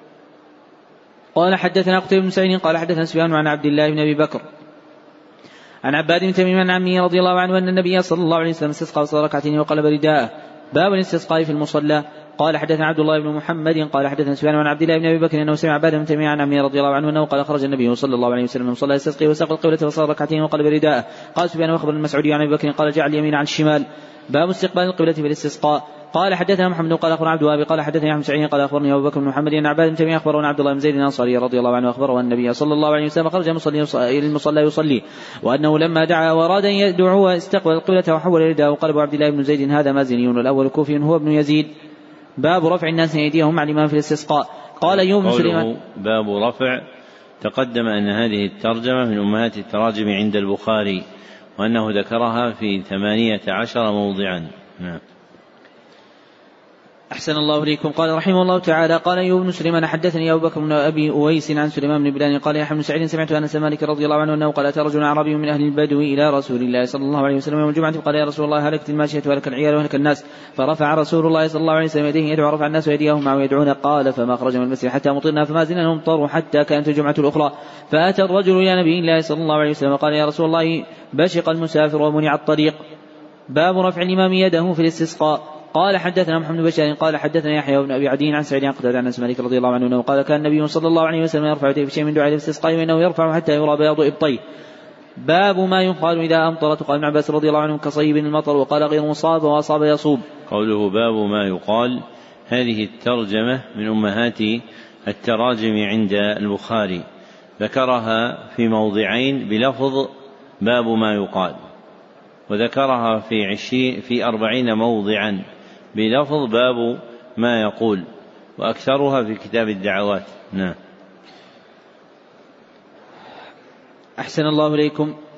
قال حدثنا قتيبة بن سعيد قال حدثنا سفيان عن عبد الله بن أبي بكر عن عباد بن تميم عن عمه رضي الله عنه أن النبي صلى الله عليه وسلم استسقى وصلى ركعتين وقلب رداءه. باب الاستسقاء في المصلى. قال حدثنا عبد الله بن محمد قال حدثنا سفيان عن عبد الله بن أبي بكر أنه سمع عباد بن تميم عن عمه رضي الله عنه أنه قال خرج النبي صلى الله عليه وسلم من صلى يستسقي وساق القبلة وصلى ركعتين وقلب رداءه. قال سفيان وأخبر المسعودي عن أبي بكر قال جعل اليمين عن الشمال. باب استقبال القبلة في الاستسقاء. قال حدثنا محمد قال أخبرنا عبد الوهاب قال حدثني أحمد سعيد قال أخبرني أبو بكر بن محمد أن عباد بن تميم أخبرنا عبد الله بن زيد الأنصاري رضي الله عنه أخبره أن النبي صلى الله عليه وسلم خرج إلى المصلى يصلي وأنه لما دعا وأراد أن يدعو استقبل القبلة وحول رداءه. وقال أبو عبد الله بن زيد هذا مازني والأول كوفي هو ابن يزيد. باب رفع الناس أيديهم مع الإمام في الاستسقاء. قال أيوب سليمان. باب رفع تقدم أن هذه الترجمة من أمهات التراجم عند البخاري وأنه ذكرها في ثمانية عشر موضعا. نعم. أحسن الله إليكم. قال رحمه الله تعالى قال أيوب بن سليمان حدثني أبو بكر بن أبي أويس عن سليمان بن بلال قال يا حمد سعيد سمعت أنس مالك رضي الله عنه أنه قال أتى رجل أعرابي من أهل البدو إلى رسول الله صلى الله عليه وسلم يوم الجمعة فقال يا رسول الله هلكت الماشية وهلك العيال وهلك الناس. فرفع رسول الله صلى الله عليه وسلم يديه يدعو رفع الناس ويديهم معه يدعون. قال فما خرج من المسجد حتى مطرنا فما زلنا نمطر حتى كانت الجمعة الأخرى. فأتى الرجل إلى نبي الله صلى الله عليه وسلم قال يا رسول الله بشق المسافر ومنع الطريق. باب رفع الإمام يده في الاستسقاء. قال حدثنا محمد بن بشار قال حدثنا يحيى بن أبي عدي عن سعيد عن قتادة عن أنس مالك رضي الله عنه قال كان النبي صلى الله عليه وسلم يرفع يديه في شيء من دعاء الاستسقاء وإنه يرفع حتى يرى بياض إبطيه. باب ما يقال إذا أمطرت. قال ابن عباس رضي الله عنه كصيب المطر وقال غير مصاب وأصاب يصوب. قوله باب ما يقال هذه الترجمة من أمهات التراجم عند البخاري ذكرها في موضعين بلفظ باب ما يقال وذكرها في عشرين في أربعين موضعا بلفظ باب ما يقول وأكثرها في كتاب الدعوات. نعم. أحسن الله إليكم.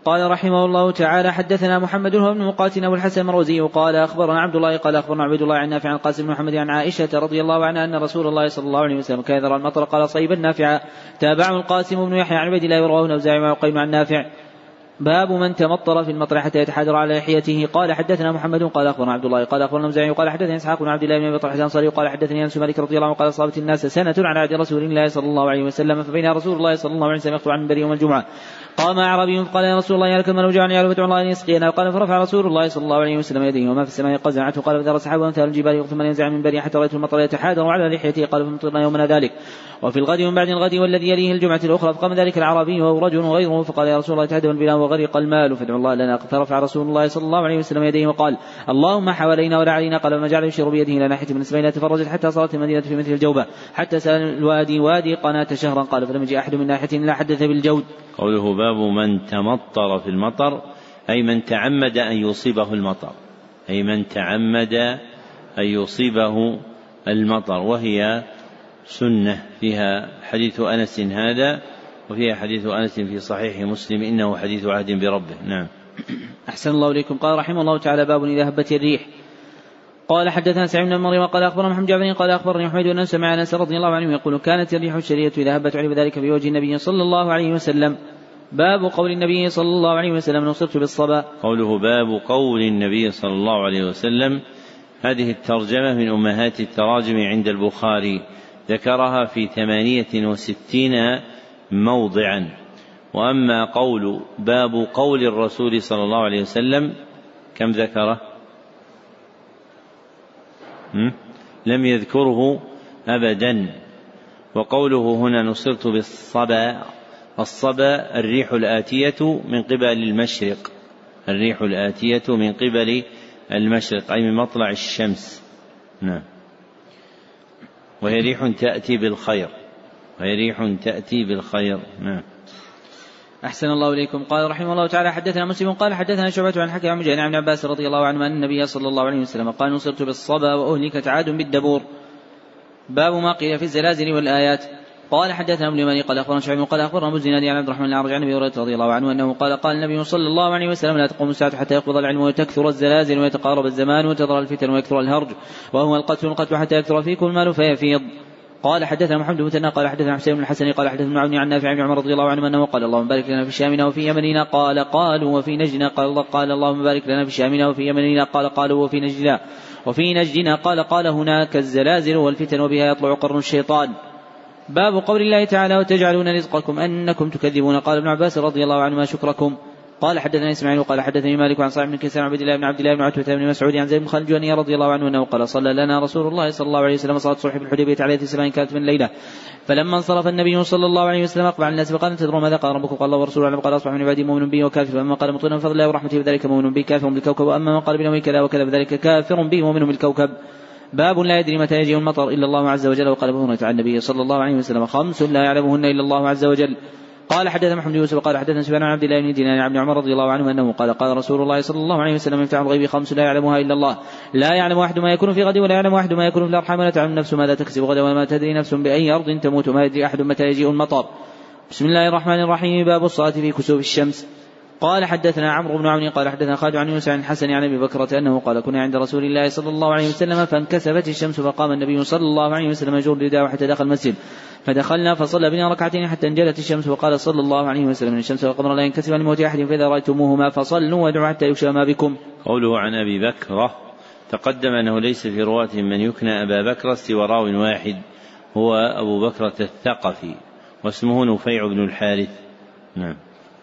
قال رحمه الله تعالى حدثنا محمد هو بن مقاتل أبو الحسن المروزي قال أخبرنا عبد الله قال أخبرنا عبد الله عن نافع عن القاسم بن محمد عن عائشة رضي الله عنها أن رسول الله صلى الله عليه وسلم كان يذر المطر قال صيبا نافعا. تابعه القاسم بن يحيى عن عبد الله ورواه الأوزاعي وعقيل عن نافع. باب من تمطر في المطر حتى يتحادر على لحيته. قال حدثنا محمد قال أخبرنا عبد الله قال أخبرنا الأوزاعي قال حدثني إسحاق بن عبد الله بن أبي طلحة الأنصاري قال حدثني أنس مالك رضي الله عنه قال أصابت الناس سنة على عهد رسول الله صلى الله عليه وسلم فبين رسول الله صلى الله عليه وسلم يخطب عن المنبر يوم الجمعة قام أعرابي فقال يا رسول الله يا لك من وجعني على فتع الله أن يسقينا. قال فرفع رسول الله صلى الله عليه وسلم يديه وما في السماء قزعته قال فذر سحاب وامثال الجبال ثم ينزع من بري حتى رأيت المطر يتحادر على لحيته قال فمطرنا يومنا ذلك. وفي الغد ومن بعد الغد والذي يليه الجمعة الأخرى فقام ذلك العربي وهو رجل غيره فقال يا رسول الله تهدم البلاد وغرق المال فادعوا الله لنا. فرفع رسول الله صلى الله عليه وسلم يديه وقال اللهم حوالينا ولا علينا. قال فما جعل يشير بيده إلى ناحية من السماء تفرجت حتى صارت المدينة في مثل الجوبة حتى سال الوادي وادي قناة شهرا. قال فلم يجي أحد من ناحية إلا حدث بالجود. قوله باب من تمطر في المطر أي من تعمد أن يصيبه المطر أي من تعمد أن يصيبه المطر وهي سنة. فيها حديث أنس هذا وفيها حديث أنس في صحيح مسلم إنه حديث عهد بربه. نعم. أحسن الله إليكم. قال رحمه الله تعالى باب إذا هبت الريح. قال حدثنا سعيد بن مريم قال أخبرنا محمد جعفر قال أخبرني حميد أنه سمع أنس رضي الله عنه يقول كانت الريح الشرية إذا هبت عرف ذلك في وجه النبي صلى الله عليه وسلم. باب قول النبي صلى الله عليه وسلم نصرت بالصبا. قوله باب قول النبي صلى الله عليه وسلم هذه الترجمة من أمهات التراجم عند البخاري ذكرها في ثمانية وستين موضعا. وأما قول باب قول الرسول صلى الله عليه وسلم كم ذكره؟ لم يذكره أبدا. وقوله هنا نصرت بالصبا الصبا الريح الآتية من قبل المشرق الريح الآتية من قبل المشرق أي من مطلع الشمس. نعم. وهي ريح تأتي بالخير وهي ريح تأتي بالخير. نعم. أحسن الله إليكم. قال رحمه الله تعالى حدثنا مسلم قال حدثنا شعبة عن حكيم عن مجاهد عن عباس رضي الله عنه أن النبي صلى الله عليه وسلم قال نصرت بالصبا وأهلكت عاد بالدبور. باب ما قيل في الزلازل والآيات. قال حدثنا ابن يماني قال أخبرنا شعيب قال أخبرنا أبو الزناد عن عبد الرحمن الأعرج عن أبي هريرة رضي الله عنه أنه قال قال النبي صلى الله عليه وسلم لا تقوم الساعة حتى يقبض العلم وتكثر الزلازل ويتقارب الزمان وتظهر الفتن ويكثر الهرج وهو القتل القتل حتى يكثر فيكم المال فيفيض. قال حدثنا محمد بن مثنى قال حدثنا حسين بن الحسن قال حدثنا ابن عون عن نافع بن عمر رضي الله عنه انه قال اللهم بارك لنا في شامنا وفي يمننا قال قالوا وفي نجدنا قال قال اللهم بارك لنا في شامنا وفي يمننا قال قالوا وفي نجدنا وفي نجدنا قال قال هناك الزلازل والفتن وبها يطلع قرن الشيطان. باب قول الله تعالى وتجعلون رزقكم أنكم تكذبون. قال ابن عباس رضي الله عنهما شكركم. قال حدثنا إسماعيل قال حدثني مالك عن صاحب بن كيسان عبد الله بن عبد الله بن عتبة بن مسعود عن زيد بن خالد الجهني رضي الله عنه أنه قال صلى لنا رسول الله صلى الله عليه وسلم صلاة الصبح بالحديبية على سبعين كانت من ليلة فلما انصرف النبي صلى الله عليه وسلم أقبل الناس فقال تدرون ماذا قال ربكم؟ قال الله ورسوله أعلم. قال أصبح من عبادي مؤمن به وكافر فأما قال مطينا بفضل الله ورحمته بذلك مؤمن به كافر بالكوكب وأما من قال بنوي كذا وكذا بذلك كافر به مؤمن بالكوكب. باب لا يدري متى يجيء المطر إلا الله عز وجل. وقال أبو هريرة عن النبي صلى الله عليه وسلم خمس لا يعلمهن إلا الله عز وجل. قال حدثنا محمد يوسف قال حدثنا سفيان عن عبد الله بن دينار عن عمر رضي الله عنه أنه قال قال رسول الله صلى الله عليه وسلم مفتاح الغيب خمس لا يعلمها إلا الله لا يعلم أحد ما يكون في غد ولا يعلم أحد ما يكون في الأرحام ولا تعلم نفس ماذا تكسب غدا وما تدري نفس بأي أرض تموت ما يدري أحد متى يجيء المطر. بسم الله الرحمن الرحيم. باب الصلاة في كسوف الشمس. قال حدثنا عمرو بن عون قال حدثنا خالد عن يونس عن الحسن عن ابي بكرة انه قال كنا عند رسول الله صلى الله عليه وسلم فانكسفت الشمس فقام النبي صلى الله عليه وسلم يجر رداءه حتى دخل المسجد فدخلنا فصلى بنا ركعتين حتى انجلت الشمس وقال صلى الله عليه وسلم ان الشمس والقمر لا ينكسفان لموت احد فاذا رايتموهما فصلوا وادعوا حتى يكشف ما بكم. قوله عن ابي بكرة تقدم انه ليس في رواة من يكنى ابا بكر سوى راو واحد هو ابو بكرة الثقفي واسمه نفيع بن الحارث. نعم.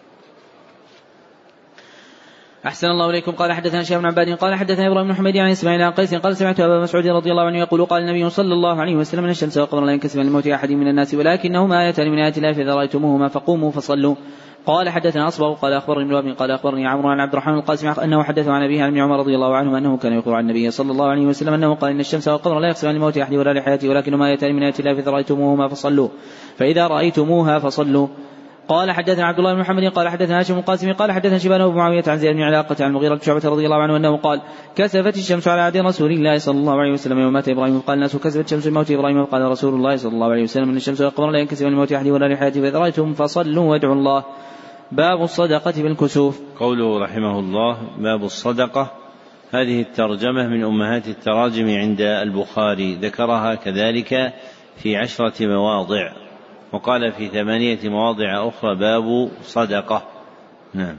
أحسن الله إليكم. قال حدثنا هشام بن عباد قال حدثنا إبراهيم بن حميد عن إسماعيل عن قيس قال سمعت أبا مسعود رضي الله عنه يقول قال النبي صلى الله عليه وسلم إن الشمس والقمر لا ينكسفان لموت أحد من الناس ولكنهما آيتان من آيات الله فإذا رأيتموهما فقوموا فصلوا. قال حدثنا أصبغ قال أخبرني ابن وهب قال أخبرني عمرو عن عبد الرحمن القاسم أنه حدث عن أبيه عن ابن عمر رضي الله عنه أنه كان يقول عن النبي صلى الله عليه وسلم أنه قال إن الشمس والقمر لا يقسمان لموت أحد ولا لحياته ولكنهما آيتان من آيات الله فإذا رأيتموهما فصلوا فإذا رأيتموها فصلوا. قال حدثنا عبد الله بن محمد قال حدثنا هاشم القاسم قال حدثنا شيبان بن معاوية عن زيد بن علاقة عن المغيرة بن شعبة رضي الله عنه أنه قال كسفت الشمس على عهد رسول الله صلى الله عليه وسلم يوم مات إبراهيم قال الناس كسفت الشمس موت إبراهيم قال رسول الله صلى الله عليه وسلم إن الشمس والقمر لا ينكسفان لموت أحد ولا لحياته فإذا رأيتم فصلوا وادعوا الله. باب الصدقة بالكسوف. قوله رحمه الله باب الصدقة، هذه الترجمة من أمهات التراجم عند البخاري، ذكرها كذلك في عشرة مواضع، وقال في ثمانية مواضع أخرى باب صدقة. نعم.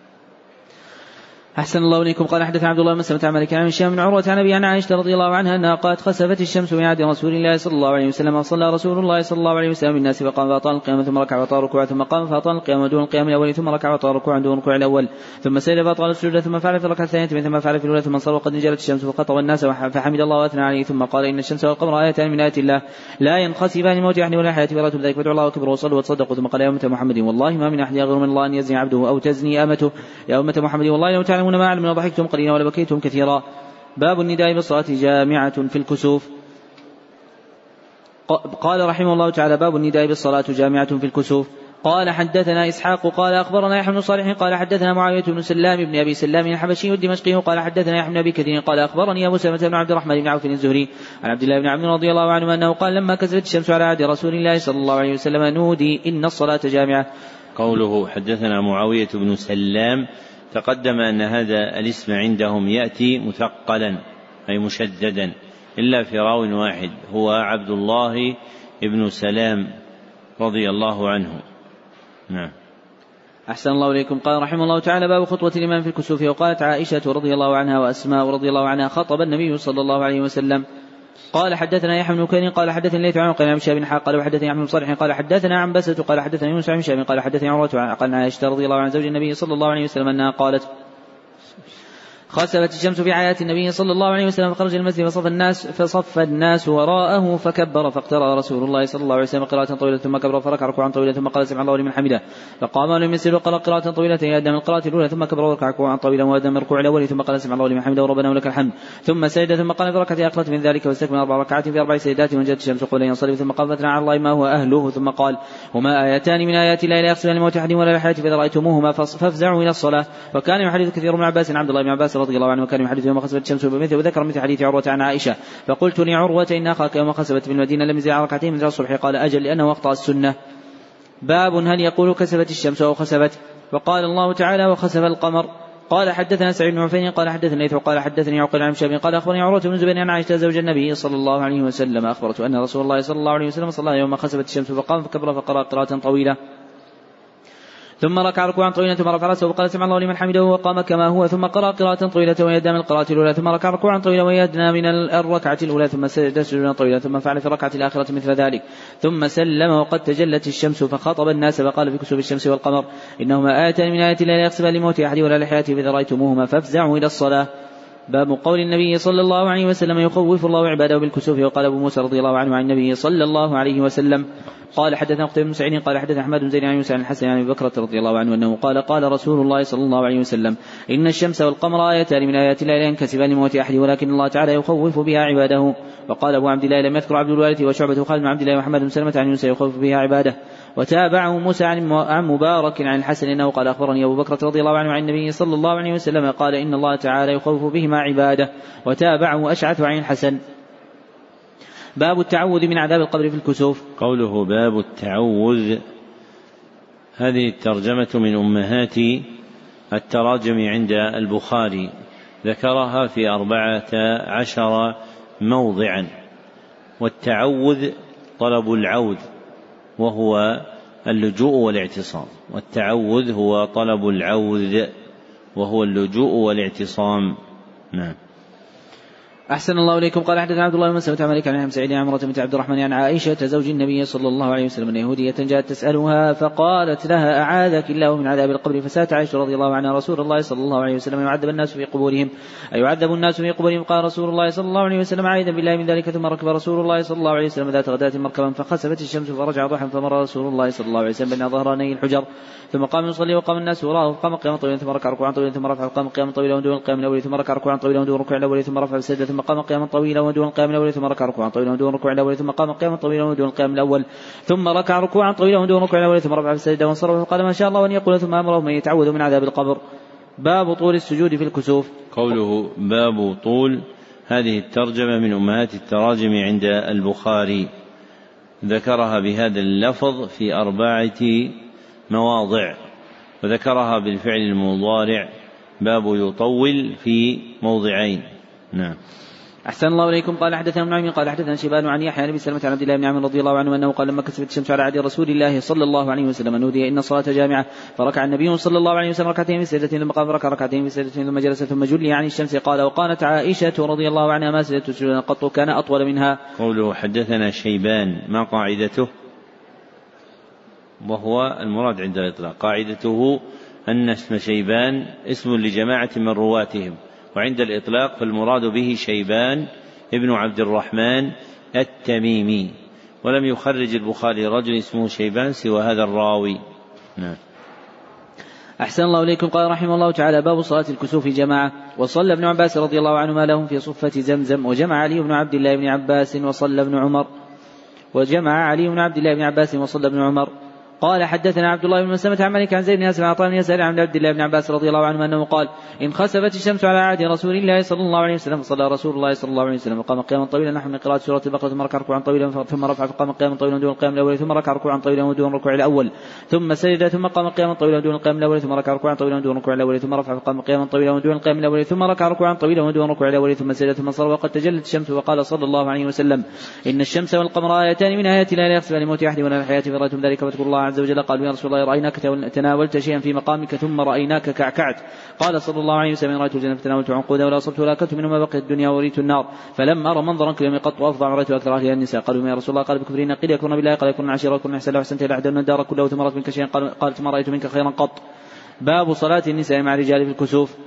أحسن الله إليكم. قال حدثنا عبد الله بن مسلمة عن مالك عن هشام بن عروة عن أبي عن عائشة رضي الله عنها أنها قالت خسفت الشمس في عهد رسول الله صلى الله عليه وسلم، وصلى رسول الله صلى الله عليه وسلم بالناس فقام فأطال القيامة ثم ركع وأطال الركوع ثم قام فأطال القيامة دون القيام الأول ثم ركع وأطال الركوع دون الركوع الأول ثم سجد فأطال السجود ثم فعل في الركعة الثانية ثم فعل في الأولى ثم انصرف وقد نزلت الشمس فخطب الناس فحمد الله وأثنى عليه ثم قال إن الشمس والقمر آيتان من آيات الله لا ينخسفان لموت أحد ولا حياة فرأت بذلك فادعوا الله وكبروا وصلوا وتصدقوا. ثم قال يا أمة محمد والله ما من أحد يغير من الله أن يزني عبده أو تزني أمته. يا أمة محمد والله لو تعلمون ما أعلم لضحكتم قليلا ولا بكيتم كثيرا. باب النداء بالصلاة جامعة في الكسوف. قال رحمه الله تعالى باب النداء بالصلاة جامعة في الكسوف. قال حدثنا إسحاق قال أخبرنا يحيى بن صالح قال حدثنا معاوية بن سلام بن أبي سلام الحبشي الدمشقي قال حدثنا يحيى بن أبي كثير قال أخبرني أبو سلمة بن عبد الرحمن بن عوف الزهري عن عبد الله بن عمرو رضي الله عنه أنه قال لما كسفت الشمس على عهد رسول الله صلى الله عليه وسلم نودي إن الصلاة جامعة. قوله حدثنا معاوية بن سلام، تقدم أن هذا الاسم عندهم يأتي مثقلا أي مشددا، إلا في راو واحد هو عبد الله بن سلام رضي الله عنه. نعم. أحسن الله إليكم. قال رحمه الله تعالى باب خطوة الإمام في الكسوف. وقالت عائشة رضي الله عنها وأسماء رضي الله عنها خطب النبي صلى الله عليه وسلم. قال حدثنا يحيى بن كثير قال حدثني ليث عن قال عن شاب حق قال وحدثني عن صالح قال حدثنا عن بسة قال حدثني يونس عن شاب قال حدثني عروة عن عائشة رضي الله عن زوج النبي صلى الله عليه وسلم أنها قالت خسفت الشمس في حياة النبي صلى الله عليه وسلم فخرج المسجد فصف الناس فصف الناس وراءه فكبر فاقترأ رسول الله صلى الله عليه وسلم قراءة طويلة ثم كبر فركع ركوعا طويلا ثم قال سمع الله لمن حمده فقام ولم يسر وقرأ قراءة طويلة يأدى من القراءة الأولى ثم كبر وركع ركوعا طويلا وأدى من الركوع الأول ثم قال سمع الله لمن حمده وربنا ولك الحمد ثم سجد ثم قال في ركعة أقلت من ذلك واستكمل أربع ركعات في أربع سجدات وانجلت الشمس قبل أن ينصرف ثم قال فاثنى على الله ما هو أهله ثم قال هما آيتان من آيات الله لا يخسفان لموت أحد ولا لحياة فإذا رأيتموهما فافزعوا إلى الصلاة. وكان يحدث كثير من عباس عبد الله بن عباس رضي الله عنه وكان يحدث يوم خسفت الشمس بمثل وذكر مثل حديث عروة عن عائشة فقلت لعروة إن أخاك يوم خسفت بالمدينة لم يزل على ركعتين من الصبح قال أجل لأنه أخطأ السنة. باب هل يقول كسفت الشمس أو خسفت. وقال الله تعالى وخسف القمر. قال حدثنا سعيد بن عفيف قال حدثني ليث قال حدثني عقيل عن شاب قال أخبرني عروة بن الزبير عن عائشة زوج النبي صلى الله عليه وسلم أخبرته أن رسول الله صلى الله عليه وسلم صلى يوم خسفت الشمس فقام فكبر فقرأ قراءة طويلة ثم ركع ركوعا طويلا ثم رفع رأسه وقال سمع الله لمن حمده وقام كما هو ثم قرأ قراءة طويلة ويدنا من القراءة الأولى ثم ركع ركوعا طويلا ويدنا من الركعة الأولى ثم سجد سجودا طويلا ثم فعل في الركعة الآخرة مثل ذلك ثم سلم وقد تجلت الشمس فخاطب الناس فقال في كسوف الشمس والقمر إنهما آيتان من آيات الله لا يخسفان لموت أحد ولا لحياته فإذا رأيتموهما فافزعوا إلى الصلاة. باب قول النبي صلى الله عليه وسلم يخوف الله عباده بالكسوف. وقال أبو موسى رضي الله عنه عن النبي صلى الله عليه وسلم قال حدثنا قتيبة بن سعيد قال حدثنا أحمد بن زيد عن يوسف عن الحسن عن أبي بكرة رضي الله عنه أنه قال قال رسول الله صلى الله عليه وسلم إن الشمس والقمر آيتان من آيات الله لا ينكسفان لموت أحد ولكن الله تعالى يخوف بها عباده. وقال أبو عبد الله لم يذكر عبد الوارث وشعبة خالد بن عبد الله ومحمد بن سلمة عن يونس يخوف بها عباده. وتابعه موسى عن مبارك عن الحسن انه قال اخبرني ابو بكر رضي الله عنه عن النبي صلى الله عليه وسلم قال ان الله تعالى يخوف بهما عباده. وتابعه اشعث عن الحسن. باب التعوذ من عذاب القبر في الكسوف. قوله باب التعوذ، هذه الترجمة من أمهات التراجم عند البخاري، ذكرها في أربعة عشر موضعا. والتعوذ طلب العوذ وهو اللجوء والاعتصام، والتعوذ هو طلب العوذ وهو اللجوء والاعتصام. نعم. أحسن الله إليكم. قال حدثنا عبد الله بن مسلمة عن مالك عن سعيد عن عمرة بنت عبد الرحمن عن عائشة زوج النبي صلى الله عليه وسلم أن يهودية جاءت تسألها فقالت لها أعاذك الله من عذاب القبر. فسألت عائشة رضي الله عنها رسول الله صلى الله عليه وسلم يعذب الناس في قبورهم أي يعذب الناس في قبورهم؟ قال رسول الله صلى الله عليه وسلم عائذا بالله من ذلك. ثم ركب رسول الله صلى الله عليه وسلم ذات غداة مركبا فخسفت الشمس فرجع ضحى فمر رسول الله صلى الله عليه وسلم بين ظهراني الحجر ثم قام يصلي وقام الناس وراءه فقام قياما طويلا ثم ركع ركوعا طويلا ثم رفع قام قياما طويلا ودون القيام الاول ثم ركع ركوعا طويلا ودون الركوع الاول ثم رفع السجدة ثم قام قياما طويلا ودون القيام الاول ثم ركع ركوعا طويلا ودون الركوع الاول ثم قام قياما طويلا ودون القيام الاول ثم ركع ركوعا طويلا ودون الركوع الاول ثم رفع السجدة وانصرف وقال ما شاء الله ان يقول ثم امره من يتعوذ من عذاب القبر. باب طول السجود في الكسوف. قوله باب طول، هذه الترجمة من أمهات التراجم عند البخاري، ذكرها بهذا اللفظ في أربعة مواضع، وذكرها بالفعل المضارع باب يطول في موضعين. نعم. أحسن الله إليكم. قال حدثنا ابن نعيم قال حدثنا شيبان عن يحيى بن سلمة عن عبد الله بن عمرو رضي الله عنه أنه قال لما كسفت الشمس على عهد رسول الله صلى الله عليه وسلم نودي إن الصلاة جامعة، فركع النبي صلى الله عليه وسلم ركعتين في سجدة ثم قام ركع ركعتين في سجدة ثم جلس ثم جلي عن الشمس. قال وقالت عائشة رضي الله عنها ما سجدت سجودا قط كان أطول منها. قوله حدثنا شيبان ما قاعدته؟ وهو المراد عند الإطلاق قاعدته أن اسم شيبان اسم لجماعة من رواتهم، وعند الإطلاق فالمراد به شيبان ابن عبد الرحمن التميمي، ولم يخرج البخاري رجل اسمه شيبان سوى هذا الراوي. نعم. أحسن الله إليكم. قال رحمه الله تعالى باب صلاة الكسوف جماعة. وصلى ابن عباس رضي الله عنهما لهم في صفة زمزم، وجمع علي بن عبد الله بن عباس وصلى ابن عمر وجمع علي بن عبد الله بن عباس وصلى ابن عمر. قال حدثنا عبد الله بن مسلمة عن مالك عن زيد بن أسلم عن عطاء بن يسار عن عبد الله بن عباس رضي الله عنه أنه قال إن خسفت الشمس على عهد رسول الله صلى الله عليه وسلم فصلى رسول الله صلى الله عليه وسلم وقام قياما طويلا نحو من قراءة سورة البقرة ثم ركع ركوعا طويلا ثم رفع فقام قياما طويلا دون القيام الأول ثم ركع ركوعا طويلا دون الركوع الأول ثم سجد ثم قام قياما طويلا دون القيام الأول ثم ركع ركوعا طويلا دون الركوع الأول ثم رفع فقام قياما طويلا دون القيام الأول ثم ركع ركوعا طويلا دون الركوع الأول ثم سجد ثم صلى وقد تجلت الشمس. وقال صلى الله عليه وسلم إن الشمس والقمر آيتان من آيات الله لا يخسفان لموت أحد ولا لحياة فرأيتم ذلك فاذكروا الله عز وجل. قالوا يا رسول الله رأيناك تناولت شيئا في مقامك ثم رأيناك كعكعت. قال صلى الله عليه وسلم رأيت الجنة فتناولت عنقودا ولا أصبت ولا أكلت منه ما بقيت الدنيا وريت النار فلم أرى منظرا كلم قط وأفظع رأيت أكثر أهلها النساء. قالوا يا رسول الله قال بكفرين قيل يكون بالله قال يكون عشيرا ويكون أحسن له أحسنت إلى أحد الدار كله ثم رأت منك شيئا قالت ما رأيت منك خيرا قط. باب صلاة النساء مع الرجال في الكسوف.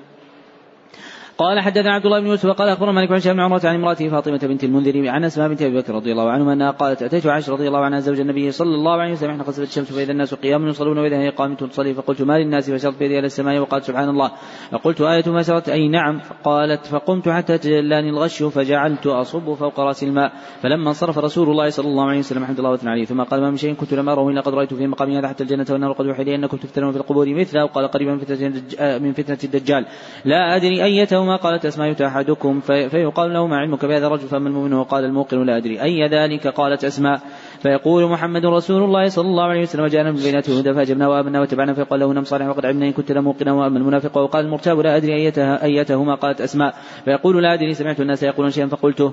قال حدثنا عبد الله بن يوسف قال أخبرنا مالك عن هشام بن عروة عن امرأته فاطمة بنت المنذر عن أسماء بنت أبي بكر رضي الله عنهما أنها قالت أتيت عائشة رضي الله عنها زوج النبي صلى الله عليه وسلم حين خسفت الشمس فإذا الناس قيام يصلون وإذا هي قائمة تصلي فقلت ما للناس فشرت بيدي إلى السماء وقالت سبحان الله فقلت آية ما شرت أي نعم فقالت فقمت حتى تجلاني الغش فجعلت أصب فوق رأس الماء فلما انصرف رسول الله صلى الله عليه وسلم حمد الله وثنى عليه ثم قال ما من شيء كنت لم أره إلا قد رأيت في مقام هذا حتى الجنة والنار قد وحي لي أنكم تفتنون في القبور مثله. وقال قريبا من فتنة الدجال لا أدري أيتهما. قالت أسماء أحدكم في فيقال له ما علمك بهذا الرجل فأما المؤمن وقال الموقن لا أدري أي ذلك. قالت أسماء فيقول محمد رسول الله صلى الله عليه وسلم جاءنا من بيناته هدى فأجبنا وآمنا وتبعنا فيقال له نم صالح وقد علمنا إن كنت لموقنا. وأما المنافق وقال المرتاب لا أدري أيتها أيتهما. قالت أسماء فيقول لا أدري سمعت الناس يقولون شيئا فقلته.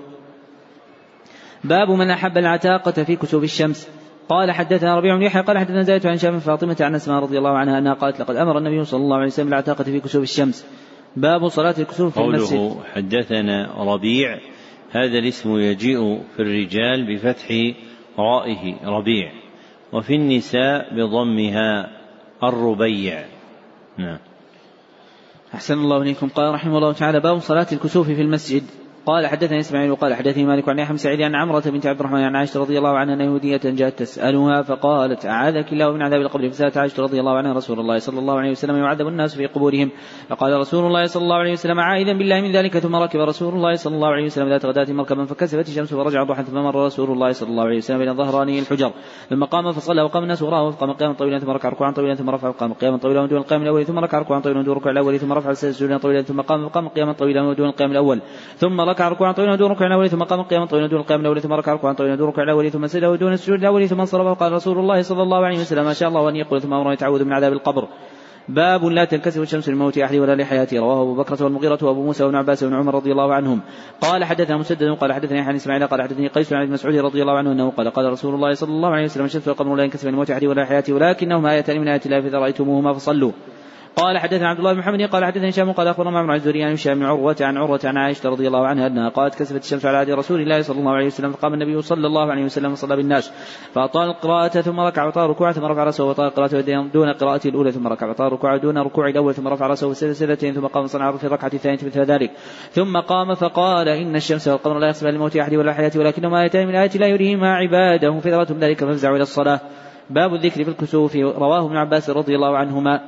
باب من أحب العتاقة في كسوف الشمس. قال حدثنا ربيع بن يحيى قال حدثنا زيد عن هشام فاطمة عن أسماء رضي الله عنها أنها قالت لقد أمر النبي صلى الله عليه وسلم العتاقة في كسوف الشمس. باب صلاة الكسوف في المسجد. قوله حدثنا ربيع هذا الاسم يجيء في الرجال بفتح رائه ربيع وفي النساء بضمها الربيع. نعم. أحسن الله إليكم. قال رحمه الله تعالى باب صلاة الكسوف في المسجد. قال حدثني اسماعيل وقال حدثني مالك عن يحيى بن سعيد عن عمرة بنت عبد الرحمن عن عائشة رضي الله عنها أن يهودية جاءت تسألها فقالت أعاذك الله من عذاب القبر. فسألت عائشة رضي الله عنها رسول الله صلى الله عليه وسلم يعذب الناس في قبورهم فقال رسول الله صلى الله عليه وسلم عائذا بالله من ذلك. ثم ركب رسول الله صلى الله عليه وسلم ذات غداة مركبا فكسفت الشمس ورجع ضحى ثم مر رسول الله صلى الله عليه وسلم بين ظهراني الحجر ثم قام فصلى وقام الناس وراءه فقام قياما طويلا ثم ركع ركوعا طويلا ثم رفع فقام قياما طويلا دون القيام الأول ثم ركع ركوعا طويلا دون الركوع الأول ثم رفع سجدا طويلا ثم قام فقام قياما طويلا دون القيام الأول ثم ركع ركوعا طويلا دون الركوع الأول ثم قام قياما طويلا دون القيام الأول ثم ركع ركوعا طويلا دون الركوع الأول ثم سجد دون السجود الأول ثم انصرف وقال رسول الله صلى الله عليه وسلم ما شاء الله أن يقول ثم أمر يتعوذ من عذاب القبر. باب لا تنكسف الشمس لموت أحد ولا لحياته. رواه أبو بكر والمغيرة وأبو موسى وابن عباس وابن عمر رضي الله عنهم. قال حدثنا مسدد قال حدثني عن إسماعيل قال حدثني قيس عن ابن مسعود رضي الله عنه أنه قال قال رسول الله صلى الله عليه وسلم الشمس والقمر لا ينكسفان لموت أحد ولا لحياته ولكنهما آيتان من آيات الله فإذا رأيتموهما فصلوا. قال حدثنا عبد الله بن محمد قال حدثني هشام قال أخبرنا معمر عن الزهري عن هشام بن عروة عن عروة عن عائشة رضي الله عنها أنها قالت كسفت الشمس على عهد رسول الله صلى الله عليه وسلم فقام النبي صلى الله عليه وسلم وصلى بالناس فأطال القراءة ثم ركع وطال ركوعا ثم رفع رأسه وطال القراءة دون قراءته الأولى ثم ركع وطال ركوعا دون ركوع الأول ثم رفع رأسه سجدتين ثم قام صنع في الركعة الثانية مثل ذلك ثم قام فقال إن الشمس والقمر لا يخسفان لموت أحد ولا حياته ولكنهما آيتان من آيات الله يريهما عباده فذرتم ذلك فافزعوا إلى الصلاة. باب الذكر في الكسوف. رواه ابن عباس رضي الله عنهما.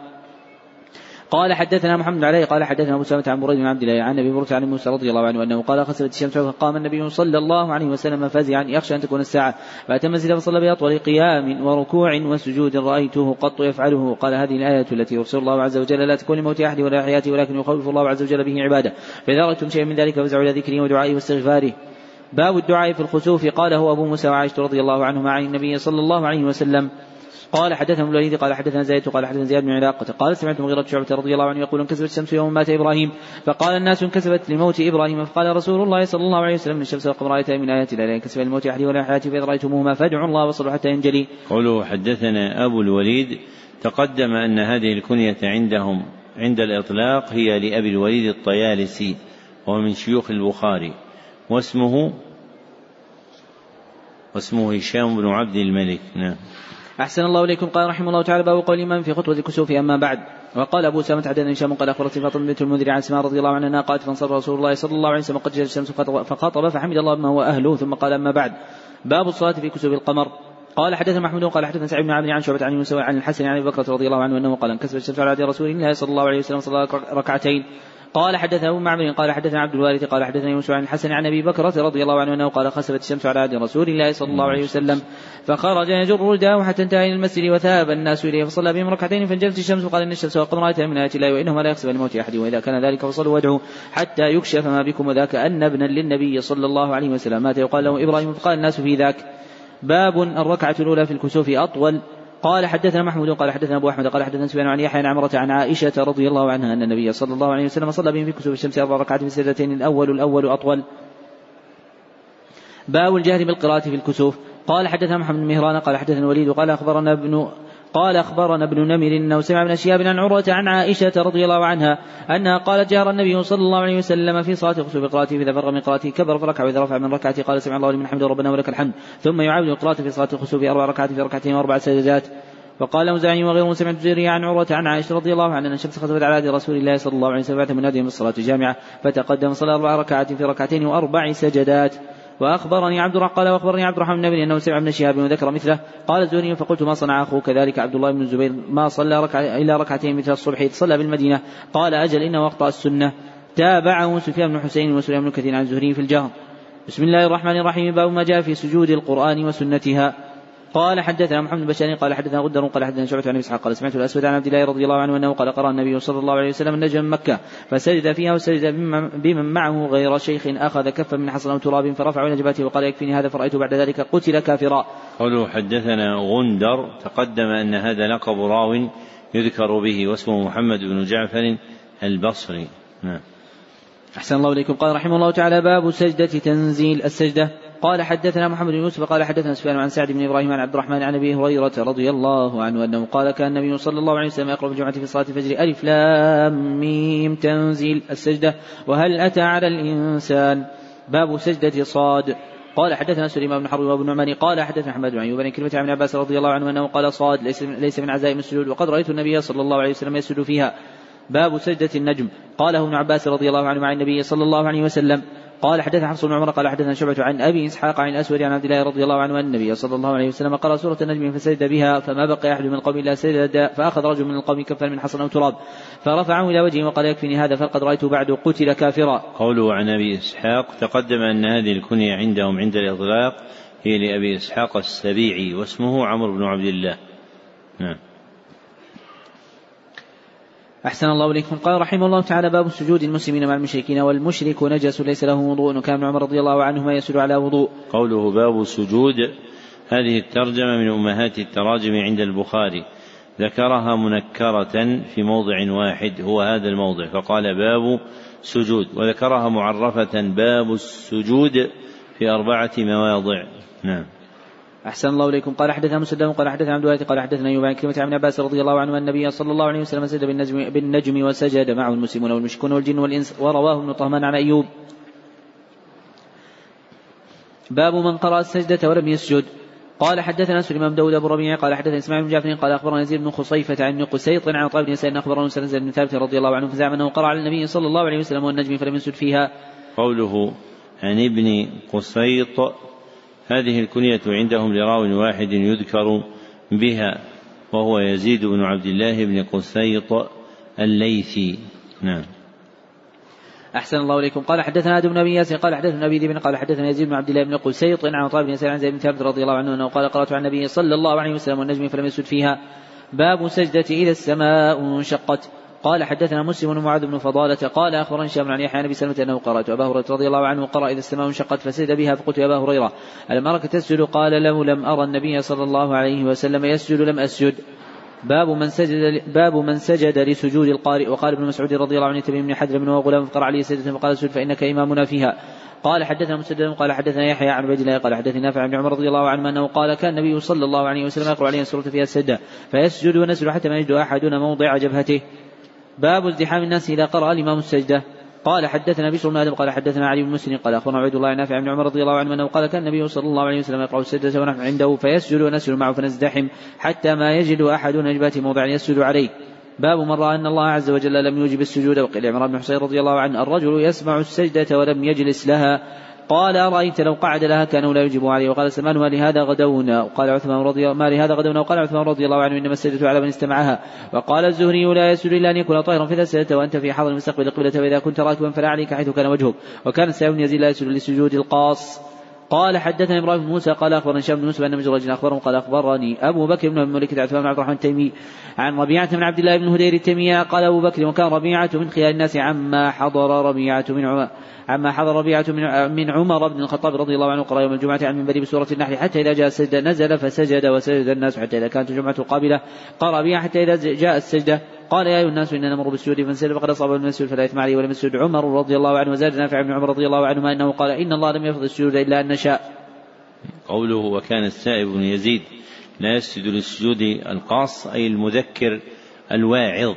قال حدثنا محمد عليه قال حدثنا أبو سلمة عن بريد بن عبد الله عن أبي برة عن موسى رضي الله عنه أنه قال خسفت الشمس فقام النبي صلى الله عليه وسلم فزعا يخشى أن تكون الساعة فأتى المسجد فصلى بأطول قيام وركوع وسجود رأيته قط يفعله. قال هذه الآية التي يرسل الله عز وجل لا تكون لموت أحد ولا حياته ولكن يخوف الله عز وجل به عباده فإذا رأيتم شيئا من ذلك فافزعوا إلى ذكره ودعائه واستغفاره. باب الدعاء في الخسوف. قال هو أبو موسى وعائشة رضي الله عنهما عن النبي صلى الله عليه وسلم قال حدثنا ابن الوليد قال حدثنا زيد قال حدثنا زياد بن علاقة قال سمعت مغيرة شعبة رضي الله عنه يقول انكسفت الشمس يوم مات إبراهيم فقال الناس انكسفت لموت إبراهيم فقال رسول الله صلى الله عليه وسلم الشمس والقمر آيتان من آيات الله لا ينكسف لموت أحد ولا حياته فإذا رأيتموهما فادعوا الله وصلوا حتى ينجلي. قوله حدثنا أبو الوليد تقدم أن هذه الكنية عندهم عند الإطلاق هي لأبي الوليد الطيالسي وهو من شيوخ البخاري واسمه واسمه هشام بن عبد الملك. نعم. أحسن الله إليكم. قال رحمه الله تعالى باب قول الإمام في خطبة الكسوف أما بعد. وقال أبو سامة حدثنا هشام قال أخبرتني فاطمة بنت المنذر عن اسماء رضي الله عنها قالت فانصرف رسول الله صلى الله عليه وسلم قد جاءت الشمس فخطب فحمد الله بما هو أهله ثم قال أما بعد باب الصلاة في كسوف القمر. قال حدثنا محمود قال حدثنا سعيد بن عامر عن شعبة عن يوسف عن الحسن عن أبي بكر رضي الله عنه أنه قال انكسفت الشمس على عهد رسول الله صلى الله عليه وسلم صلى ركعتين. قال حدثنا أبو معمر قال حدثنا عبد الوارث قال حدثنا يوسف عن الحسن عن أبي بكر رضي الله عنه أنه قال خسفت الشمس على عهد رسول الله صلى الله عليه وسلم فخرج يجر رداه حتى انتهى إلى المسجد وثاب الناس إليه فصلى بهم ركعتين فانجلت الشمس وقال إن الشمس والقمر آيتان من آيات الله وإنهما لا يخسف لموت أحد وإذا كان ذلك فصلوا وادعوا حتى يكشف ما بكم وذاك أن ابنا للنبي صلى الله عليه وسلم مات يقال له إبراهيم فقال الناس في ذاك. باب الركعة الأولى في الكسوف أطول. قال حدثنا محمود قال حدثنا أبو أحمد قال حدثنا سفيان عن يحيى عن عمرة عن عائشة رضي الله عنها أن النبي صلى الله عليه وسلم صلى بهم في كسوف الشمس أربع ركعات في السجدتين الأول الأول أطول. باب الجهر بالقراءة في الكسوف. قال حدثنا محمد بن مهران قال حدثنا الوليد قال أخبرنا ابن قال أخبرنا ابن نمر أنه سمع من شهاب عن عروة عن عائشة رضي الله عنها أنها قالت جهر النبي صلى الله عليه وسلم في صلاة كسوف قراءته فإذا فرغ من قراءته كبر فركع وإذا رفع من ركعته قال سمع الله لمن حمده ربنا ولك الحمد ثم يعاود القراءة في صلاة الكسوف أربع ركعات في ركعتين وأربع سجدات. وقال مزاعي وغيره سمعت الزهري عن عروة عن عائشة رضي الله عنها أن الشمس خسفت على عهد رسول الله صلى الله عليه وسلم بعد منادهم بالصلاة الجامعة فتقدم صلى أربع ركعات في ركعتين وأربع سجدات. وأخبرني عبد الرحمن قال وأخبرني عبد الرحمن بن نبي أنه سمع ابن شهاب وذكر مثله. قال الزهري فقلت ما صنع أخوه كذلك عبد الله بن الزبير ما صلى ركع إلا ركعتين مثل الصبح صلى بالمدينة. قال أجل إنه أخطأ السنة. تابعه سفيان بن حسين وسليمان بن كثير عن الزهري في الجهر. بسم الله الرحمن الرحيم. باب ما جاء في سجود القرآن وسنتها. قال حدثنا محمد بن بشار قال حدثنا غدر قال حدثنا شعبة عن إسحاق قال سمعت الأسود عن عبد الله رضي الله عنه أنه قال قرأ النبي صلى الله عليه وسلم النجم من مكة فسجد فيها وسجد بمن معه غير شيخ أخذ كفا من حصى أو تراب فرفع إلى جبهته وقال يكفيني هذا فرأيت بعد ذلك قتل كافرا. قوله حدثنا غندر تقدم أن هذا لقب راو يذكر به واسمه محمد بن جعفر البصري. نعم. أحسن الله إليكم. قال رحمه الله تعالى باب سجدة تنزيل السجدة. قال حدثنا محمد بن يوسف قال حدثنا سفيان عن سعد بن إبراهيم عن عبد الرحمن عن أبي هريرة رضي الله عنه أنه قال كان النبي صلى الله عليه وسلم يقرأ بالجمعة في صلاة الفجر ألف لام ميم تنزيل السجدة وهل أتى على الإنسان. باب سجدة صاد. قال حدثنا سليمان بن حرب وابن نعمان قال حدثنا محمد بن عيوب عن كلمة عن عباس رضي الله عنه أنه قال صاد ليس من عزائم السجود وقد رأيت النبي صلى الله عليه وسلم يسجد فيها. باب سجدة النجم. قاله ابن عباس رضي الله عنه عن النبي صلى الله عليه وسلم. قال حدثنا حفص بن عمر قال حدثنا شعبة عن أبي إسحاق عن الأسود عن عبد الله رضي الله عنه أن النبي صلى الله عليه وسلم قرأ سورة النجم فسجد بها فما بقي أحد من القوم إلا سجد فأخذ رجل من القوم كفا من حصى أو تراب فرفعه إلى وجهه وقال يكفيني هذا فقد رأيت بعد قتل كافرا. قوله عن أبي إسحاق تقدم أن هذه الكنية عندهم عند الإطلاق هي لأبي إسحاق السبيعي واسمه عمرو بن عبد الله. نعم. أحسن الله إليكم. قال رحمه الله تعالى باب سجود المسلمين مع المشركين والمشرك نجس ليس له وضوء وكان عمر رضي الله عنهما يسجد على وضوء. قوله باب سجود هذه الترجمة من أمهات التراجم عند البخاري ذكرها منكرة في موضع واحد هو هذا الموضع فقال باب سجود وذكرها معرفة باب السجود في أربعة مواضع. نعم. أحسن الله إليكم. قال حدثنا مسدد قال حدثنا عبد الوارث قال حدثنا أيوب عن كلمة عن عباس رضي الله عنه أن النبي صلى الله عليه وسلم سجد بالنجم, بالنجم وسجد معه المسلمون والمشركون والجن والإنس ورواه ابن طهمان عن أيوب. باب من قرأ السجدة ولم يسجد. قال حدثنا سليمان بن داود أبو ربيع قال حدثنا إسماعيل بن جعفر قال أخبرنا يزيد بن خصيفة عن قسيط عن طيب بن يسار أخبرنا سلمة بن ثابت رضي الله عنه فزعم أنه قرأ على النبي صلى الله عليه وسلم والنجم فلم يسجد فيها. قوله عن ابن قسيط هذه الكنية عندهم لراو واحد يذكر بها وهو يزيد بن عبد الله بن قسيط الليثي. نعم. أحسن الله إليكم. قال حدثنا آدم بن أبي ياسر قال حدثنا أبي ذئب قال حدثنا يزيد بن عبد الله بن قسيط عن طيب بن يسار عن زيد بن ثابت رضي الله عنه أنه قال قرأت عن النبي صلى الله عليه وسلم والنجم فلم يسجد فيها. باب سجدة إذا السماء انشقت. قال حدثنا مسلم ومعاذ بن فضالة قال أخبرني هشام عن يحيى عن أبي سلمة أنه قرأت أبا هريرة رضي الله عنه قرأ إذا السماء انشقت فسجد بها فقلت يا أبا هريرة ألم أرك تسجد قال له لم أرى النبي صلى الله عليه وسلم يسجد لم أسجد. باب من سجد باب من سجد لسجود القارئ. وقال ابن مسعود رضي الله عنه تميم بن حدرم وغلام فقرأ عليه سجدة فقال اسجد فإنك إمامنا فيها. قال حدثنا مسدد قال حدثنا يحيى عن عبيد الله قال حدثنا نافع عن عمر رضي الله عنه أنه قال كان النبي صلى الله عليه وسلم يقرأ عليه سورة فيها السجدة فيسجد ونسجد حتى ما يجد أحدنا موضع جبهته. باب ازدحام الناس إذا قرأ الإمام السجدة. قال حدثنا بشر بن آدم قال حدثنا علي بن مسلم قال أخبرنا عبيد الله نافع عن عمر رضي الله عنه أنه قال كان النبي صلى الله عليه وسلم يقرأ السجدة ونحن عنده فيسجد ونسجد معه فنزدحم حتى ما يجد أحدنا جبهته موضع يسجد عليه. باب من رأى أن الله عز وجل لم يوجب السجود. وقيل عمران بن حسين رضي الله عنه الرجل يسمع السجدة ولم يجلس لها قال أرأيت لو قعد لها كانوا لا يجب عليه. وقال سلمان ما لهذا غدونا وقال عثمان رضي ما لهذا غدونا وقال عثمان رضي الله عنه إنما السجدة على من استمعها. وقال الزهري لا يسجد إلا أن يكون طاهرا فإذا سجدت وأنت في حضر المستقبل القبلة فإذا كنت راكبا فلا عليك حيث كان وجهك. وكان سعيد بن يزيد لا يسجد لسجود القاص. قال حدثنا إبراهيم بن موسى قال أخبرني هشام بن يوسف أن مجرد أخبرهم قال أخبرني أبو بكر بن الملك عثمان بن عبد الرحمن التيمي عن ربيعة بن عبد الله بن هدير التيمي قال أبو بكر وكان ربيعة من خيار الناس عما حضر ربيعة من عمر عما حضر ربيعة من عمر بن الخطاب رضي الله عنه قرأ يوم الجمعة عن منبر بسورة النحل حتى إذا جاء السجدة نزل فسجد وسجد الناس حتى إذا كانت الجمعة قابلة قال ربيعة حتى إذا جاء السجدة قال يا أيها الناس إننا نمر بالسجود فانسجد فقد أصاب المسجد فلا إثم عليه ولم يسجد عمر رضي الله عنه. وزاد نافع بن عمر رضي الله عنهما أنه قال إن الله لم يفضل السجود إلا أن نشاء. قوله وكان السائب بن يزيد لا يسجد للسجود القاص أي المذكر الواعظ.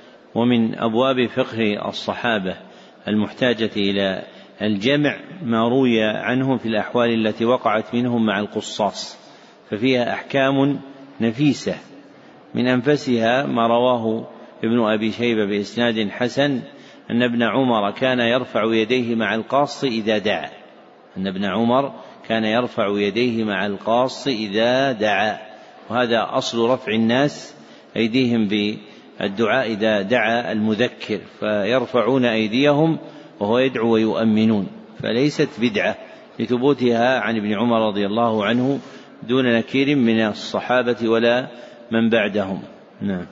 ومن أبواب فقه الصحابة المحتاجة إلى الجمع ما روي عنهم في الأحوال التي وقعت منهم مع القصاص ففيها أحكام نفيسة. من أنفسها ما رواه ابن أبي شيبة بإسناد حسن أن ابن عمر كان يرفع يديه مع القاص إذا دعا أن ابن عمر كان يرفع يديه مع القاص إذا دعا. وهذا أصل رفع الناس أيديهم بالدعاء إذا دعا المذكر فيرفعون أيديهم وهو يدعو ويؤمنون فليست بدعة لثبوتها عن ابن عمر رضي الله عنه دون نكير من الصحابة ولا من بعدهم. نعم.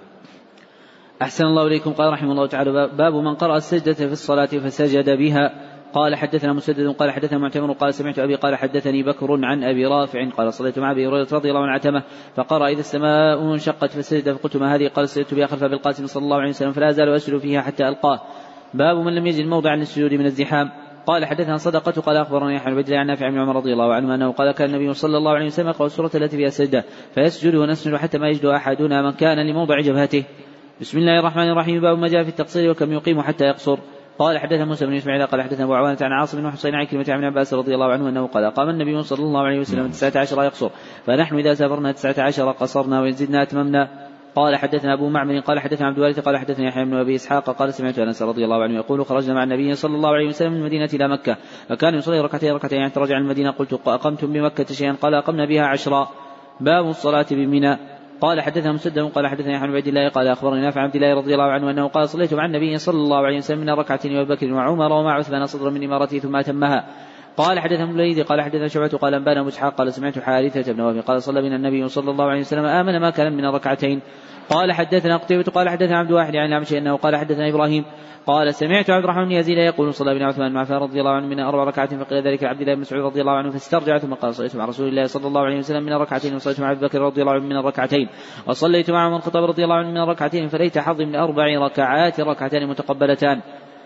أحسن الله إليكم. قال رحمه الله تعالى باب من قرأ السجدة في الصلاة فسجد بها. قال حدثنا مسدد قال حدثنا معتمر قال سمعت أبي قال حدثني بكر عن أبي رافع قال صليت مع أبي هريرة رضي الله عنه عتمة فقرأ إذا السماء انشقت فسجد فقلت ما هذه قال سجدت بها خلف أبي القاسم صلى الله عليه وسلم فلا أزال أسجد فيها حتى ألقاه. باب من لم يجد موضعا للسجود من الزحام. قال حدثنا صدقة قال أخبرني يحيى بن عبد الله عن نافع بن عمر رضي الله عنه أنه قال كان النبي صلى الله عليه وسلم يقرأ السورة التي فيها السجدة فيسجد ونسجد حتى ما يجد أحدنا من كان لموضع جبهته. بسم الله الرحمن الرحيم. باب ما جاء في التقصير وكم يقيم حتى يقصر. قال حدثنا موسى بن اسماعيل قال حدثنا ابو عوانة عن عاصم بن حسين عن كلمة عن عباس رضي الله عنه انه قال قام النبي صلى الله عليه وسلم تسعة عشر يقصر فنحن اذا سافرنا تسعة عشر قصرنا وان زدنا اتممنا. قال حدثنا ابو معمر قال حدثنا عبد الوارث قال حدثنا يحيى بن ابي اسحاق قال سمعت انس رضي الله عنه يقول خرجنا مع النبي صلى الله عليه وسلم من المدينة الى مكة فكان يصلي ركعتين ركعتين يعني ترجع المدينة قلت اقمتم بمكة شيئا قال اقمنا بها عشرا. باب الصلاة بمنى. قال حدثنا مسدد قال حدثنا يحيى بن عبد الله قال اخبرني نافع عبد الله رضي الله عنه انه قال صليت مع النبي صلى الله عليه وسلم من ركعتين وابي بكر وعمر ومع عثمان صدرا من امارته ثم اتمها. قال حدثنا ابن الوليد قال حدثنا شعبة قال انبانا ابو اسحاق قال سمعت حارثة بن وهب قال صلى بنا النبي صلى الله عليه وسلم امن ما كان من الركعتين. قال حدثنا قتيبة قال حدثنا عبد واحد عن الأعمش انه قال حدثنا ابراهيم قال سمعت عبد الرحمن بن يزيد يقول صلى بنا عثمان مع عفان رضي الله عنه من اربع ركعات فقيل ذلك عبد الله بن مسعود رضي الله عنه فاسترجع ثم قال صليت مع رسول الله صلى الله عليه وسلم من الركعتين وصليت مع ابي بكر رضي الله عنه من الركعتين وصليت مع عمر الخطاب رضي الله عنه من الركعتين فليت حظي من اربع ركعات ركعتان متقبلتان.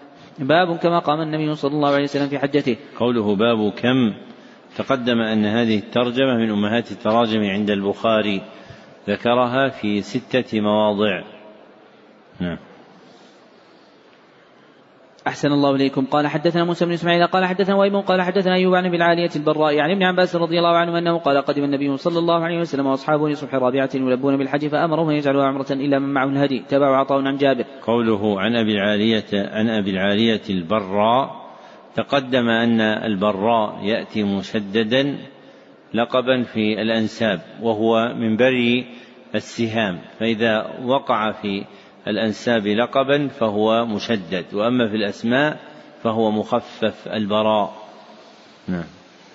باب كما قام النبي صلى الله عليه وسلم في حجته. قوله باب كم تقدم أن هذه الترجمة من أمهات التراجم عند البخاري ذكرها في ستة مواضع. نعم. أحسن الله إليكم. قال حدثنا موسى بن إسماعيل قال حدثنا وإيمون قال حدثنا أيوب عن بالعالية البراء يعني ابن عباس رضي الله عنه أنه قال قدم النبي صلى الله عليه وسلم وأصحابه لصبح رابعة يلبون بالحج فأمرهم أن يجعلوا عمرة إلا من معه الهدي. تبع عطاء عن جابر. قوله عن أبي العالية عن أبي العالية البراء تقدم أن البراء يأتي مشددا لقبا في الأنساب وهو من بري السهام فإذا وقع في الأنساب لقبا فهو مشدد وأما في الأسماء فهو مخفف البراء. نعم.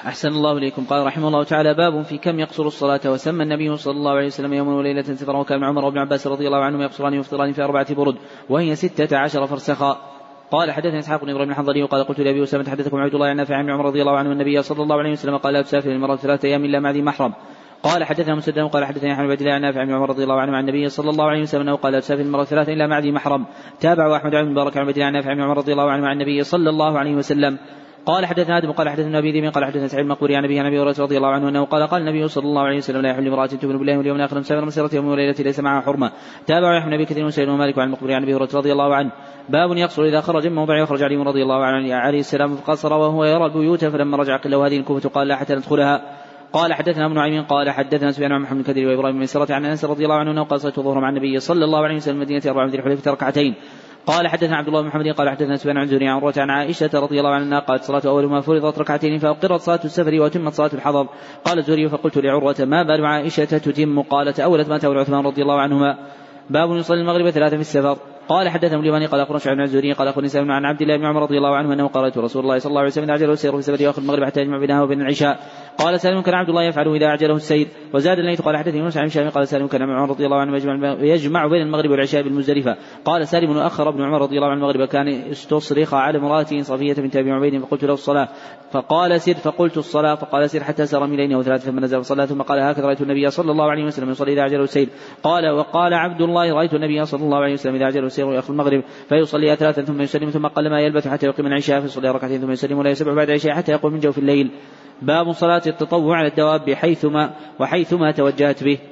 أحسن الله إليكم. قال رحمه الله تعالى: باب في كم يقصر الصلاة. وسمى النبي صلى الله عليه وسلم يوما وليلة سفرا، وكان عمر وابن عباس رضي الله عنهما يقصران ويفطران في أربعة برد وهي ستة عشر فرسخا. قال حدثنا إسحاق بن إبراهيم الحنظلي وقال قلت لأبي أسامة حدثكم عبد الله عن نافع عن عمر رضي الله عنه النبي صلى الله عليه وسلم قال: لا تسافر المرأة ثلاثة أيام إلا مع ذي محرم. قال حدثنا مسدد قال حدثني أحمد بن عبد الله عن نافع عن عمر رضي الله عنه عن النبي صلى الله عليه وسلم قال: لا تسافر المرأة ثلاثة إلا مع ذي محرم. تابع أحمد بن مبارك عن عبد الله عن نافع عن عمر رضي الله عنه عن النبي صلى الله عليه وسلم. قال حدثنا آدم قال حدثنا أبي ذئب قال حدثنا سعيد المقبوري عن أبي هريرة رضي الله عنه أنه قال: قال النبي صلى الله عليه وسلم: لا يحل امرأة تؤمن بالله واليوم الآخر مسافر مسيرة يوم وليلة ليس معها حرمة. تابع يحيى بن أبي كثير وسعيد ومالك عن المقبوري عن أبي هريرة رضي الله عنه. باب يقصر إذا خرج من موضع يخرج علي رضي الله عنه عليه السلام فقصر وهو يرى البيوت، فلما رجع قيل له: هذه الكوفة؟ قال: لا حتى ندخلها. قال حدثنا ابن نعيم قال حدثنا سفيان عن محمد الكدري وإبراهيم بن ميسرة عن أنس رضي الله عنه أنه قال: صليت الظهر مع النبي صلى الله عليه وسلم المدينة أربع من ذي الحليفة ركعتين. قال حدثنا عبد الله بن محمد قال حدثنا سفيان عن زهري عن عروة عن عائشة رضي الله عنها قالت: صلاة أول ما فرضت ركعتين فأقرت صلاة السفر وتمت صلاة الحضر. قال الزهري: فقلت لعروة: ما بال عائشة تتم؟ قالت: أولت ما تولى عثمان رضي الله عنهما. باب يصلي المغرب ثلاثة في السفر. قال حدثنا اليماني قال أخبرنا شعيب بن الزهري قال أخبرني سالم عن عبد الله بن عمر رضي الله عنه أنه قال: رسول الله صلى الله عليه وسلم إذا أعجله السير في السفر يأخذ المغرب حتى يجمع بينها وبين العشاء. قال سالم: كان عبد الله يفعله إذا أعجله السير. وزاد الليث قال حدثني موسى عن هشام قال سالم: كان عمر رضي الله عنه يجمع بين المغرب والعشاء بالمزدلفة. قال سالم: أخر ابن عمر رضي الله عنه المغرب كان استصرخ على امرأته صفية بنت أبي عبيد فقلت له: الصلاة. فقال: سر. فقلت: الصلاة. فقال: سر حتى سار ميلين أو ثلاثة ثم نزل فصلى ثم قال: هكذا رأيت النبي صلى الله عليه وسلم يصلي إذا أعجله السير. قال وقال عبد الله: رأيت النبي صلى الله عليه وسلم إذا أعجله السير ويأخذ المغرب فيصلي ثلاثا ثم يسلم ثم قل ما يلبث حتى يقيم العشاء فيصلي ركعتين ثم يسلم ولا يسبح بعد العشاء حتى يقوم من جوف الليل. باب صلاة التطوع على الدواب حيثما وحيثما توجهت به.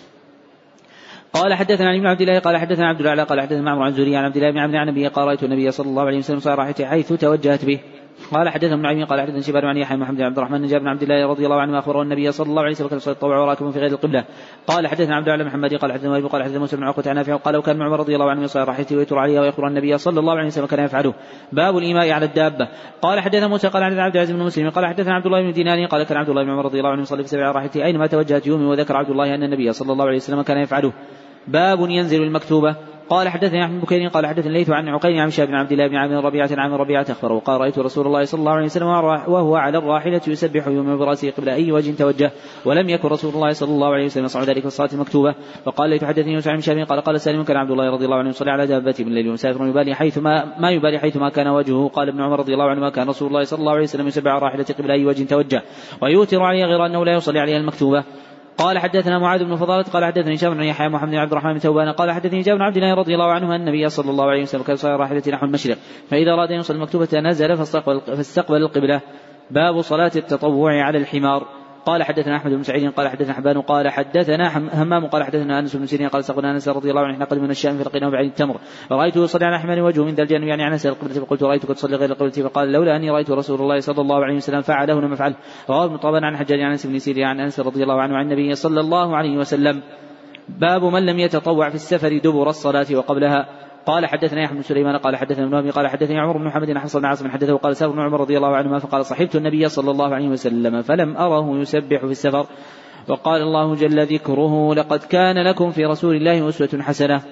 قال حدثنا علي بن عبد الله قال حدثنا عبد الله قال حدثنا معمر عن زهري عن عبد الله بن عمرو عن النبي قال: رأيت النبي صلى الله عليه وسلم صار راحته حيث توجهت به. قال حدثنا ابن نعيم قال حدثنا شيبان عن يحيى محمد بن عبد الرحمن جابر بن عبد الله رضي الله عنه اخبره النبي صلى الله عليه وسلم كان يصلي التطوع وراكب في غير القبله. قال حدثنا عبد الله بن محمد قال حدثنا ابي قال حدثنا موسى بن عقبه عن نافع قال: وكان عمر رضي الله عنه يصلي راحته ويتر عليها ويخبر النبي صلى الله عليه وسلم كان يفعله. باب الايماء على الدابه. قال حدثنا موسى قال حدثنا عبد العزيز بن مسلم قال حدثنا عبد الله بن دينار قال: كان عبد الله بن عمر رضي الله عنه يصلي في سبع راحته اينما توجهت يومي، وذكر عبد الله ان النبي صلى الله عليه وسلم كان يفعله. باب ينزل المكتوبه. قال حدثني احمد بن بكير قال حدثني الليث عن عقيل عن شاب بن عبد الله بن عامر ربيعه عن ربيعه اخبره قال: رايت رسول الله صلى الله عليه وسلم وهو على الراحله يسبح يوم براسه قبل اي وجه توجه، ولم يكن رسول الله صلى الله عليه وسلم يصنع ذلك في الصلاه المكتوبه. فقال: ليت حدثني يوسف عن شاب قال: قال سالم: كان عبد الله رضي الله عنه يصلي على دابته من الليل ومسافر يبالي حيث ما, ما يبالي حيث ما كان وجهه. قال ابن عمر رضي الله عنه: ما كان رسول الله صلى الله عليه وسلم يسبح على راحلته قبل اي وجه توجه ويوتر عليها غير انه لا يصلي عليها المكتوبه. قال حدثنا معاذ بن فضالة قال حدثني هشام بن يحيى محمد بن عبد الرحمن بن ثوبان قال حدثني جابر بن عبد الله رضي الله عنه أن النبي صلى الله عليه وسلم كان يصلي راحلته نحو المشرق، فإذا أراد أن يوصل المكتوبة نزل فاستقبل, فاستقبل القبلة. باب صلاة التطوع على الحمار. قال حدثنا أحمد بن سعيد قال حدثنا حبان قال حدثنا همام قال حدثنا أنس بن سيرين قال: سقنا أنس رضي الله عنه احنا قدمنا الشام فلقيناه بعين التمر فرأيته يصلي على أحمر وجهه من ذا الجانب يعني عن أنس القبلة، فقلت: رأيتك تصلي غير القبلة؟ فقال: لولا أني رأيت رسول الله صلى الله عليه وسلم فعله لم أفعله. رواه ابن طبراني عن حجاج عن أنس بن سيرين عن أنس رضي الله عنه عن النبي صلى الله عليه وسلم. باب من لم يتطوع في السفر دبر الصلاة وقبلها. قال حدثنا يحيى بن سليمان قال حدثنا ابن وهب قال حدثني عمر بن محمد بن حفص بن عاصم حدثه قال: سافر ابن عمر رضي الله عنهما فقال: صحبت النبي صلى الله عليه وسلم فلم أره يسبح في السفر، وقال الله جل ذكره: لقد كان لكم في رسول الله أسوة حسنة.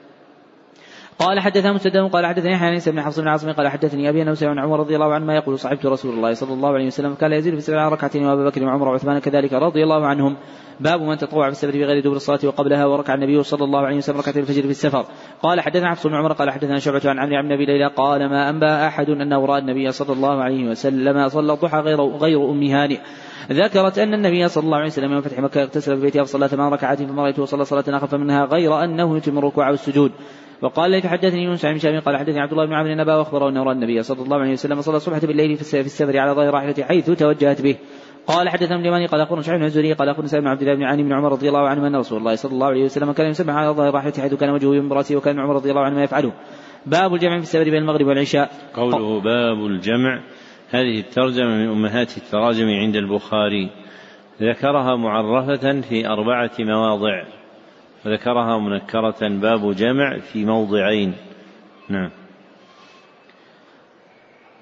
قال حدثنا مسدد قال حدثني يحيى بن حفص بن عاصم قال حدثني أبي أنه سمع عمر رضي الله عنه ما يقول: صحبت رسول الله صلى الله عليه وسلم كان يزيد في سبع ركعتين وأبا بكر وعمر وعثمان كذلك رضي الله عنهم. باب من تطوع في السفر بغير دبر الصلاة وقبلها، وركع النبي صلى الله عليه وسلم ركعتين الفجر في السفر. قال حدثنا حفص بن عمر قال حدثنا شعبة عن عمرو بن أبي ليلى قال: ما أنبأ أحد أنه رأى النبي صلى الله عليه وسلم صلى الضحى غير غير أم هانئ. ذكرت أن النبي صلى الله عليه وسلم يوم فتح مكة اغتسل في بيته فصلى ثمان ركعات فما رأيته صلى صلاة أخف منها غير أنه يتم الركوع والسجود. وقال: ليت حدثني يونس عن هشام قال حدثني عبد الله بن عمرو النبا واخبره أن رأى النبي صلى الله عليه وسلم صلى الصبح بالليل في السفر على ظهر راحلته حيث توجهت به. قال حدثنا ابن اليماني قال أخبرنا شعيب بن الزهري قال أخبرنا سالم بن عبد الله بن عاني بن عمر رضي الله عنه أن رسول الله صلى الله عليه وسلم كان يسبح على ظهر راحلته حيث كان وجهه يوم براسه، وكان عمر رضي الله عنه ما يفعله. باب الجمع في السفر بين المغرب والعشاء. قوله باب الجمع، هذه الترجمة من أمهات التراجم عند البخاري، ذكرها معرفة في أربعة مواضع وذكرها منكرة باب جمع في موضعين. نعم.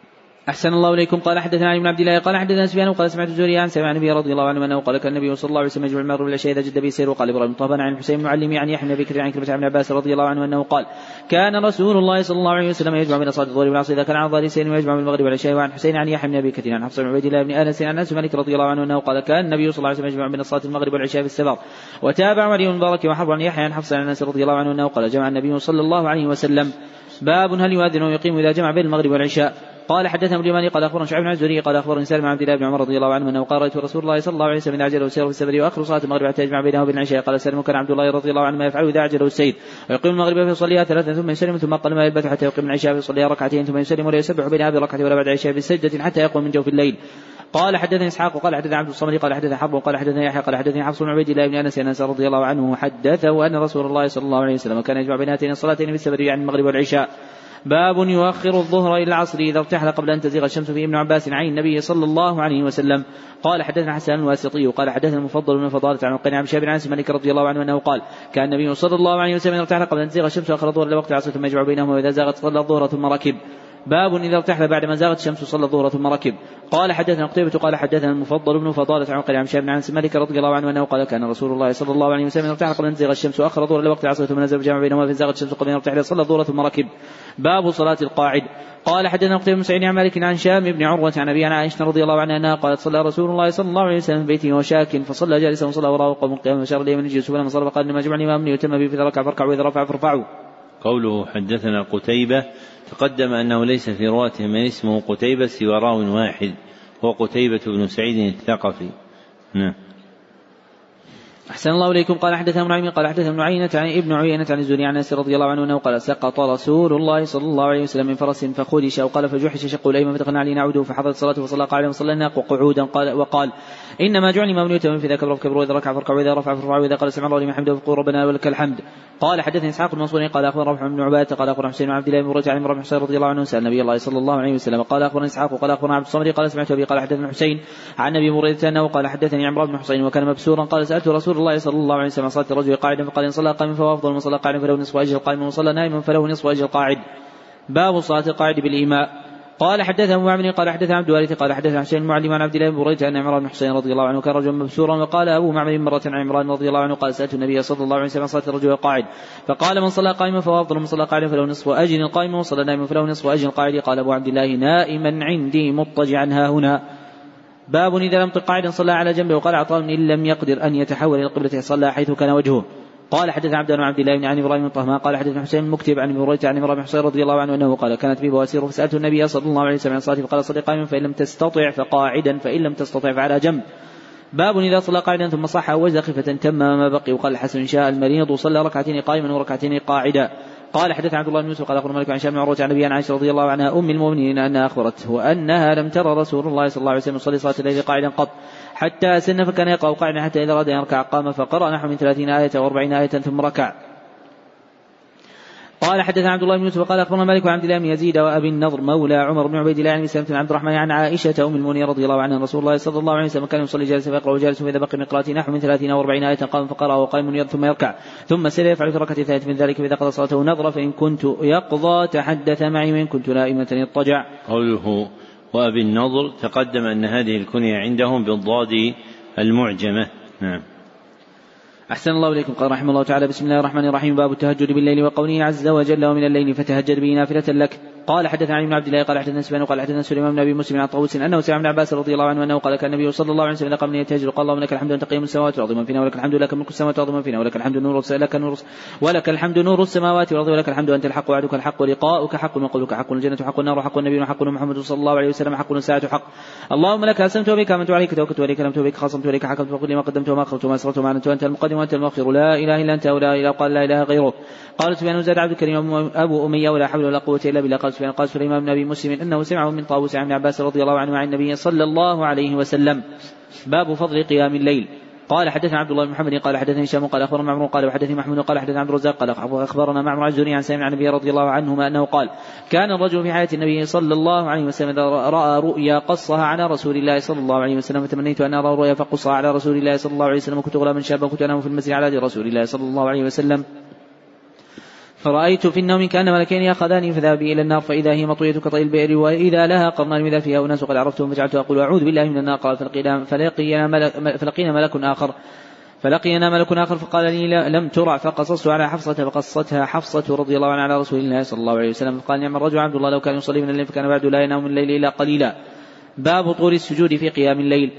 أحسن الله إليكم. قال حدثنا علي بن عبد الله قال حدثنا سفيان قال سمعت الزهري عن سمع النبي رضي الله عنه أنه قال كان النبي صلى الله عليه وسلم يجمع المغرب والعشاء إذا جد به سير. وقال إبراهيم طهبان عن الحسين المعلمي عن يحيى بن بكر عن كلمة عن عباس رضي الله عنه أنه قال كان رسول الله صلى الله عليه وسلم يجمع بين صلاة الظهر والعصر إذا كان عن ظهر سير ويجمع بين المغرب والعشاء. وعن حسين عن يحيى بن أبي كثير عن حفص بن عبيد الله بن أنس عن أنس مالك رضي الله عنه أنه قال كان النبي صلى الله عليه وسلم يجمع بين صلاة المغرب والعشاء في السفر. وتابع علي بن المبارك وحرب عن يحيى عن حفص عن أنس رضي الله عنه أنه قال جمع النبي صلى الله عليه وسلم. باب هل يؤذن ويقيم إذا جمع بين المغرب والعشاء. قال حدثنا ابن اليماني قال اخبرنا شعيب بن الزهري قال اخبرني سالم عن عبد الله بن عمر رضي الله عنه انه قال رايت رسول الله صلى الله عليه وسلم اذا اعجله السير في السفر واخر صلاه المغرب حتى يجمع بينه وبين العشاء. قال سالم كان عبد الله رضي الله عنه ما يفعله اذا اعجله السير ويقيم المغرب فيصليها ثلاثا ثم يسلم ثم قال ما يلبث حتى يقيم العشاء فيصليها ركعتين ثم يسلم ولا يسبح بينها بركعه ولا بعد العشاء بسجده حتى يقوم من جوف الليل. قال حدثني اسحاق قال حدثنا عبد الصمد قال حدثنا حرب قال حدثنا يحيى قال حدثني حفص بن عبيد الله بن انس انس رضي الله عنه حدثه ان رسول الله صلى الله عليه وسلم كان يجمع بين هاتين الصلاتين في السفر يعني المغرب والعشاء. باب يؤخر الظهر إلى العصر إذا ارتحل قبل أن تزيغ الشمس. في ابن عباس عن النبي صلى الله عليه وسلم. قال حدثنا حسن الواسطي قال حدثنا المفضل بن فضالة عن القناع بن شهاب عن أنس مالك رضي الله عنه أنه قال كان النبي صلى الله عليه وسلم ارتحل قبل أن تزيغ الشمس وأخر الظهر إلى وقت العصر ثم يجمع بينهما وإذا زاغت صلى الظهر ثم ركب. باب إذا ارتحل بعد ما زاغت الشمس صلى الظهر ثم ركب. قال حدثنا قتيبة قال حدثنا المفضل بن فضالة عن القناع بن شهاب عن أنس مالك رضي الله عنه أنه قال كان رسول الله صلى الله عليه وسلم ارتحل قبل أن تزيغ الشمس وأخر الظهر إلى وقت العصر ثم نزل بجمع بينهما فزاغت الشمس قبل أن يرتحل صلى الظهر ثم ركب. باب صلاة القاعد. قال حدثنا قتيبة بن سعيد عن مالك عن هشام بن عروة عن أبي عائشة رضي الله عنها أنها قالت صلى رسول الله صلى الله عليه وسلم في بيته وشاك فصلى جالسا وصلى وراءه قوم قياما فشار لي من يجلس فلما صلى فقال إنما جمعني إمام يتم به فإذا ركع فاركعوا وإذا رفع فارفعوا. قوله حدثنا قتيبة تقدم أنه ليس في رواته من اسمه قتيبة سوى راو واحد هو قتيبة بن سعيد الثقفي. نعم. أحسن الله إليكم. قال حدثنا ابن عيينة قال حدثنا ابن عيينة عن ابن عيينة عن الزهري عن أنس رضي الله عنه أنه قال سقط رسول الله صلى الله عليه وسلم من فرس فخدش وقال فجحش شقه الأيمن فدخلنا عليه نعوده فحضرت صلاته فصلى قاعدا وصلينا قعودا قال وقال إنما جعلني إماما يؤتم في ذاك الركب وإذا ركع فاركعوا وإذا رفع فارفعوا وإذا قال سمع الله لمن حمده فقولوا ربنا ولك الحمد. قال حدثني إسحاق المنصوري قال أخبرنا رفع بن عبادة قال أخبرنا حسين بن عبد الله بن مرة عن عمرو بن حسين رضي الله عنه سأل النبي الله صلى الله عليه وسلم. قال أخبرنا إسحاق وقال أخبرنا عبد الصمد قال سمعت أبي قال حدثنا حسين عن أبي مريدة أنه قال حدثني عمرو بن حسين وكان مبسورا قال سألت رسول الله صلى الله عليه وسلم صلاة الرجل قاعدا فقال إن صلى قائما فهو أفضل من صلى قاعدا فله نصف أجر القائم ومن صلى نائما فله نصف أجر القاعد. باب صلاة القاعد بالإيماء. قال حدثنا أبو معمر قال حدثنا عبد الوارث قال حدثنا حسين المعلم عن عبد الله بن بريدة أن عمران بن حسين رضي الله عنه كان رجلا مبسورا. وقال أبو معمر مرة عن عمران رضي الله عنه قال سألت النبي صلى الله عليه وسلم صلاة الرجل قاعد فقال من صلى قائما فهو أفضل من صلى قاعدا فله نصف أجر القائم ومن صلى نائما فله نصف أجر القاعد. قال أبو عبد الله نائما عندي مضطجعا ها هنا. باب إذا لم يطق قاعدا صلى على جنبه. وقال عطاء إن لم يقدر أن يتحول إلى القبلة صلى حيث كان وجهه. قال حدث عبد الله عبد الله بن عن ابراهيم الطهمان قال حدثنا حسين المكتب عن ابي عن عمران بن حسين رضي الله عنه انه قال كانت بي بواسير فسالت النبي صلى الله عليه وسلم عن صلاته فقال صل قائما فان لم تستطع فقاعدا فان لم تستطع فعلى جنب. باب اذا صلى قاعدا ثم صح او وجد خفه تم ما بقي. وقال الحسن شاء المريض وصلى ركعتين قائما وركعتين قاعدا. قال حدث عبد الله بن يوسف قال اخبرنا مالك عن هشام بن عروة عن ابي عائشة رضي الله عنها ام المؤمنين انها اخبرته وانها لم ترى رسول الله صلى الله عليه وسلم يصلي صلاه الليل قاعدا قط حتى سن فكان يقرأ قاعدا حتى اذا اراد ان يركع قام فقرأ نحو من ثلاثين آية او أربعين آية ثم ركع. قال حدثنا عبد الله بن يوسف قال اخبرنا مالك عن عبد الله بن يزيد وابي النضر مولى عمر بن عبيد الله عن سلمة بن عبد الرحمن عن عائشة ام المؤمنين رضي الله عنها رسول الله صلى الله عليه وسلم كان يصلي جالسا فيقرأ جالسا فاذا بقي من قراءته نحو من ثلاثين او أربعين آية قام فقرأ وقائم ثم يركع ثم سر يفعل في الركعة الثالثة من ذلك فاذا قضى صلاته نظر فان كنت يقضى تحدث معي وان كنت نائمة اضطجع. قوله وابي النضر تقدم ان هذه الكنية عندهم بالضاد المعجمة. نعم. أحسن الله إليكم. قال رحمه الله تعالى بسم الله الرحمن الرحيم. باب التهجد بالليل وقوله عز وجل ومن الليل فتهجد به نافلة لك. قال حدثنا علي بن عبد الله قال حدثنا سفيان قال حدثنا سليمان بن ابي مسلم عن طاووس انه سمع ابن عباس رضي الله عنه انه قال كان النبي صلى الله عليه وسلم قبل ان يتهجد قال اللهم لك الحمد انت قيم السماوات والارض ومن فينا ولك الحمد لك ملك السماوات والارض ومن فينا ولك الحمد نور لك نور ولك الحمد نور السماوات والارض ولك الحمد انت الحق وعدك الحق ولقاؤك حق وقولك حق الجنة حق النار حق النبي حق محمد صلى الله عليه وسلم حق الساعة حق. اللهم لك اسلمت وبك امنت عليك توكلت عليك لم توبك خاصمت عليك حكمت وقل لما قدمت وما اخرت وما اسررت وما انت وانت المقدم وانت المؤخر لا اله الا انت ولا اله قال لا اله غيرك. قال سفيان زاد عبد الكريم ابو اميه ولا حول ولا قوه الا بالله. قال سفيان قال سليمان بن ابي مسلم انه سمعه من طاووس عن عباس رضي الله عنه عن النبي صلى الله عليه وسلم. باب فضل قيام الليل. قال حدثنا عبد الله بن محمد قال حدثني هشام قال اخبرنا معمر قال وحدثني محمود قال حدثنا عبد الرزاق قال اخبرنا معمر عن الزهري عن سالم عن النبي رضي الله عنهما انه قال كان الرجل في حياه النبي صلى الله عليه وسلم اذا راى رؤيا قصها على رسول الله صلى الله عليه وسلم فتمنيت ان ارى رؤيا فقصها على رسول الله صلى الله عليه وسلم وكنت غلاما شابا كنت انام في المسجد على رسول الله صلى الله عليه وسلم فرأيت في النوم كأن ملكين يأخذاني فذهب بي إلى النار فإذا هي مطوية كطي البئر وإذا لها قرنان إذا فيها أناس قد عرفتهم فجعلت أقول أعوذ بالله من النار. قال فلقينا, فلقينا, ملك فلقينا ملك آخر فلقينا ملك آخر فقال لي لم ترع فقصصت على حفصة فقصتها حفصة رضي الله عنها على رسول الله صلى الله عليه وسلم فقال نعم الرجل عبد الله لو كان يصلي من الليل فكان بعد لا ينام من الليل إلا قليلا. باب طول السجود في قيام الليل.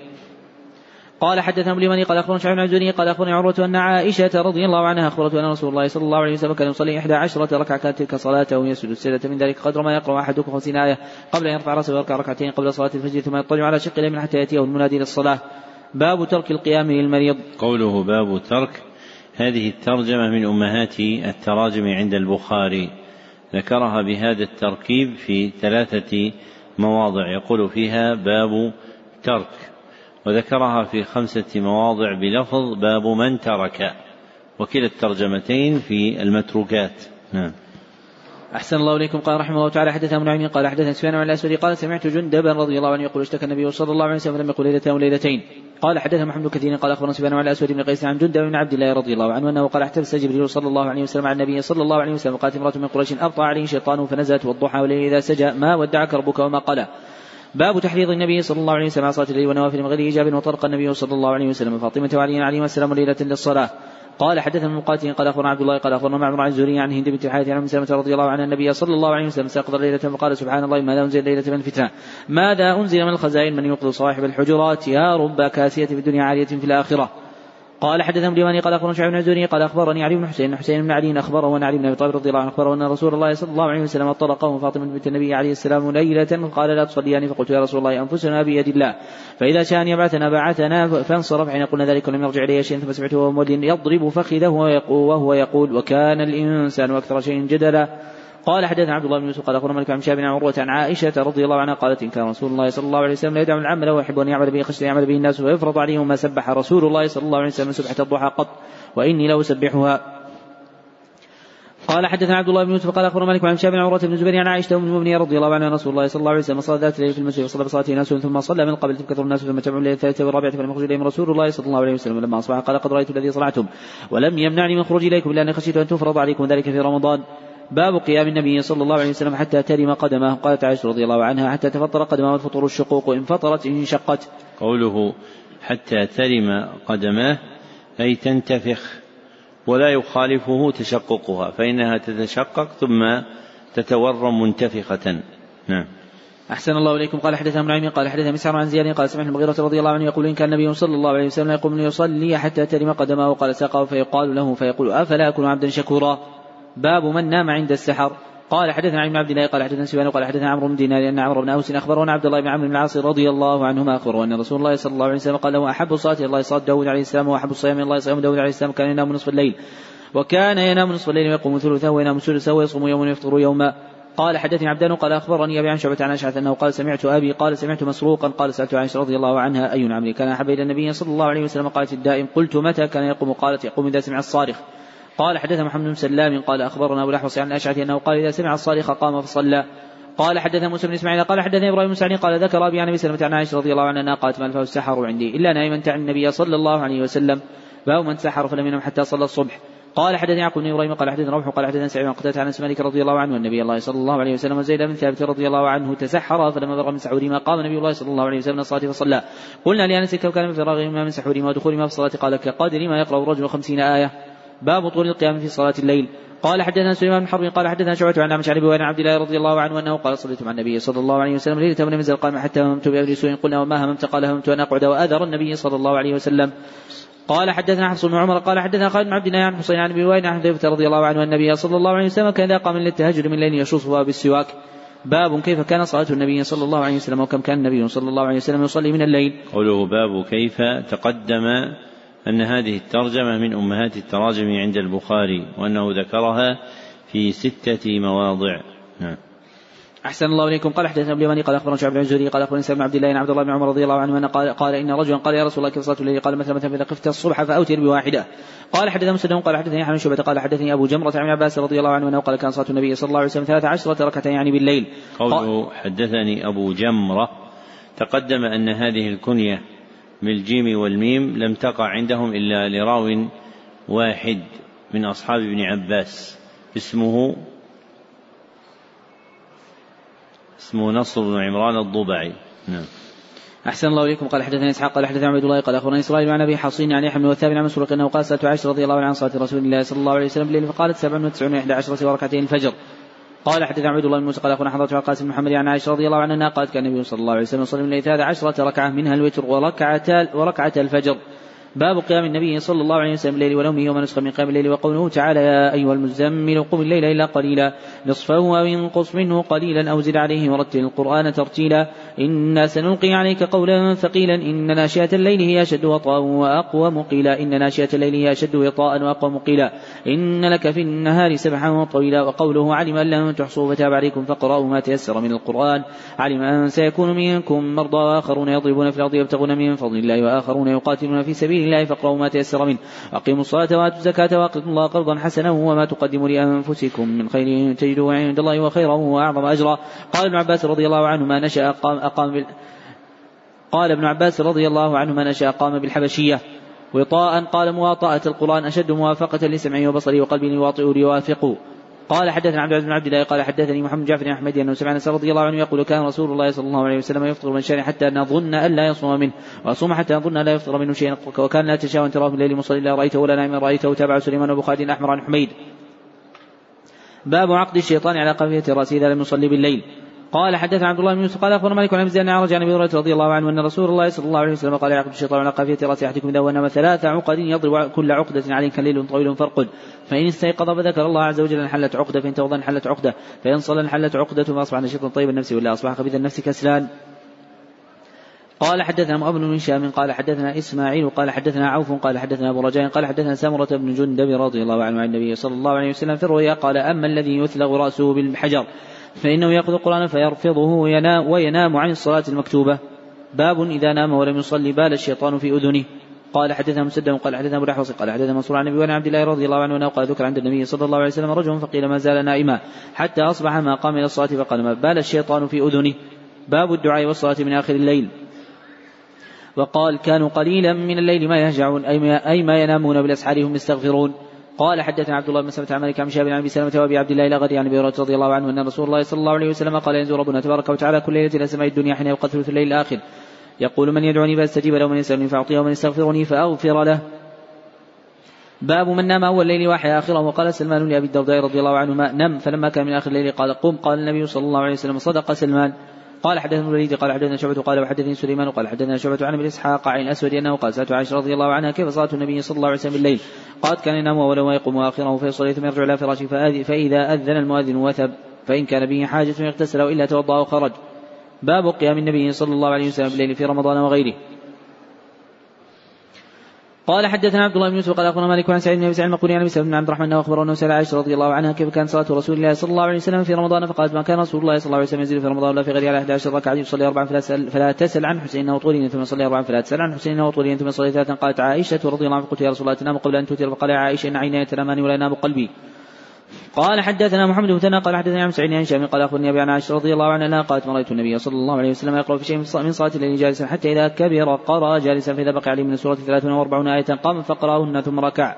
قال حدثنا ابن اليماني قال أخبرنا شعيب بن عبد قال أخبرني عروة أن عائشة رضي الله عنها أخبرته أن رسول الله صلى الله عليه وسلم كان يصلي إحدى عشرة ركعة كانت تلك صلاته يسجد السجدة من ذلك قدر ما يقرأ أحدكم خمسين آية قبل أن يرفع رأسه ويركع ركعتين قبل صلاة الفجر ثم يطلع على شق اليمين حتى يأتيه المنادي للصلاة. باب ترك القيام للمريض. قوله باب ترك، هذه الترجمة من أمهات التراجم عند البخاري، ذكرها بهذا التركيب في ثلاثة مواضع يقول فيها باب ترك، وذكرها في خمسة مواضع بلفظ باب من ترك، وكلا الترجمتين في المتروكات. نعم. أحسن الله إليكم. قال رحمه الله تعالى حدثنا ابن عمي قال حدثنا سفيان عن الأسود قال سمعت جندبا رضي الله عنه يقول اشتكى النبي صلى الله عليه وسلم فلم يقل ليلتين وليلتين. قال حدثنا محمد كثير قال أخبرنا سفيان عن الأسود بن قيس عن جندب بن عبد الله رضي الله عنه أنه قال احتبس جبريل صلى الله عليه وسلم عن النبي صلى الله عليه وسلم وقالت امرأة من قريش أبطأ عليه شيطان فنزلت والضحى والليل إذا سجى ما ودعك ربك وما قلى. باب تحريض النبي صلى الله عليه وسلم على صلاة الليل ونوافل من غير إيجاب وطرق النبي صلى الله عليه وسلم فاطمة وعلي عليهما السلام ليلة للصلاة. قال حدثنا مقاتل قال أخبرنا عبد الله قال أخبرنا معمر عن الزهري عن هند بنت الحارث عن أم سلمة رضي الله عنها النبي صلى الله عليه وسلم استيقظ ليلة فقال سبحان الله ماذا أنزل ليلة من الفتنة ماذا أنزل من الخزائن من يوقظ صاحب الحجرات يا رب كاسية في الدنيا عالية في الآخرة. قال حدثنا ابن اليماني قال أخبرنا شعيب بن الزهري قال أخبرني علي بن حسين حسين بن علي أخبره وأن علي بن أبي طالب رضي الله عنه أخبره أن رسول الله صلى الله عليه وسلم طلقه فاطمة بنت النبي عليه السلام ليلة قال لا تصليان فقلت يا رسول الله أنفسنا بيد الله فإذا شاء أن يبعثنا بعثنا فانصرف حين قلنا ذلك ولم يرجع إلي شيء ثم سمعته وهو يضرب فخذه وهو يقول وكان الإنسان أكثر شيء جدلا. قال حدثنا عبد الله بن يوسف قال أخبرنا مالك عن شهاب بن عروة عن عائشة رضي الله عنها قالت إن كان رسول الله صلى الله عليه وسلم لا يدع العمل ويحب أن يعمل به خشية يعمل به الناس ويفرض عليهم ما سبح رسول الله صلى الله عليه وسلم سبحة الضحى قط وإني لو أسبحها. قال حدثنا عبد الله بن يوسف قال أخبرنا مالك عن شهاب بن عروة بن الزبير عن عائشة أم المؤمنين رضي الله عنها رسول الله صلى الله عليه وسلم صلى ذات الليل في المسجد وصلى بصلاته ناس ثم صلى من قبل كثر الناس ثم جمعوا الليل الثالثة والرابعة فلم يخرج إليهم رسول الله صلى الله عليه وسلم لما أصبح قال قد رأيت الذي صنعتم ولم يمنعني من خروج إليكم إلا أن خشيت أن تفرض عليكم ذلك في رمضان. باب قيام النبي صلى الله عليه وسلم حتى ترم قدمه. قالت عائشة رضي الله عنها حتى تفطر قدمه والفطور الشقوق إن فطرت إن شقت. قوله حتى ترم قدمه أي تنتفخ ولا يخالفه تشققها فإنها تتشقق ثم تتورم منتفخة. نعم. أحسن الله إليكم. قال حدثنا ابن عمي قال حدثنا مسعر عن زياد قال سمعت المغيرة رضي الله عنه يقول إن كان النبي صلى الله عليه وسلم يقوم ليصلي حتى ترم قدمه قال ساقه فيقال له فيقول أفلا أكون عبدا شكورا. باب من نام عند السحر. قال حدثنا عن عبد الله قال حدثنا سفيان قال حدثنا عمرو بن دينار أن عمرو بن أوس أخبره أن عبد الله بن عمرو بن العاص رضي الله عنهما أخبره أن رسول الله صلى الله عليه وسلم قال له أحب الصلاة إلى الله صلاة داود عليه السلام وأحب الصيام إلى الله صيام داود عليه السلام كان ينام نصف الليل وكان ينام نصف الليل ويقوم ثلثه وينام ثلثه ويصوم يوما ويفطر يوما. قال حدثني عبدان قال أخبرني أبي عن شعبة عن أشعث أنه قال سمعت أبي قال سمعت مسروقا قال سألت عائشة رضي الله عنها أي عمري كان أحب إلى النبي صلى الله عليه وسلم قالت الدائم قلت متى كان يقوم قالت يقوم إذا سمع الصارخ. قال حدثنا محمد بن سلام قال أخبرنا أبو الأحوص عن أشعث أنه قال إذا سمع الصارخ قام فصلى. قال حدثنا موسى بن إسماعيل قال حدثنا إبراهيم بن سعد قال ذكر أبي عن أبي سلمة عن عائشة رضي الله عنها أنها قالت ما ألفه السحر عندي إلا نائما عن النبي صلى الله عليه وسلم باب من سحر فلم ينم حتى صلى الصبح. قال حدثني يعقوب بن إبراهيم قال حدثنا روح قال حدثنا سعيد بن قتادة عن مالك رضي الله عنه والنبي الله صلى الله عليه وسلم وزيد بن ثابت رضي الله عنه تسحر فلما بلغ من سحورهما قام النبي الله صلى الله عليه وسلم الصلاة فصلى. قلنا لأنس كيف كان من فراغهما من سحورهما ودخولهما في الصلاة قال كقدر ما يقرأ الرجل خمسين آية. باب طول القيام في صلاة الليل. قال حدثنا سليمان بن حرب قال حدثنا شعبة عن عمش عن ابي وعن عبد الله رضي الله عنه انه قال صليت مع النبي صلى الله عليه وسلم ليلة من نزل قام حتى هممت بأمر سوء قلنا وما هممت قال هممت ان اقعد واذر النبي صلى الله عليه وسلم. قال حدثنا حفص بن عمر قال حدثنا خالد بن عبد الله عن حسين عن ابي وائل عن حذيفة رضي الله عنه النبي صلى الله عليه وسلم كان اذا قام للتهجد من الليل يشوصها بالسواك. باب كيف كان صلاة النبي صلى الله عليه وسلم وكم كان النبي صلى الله عليه وسلم يصلي من الليل. قوله باب كيف تقدم أن هذه الترجمة من أمهات التراجم عند البخاري وأنه ذكرها في ستة مواضع. نعم. أحسن الله إليكم. قال حدثنا ابن اليماني قال أخبرنا شعيب بن الزهري قال أخبرنا سالم بن عبد الله عبد الله بن عمر رضي الله عنه أن قال, قال إن رجلا قال يا رسول الله كيف صلاة الليل قال مثلا مثلا إذا خفت الصبح فأوتر بواحدة. قال حدثنا مسدد قال حدثني حمد شعبة قال حدثني أبو جمرة عن عباس رضي الله عنه أنه قال كان صلاة النبي صلى الله عليه وسلم ثلاث عشرة ركعة يعني بالليل. قوله حدثني أبو جمرة تقدم أن هذه الكنية بالجيم والميم لم تقع عندهم إلا لراو واحد من أصحاب ابن عباس اسمه اسمه نصر بن عمران الضبعي. نعم. أحسن الله إليكم. قال حدثنا إسحاق قال حدثنا عبد الله قال أخبرنا إسرائيل عن أبي حصين عن يحيى بن وثاب عن مسروق أنه قال سألت عائشة رضي الله عنها عن صلاة رسول الله صلى الله عليه وسلم بالليل فقالت سبع وتسعون وإحدى عشرة وركعتين الفجر. قال حدثنا عبد الله بن موسى قال أخبرنا حضرت القاسم بن محمد عن عائشة رضي الله عنها قالت كان النبي صلى الله عليه وسلم يصلي من الليل ثلاث عشرة ركعة منها الوتر وركعة وركعة الفجر. باب قيام النبي صلى الله عليه وسلم الليل ونومه وما نسخ من قيام الليل وقوله تعالى يا أيها المزمل قم الليل إلا قليلا نصفه أو انقص منه قليلا أو زد عليه ورتل القرآن ترتيلا إنا سنلقي عليك قولا ثقيلا إن ناشئة الليل هي أشد وطاء وأقوم قيلا إن ناشئة الليل هي أشد وطاء وأقوم قيلا إن لك في النهار سبحا طويلا. وقوله علم أن لن تحصوا فتاب عليكم فاقرأوا ما تيسر من القرآن علم أن سيكون منكم مرضى وآخرون يضربون في الأرض يبتغون من فضل الله وآخرون يقاتلون في سبيل الله فاقرأوا ما تيسر منه أقيموا الصلاة وآتوا الزكاة وأقرضوا الله قرضا حسنا وما تقدموا لأنفسكم من خير تجدوه عند الله وخيرا وأعظم أجرا. قال ابن عباس رضي الله عنه ما نشأ أقام, أقام بال... قال ابن عباس رضي الله عنه ما نشأ أقام بالحبشية وطاء. قال مواطأة القرآن أشد موافقة لسمعه وبصره وقلبه يواطئ ليوافقه. قال حدثنا عبد العزيز بن عبد الله قال حدثني محمد جعفر بن أحمد أنه سمع أنس رضي الله عنه يقول كان رسول الله صلى الله عليه وسلم يفطر من شأنه حتى نظن أن لا يصوم منه وأصوم حتى نظن أن لا يفطر منه شيئا وكان لا تشاء أن تراه في الليل مصلي لا رأيته ولا نائما رأيته. تابع سليمان وأبو خالد الأحمر عن حميد. باب عقد الشيطان على قافية رأسه إذا لم يصلي بالليل. قال حدثنا عبد الله بن يوسف قال أخبرنا مالك عن أبي زياد عن أبي هريرة رضي الله عنه أن رسول الله صلى الله عليه وسلم قال يعقد الشيطان على قافية رأس أحدكم إذا ونام ثلاث عقد يضرب كل عقدة عليه كليل طويل فرقد فإن استيقظ فذكر الله عز وجل انحلت عقدة فإن توضأ انحلت عقدة فإن صلى انحلت عقدة فأصبح نشيطا طيب النفس ولا أصبح خبيث النفس كسلان. قال حدثنا مؤمن بن هشام قال حدثنا إسماعيل قال حدثنا عوف قال حدثنا أبو رجاء قال حدثنا سامرة بن جندب رضي الله عنه عن النبي صلى الله عليه وسلم في الرؤيا قال أما الذي يثلغ رأسه بالحجر فإنه يأخذ القرآن فيرفضه وينام, وينام عن الصلاة المكتوبة. باب إذا نام ولم يصلي بال الشيطان في أذنه. قال حدثنا مسدد قال حدثنا أبو الأحوص قال حدثنا منصور عن النبي وعن عبد الله رضي الله عنه قال ذكر عند النبي صلى الله عليه وسلم رجل فقيل ما زال نائما حتى أصبح ما قام إلى الصلاة فقال ما بال الشيطان في أذنه. باب الدعاء والصلاة من آخر الليل. وقال كانوا قليلا من الليل ما يهجعون أي ما ينامون بالأسحار هم يستغفرون. قال حدثنا عبد الله بن سلمة عن مالك عن شهاب عن ابي سلمة وابي عبد الله الأغري عن ابي هريرة رضي الله عنه ان رسول الله صلى الله عليه وسلم قال ينزل ربنا تبارك وتعالى كل ليلة الى سماء الدنيا حين يبقى ثلث الليل الآخر يقول من يدعوني فاستجيب له ومن يسألني فأعطيه ومن يستغفرني فأغفر له. باب من نام أول الليل وأحيا آخره. وقال سلمان لأبي الدرداء رضي الله عنه ما نم فلما كان من آخر الليل قال قم قال النبي صلى الله عليه وسلم صدق سلمان. قال حدثنا الوليد قال حدثنا شعبة قال وحدثني سليمان قال حدثنا شعبة عن ابن إسحاق عن الأسود أنه قال سألت عائشة رضي الله عنها كيف صلاة النبي صلى الله عليه وسلم بالليل قالت كان ينام أوله ويقوم آخره فيصلي ثم يرجع إلى فراشه فإذا أذن المؤذن وثب فإن كان به حاجة يغتسل وإلا توضأ وخرج. باب قيام النبي صلى الله عليه وسلم بالليل في رمضان وغيره. قال حدثنا عبد الله بن يوسف قال أخبرنا مالك عن سعيد بن أبي سعيد المقبوري عن أبي سعيد بن عبد الرحمن أخبره أنه سأل عائشة رضي الله عنها كيف كان صلاة رسول الله صلى الله عليه وسلم في رمضان فقالت ما كان رسول الله صلى الله عليه وسلم يزيد في رمضان ولا في غيره على إحدى عشرة ركعة يصلي أربعا فلا, فلا تسأل عن حسين وطولين ثم صلي أربعا فلا تسأل عن حسين وطولين ثم صلي ثلاثا. قالت عائشة رضي الله عنها قلت يا رسول الله تنام قبل أن توتر فقال يا عائشة إن عيني تنامان ولا ينام قلبي. قال حدثنا محمد بن ثنا قال حدثنا عن سعيد بن هشام قال أخبرني أبي عن عائشة رضي الله عنها قالت ما رأيت النبي صلى الله عليه وسلم يقرأ في شيء من صلاة الليل جالسا حتى إذا كبر قرأ جالسا فإذا بقي عليه من السورة ثلاثون وأربعون آية قام فقرأهن ثم ركع.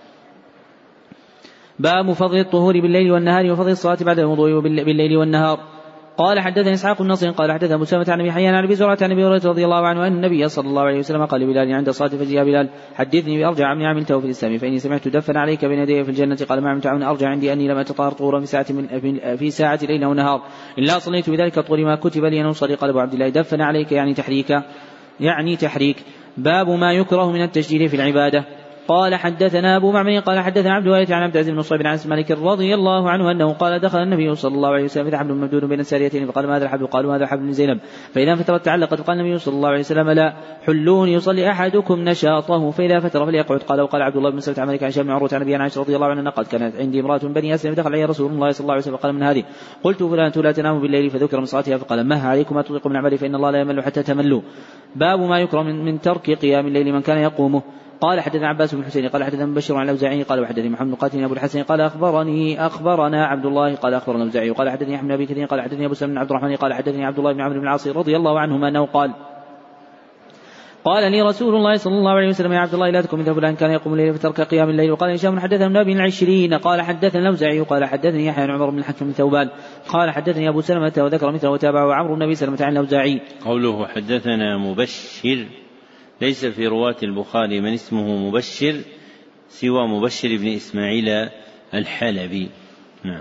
باب فضل الطهور بالليل والنهار وفضل الصلاة بعد الوضوء بالليل والنهار. قال حدثنا إسحاق النصر قال حدثنا أبو سلمة عن أبي حيان عن أبي زرعة عن أبي هريرة رضي الله عنه أن النبي صلى الله عليه وسلم قال لبلال عند الصلاة فجاء يا بلال حدثني بأرجع عمل عملته في الإسلام فإني سمعت دفن عليك بين يدي في الجنة. قال ما عملت عون أرجع عندي أني لم أتطهر طهورا في ساعة من في ساعة ليل ونهار إلا صليت بذلك الطهور ما كتب لي أن أصلي. قال أبو عبد الله دفن عليك يعني تحريك يعني تحريك. باب ما يكره من التشديد في العبادة. قال حدثنا أبو معمر قال حدثنا عبد الوارث عن عبد العزيز بن صهيب عن مالك رضي الله عنه أنه قال دخل النبي صلى الله عليه وسلم في حبل ممدود بين الساريتين فقال ما هذا الحبل قالوا هذا حبل زينب فإذا فترة تعلقت قال النبي صلى الله عليه وسلم لا حلون يصلي أحدكم نشاطه فإذا فتر فليقعد. قال وقال عبد الله بن مسعود عن مالك عن هشام بن عروة عن أبي عائشة رضي الله عنها قد كانت عندي امرأة من بني أسلم دخل علي رسول الله صلى الله عليه وسلم قال من هذه قلت فلان لا تنام بالليل فذكر من صلاتها فقال ما عليكم ما تطيق من عملي فإن الله لا يمل حتى تملوا. باب ما يكره من, من ترك قيام الليل من كان يقومه. قال حدثنا عباس بن حسين قال حدثنا بشير عن الأوزاعي قال وحدثني محمد بن قاتل أبو الحسن قال أخبرني أخبرنا عبد الله قال أخبرنا الأوزاعي قال حدثني أحمد بن أبي كثير قال حدثني أبو سلمة بن عبد الرحمن قال حدثني عبد الله بن عمرو بن العاص رضي الله عنهما أنه قال قال لي رسول الله صلى الله عليه وسلم: يا عبد الله لا تكن مثل فلان كان يقوم الليل فترك قيام الليل. وقال هشام: حدثنا ابن أبي العشرين قال حدثنا الأوزاعي قال حدثني يحيى بن عمر بن الحكم بن ثوبان قال حدثني أبو سلمة وذكر مثله وتابعه عمرو بن أبي سلمة عن الأوزاعي. قوله حدثنا مبشر ليس في رواة البخاري من اسمه مبشر سوى مبشر بن إسماعيل الحلبي. نعم.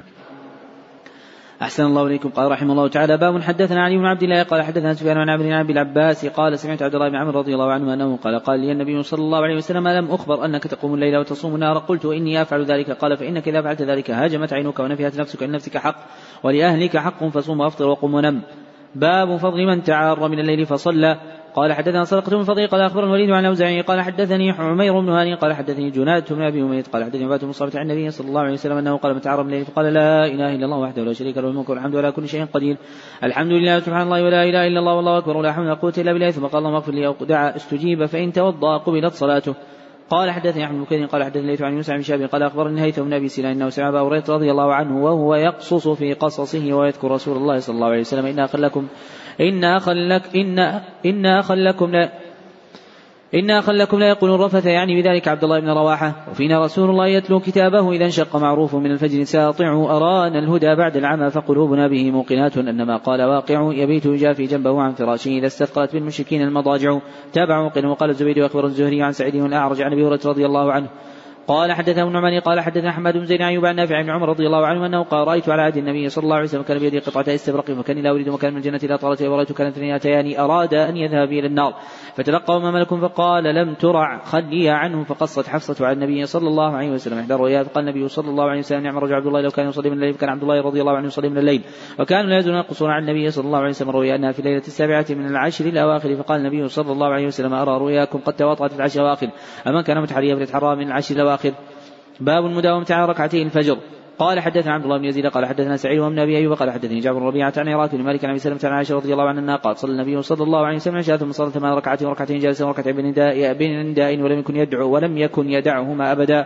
أحسن الله إليكم. قال رحمه الله تعالى: باب حدثنا علي بن عبد الله قال حدثنا سفيان عن عمرو بن أبي العباس قال سمعت عبد الله بن عمرو رضي الله عنه أنه قال قال لي النبي صلى الله عليه وسلم: لم أخبر أنك تقوم الليل وتصوم النهار؟ قلت: إني أفعل ذلك. قال: فإنك إذا فعلت ذلك هاجمت عينك ونفيت نفسك، إن نفسك حق ولأهلك حق، فصوم وأفطر وقم ونم. باب فضل من تعار من الليل فصلى. قال حدثنا صدقة بن فضيل قال أخبرنا الوليد عن الأوزاعي قال حدثني حمير بن هاني قال حدثني جناد بن أبي أمية قال حدثني عبادة بن صامت عن النبي صلى الله عليه وسلم أنه قال: من تعار من الليل فقال: لا إله إلا الله وحده لا شريك له الملك والحمد على كل شيء قدير، الحمد لله سبحان الله ولا إله إلا الله والله أكبر ولا حول ولا قوة إلا بالله، ثم قال: اللهم اغفر لي أو دعا استجيب، فإن توضأ قبلت صلاته. قال حدثني أحمد بن كثير قال حدثني ليث عن يوسف بن شهاب قال أخبرني هيثم بن أبي سنان أنه سمع أبا هريرة رضي الله عنه وهو يقصص في قصصه ويذكر رسول الله صلى الله عليه وسلم: إن أخا لكم إن أخا لك إن إن أخا لكم لا إن أخا لكم لا يقول الرفث، يعني بذلك عبد الله بن رواحة. وفينا رسول الله يتلو كتابه إذا انشق معروف من الفجر ساطع، أرانا الهدى بعد العمى فقلوبنا به موقنات، أنما قال واقع يبيت يجافي جنبه عن فراشه إذا استثقلت بالمشركين المضاجع. تابع موقن. وقال الزبيدي وأخبر الزهري عن سعيد والأعرج عن أبي هريرة رضي الله عنه قال حدثنا ابن عمر قال حدثنا أحمد بن زيد عن أيوب عن نافع بن عمر رضي الله عنه أنه قال: رأيت على عهد النبي صلى الله عليه وسلم كان بيده قطعة استبرق فكان لا أريد مكان من الجنة إلى طالت، ورأيت كان اثنين أتياني أراد أن يذهب إلى النار فتلقوا ما ملك فقال: لم ترع خلي عنه. فقصت حفصة عن النبي صلى الله عليه وسلم إحدى الرؤيا فقال النبي صلى الله عليه وسلم: نعم رجل عبد الله لو كان يصلي من الليل. فكان عبد الله رضي الله عنه يصلي من الليل وكانوا لا يزالون يقصون عن النبي صلى الله عليه وسلم رؤيا أنها في الليلة السابعة من العشر الأواخر. فقال النبي صلى الله عليه وسلم: أرى رؤياكم قد تواطأت في العشر الأواخر، أما كان متحريا فليتحرى من العشر الأواخر. باب المداومة على ركعتي الفجر. قال حدثنا عبد الله بن يزيد قال حدثنا سعيد وابن أبي أيوب قال حدثني جابر بن ربيعة عن عراك بن مالك عن أبي سلمة عن عائشة رضي الله عنها قال: صلى النبي صلى الله عليه وسلم عشاء ثم صلى ثمان ركعات وركعتين جالسا وركعتين بنداء بنداء ولم يكن يدعو ولم يكن يدعهما أبدا.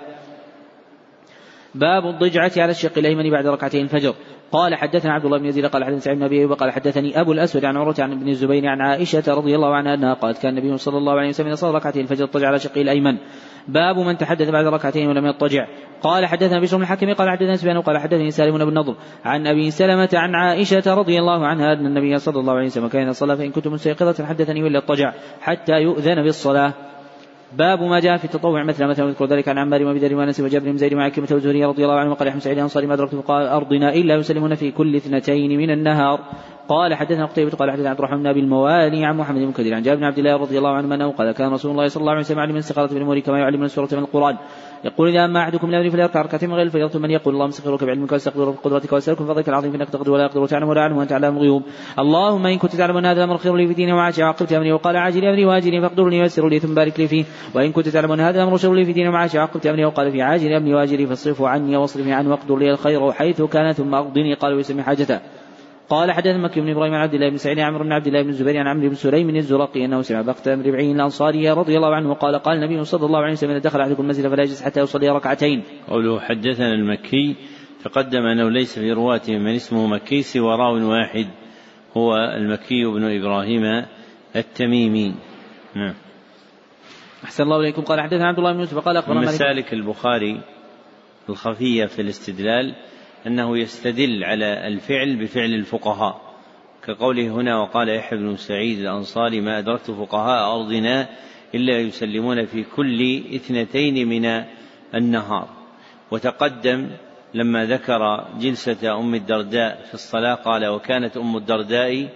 باب الضجعة على الشق الأيمن بعد ركعتين الفجر. قال حدثنا عبد الله بن يزيد قال حدثنا سعيد بن أبي أيوب قال حدثني أبو الأسود عن عروة عن ابن الزبير عن عائشة رضي الله عنها أنها قالت: كان النبي صلى الله عليه وسلم صلى ركعتين الفجر اضطجع على شقه الأيمن. باب من تحدث بعد ركعتين ولم يضطجع. قال حدثنا بشر بن الحكم قال حدثنا سفيان قال حدثني سالم بن النضر عن أبي سلمة عن عائشة رضي الله عنها أن النبي صلى الله عليه وسلم كان صلى فإن كنت مستيقظة حدثني ولا اضطجع حتى يؤذن بالصلاة. باب ما جاء في التطوع مثلا مثلا يذكر ذلك عن عمار وابي ذر وانس وجابر بن زيد وعكرمة والزهري رضي الله عنه وقال: احمد سعيد الانصاري ما ادركت فقال ارضنا الا يسلمون في كل اثنتين من النهار. قال حدثنا قتيبة قال حدثنا عبد الرحمن بن الموالي عن محمد بن كثير عن جابر بن عبد الله رضي الله عنه انه قال: كان رسول الله صلى الله عليه وسلم يعلم الاستخارة بالامور كما يعلم السورة من القرآن، يقول: اذا اما احدكم لا يدري فليركع ركعتين من غير الفريضة ثم يقول: اللهم استغفرك بعلمك واستغفر بقدرتك واسالك من فضلك العظيم انك تقدر ولا يقدر وتعلم ولا اعلم وانت علام الغيوب. اللهم ان كنت تعلم ان هذا الامر خير لي في ديني وعاجل عقبت امري، وقال: عاجل امري واجل فاقدرني ويسر لي ثم بارك لي فيه. وان كنت تعلم ان هذا الامر شر لي في ديني وعاجل عقبت امري، وقال: في عاجل امري واجل فاصرفه عني واصرفني عنه واقدر لي الخير حيث كان ثم اقضني. قال: ويسمي حاجته. قال حدثنا مكي بن ابراهيم عن عبد الله بن سعيد عن عمرو بن عبد الله بن الزبير عن عمرو بن سليم الزرقي انه سمع بخت بن ربعي الانصاري رضي الله عنه وقال: قال النبي صلى الله عليه وسلم: دخل احدكم المسجد فلا يجلس حتى يصلي ركعتين. قوله حدثنا المكي تقدم انه ليس في رواته من اسمه مكي سوى راو واحد هو المكي بن ابراهيم التميمي. نعم. احسن الله اليكم. قال حدثنا عبد الله بن يوسف قال اخبرنا مسالك البخاري الخفية في الاستدلال أنه يستدل على الفعل بفعل الفقهاء كقوله هنا: وقال يحيى بن سعيد الأنصاري: ما أدركت فقهاء أرضنا إلا يسلمون في كل اثنتين من النهار. وتقدم لما ذكر جلسة أم الدرداء في الصلاة قال: وكانت أم الدرداء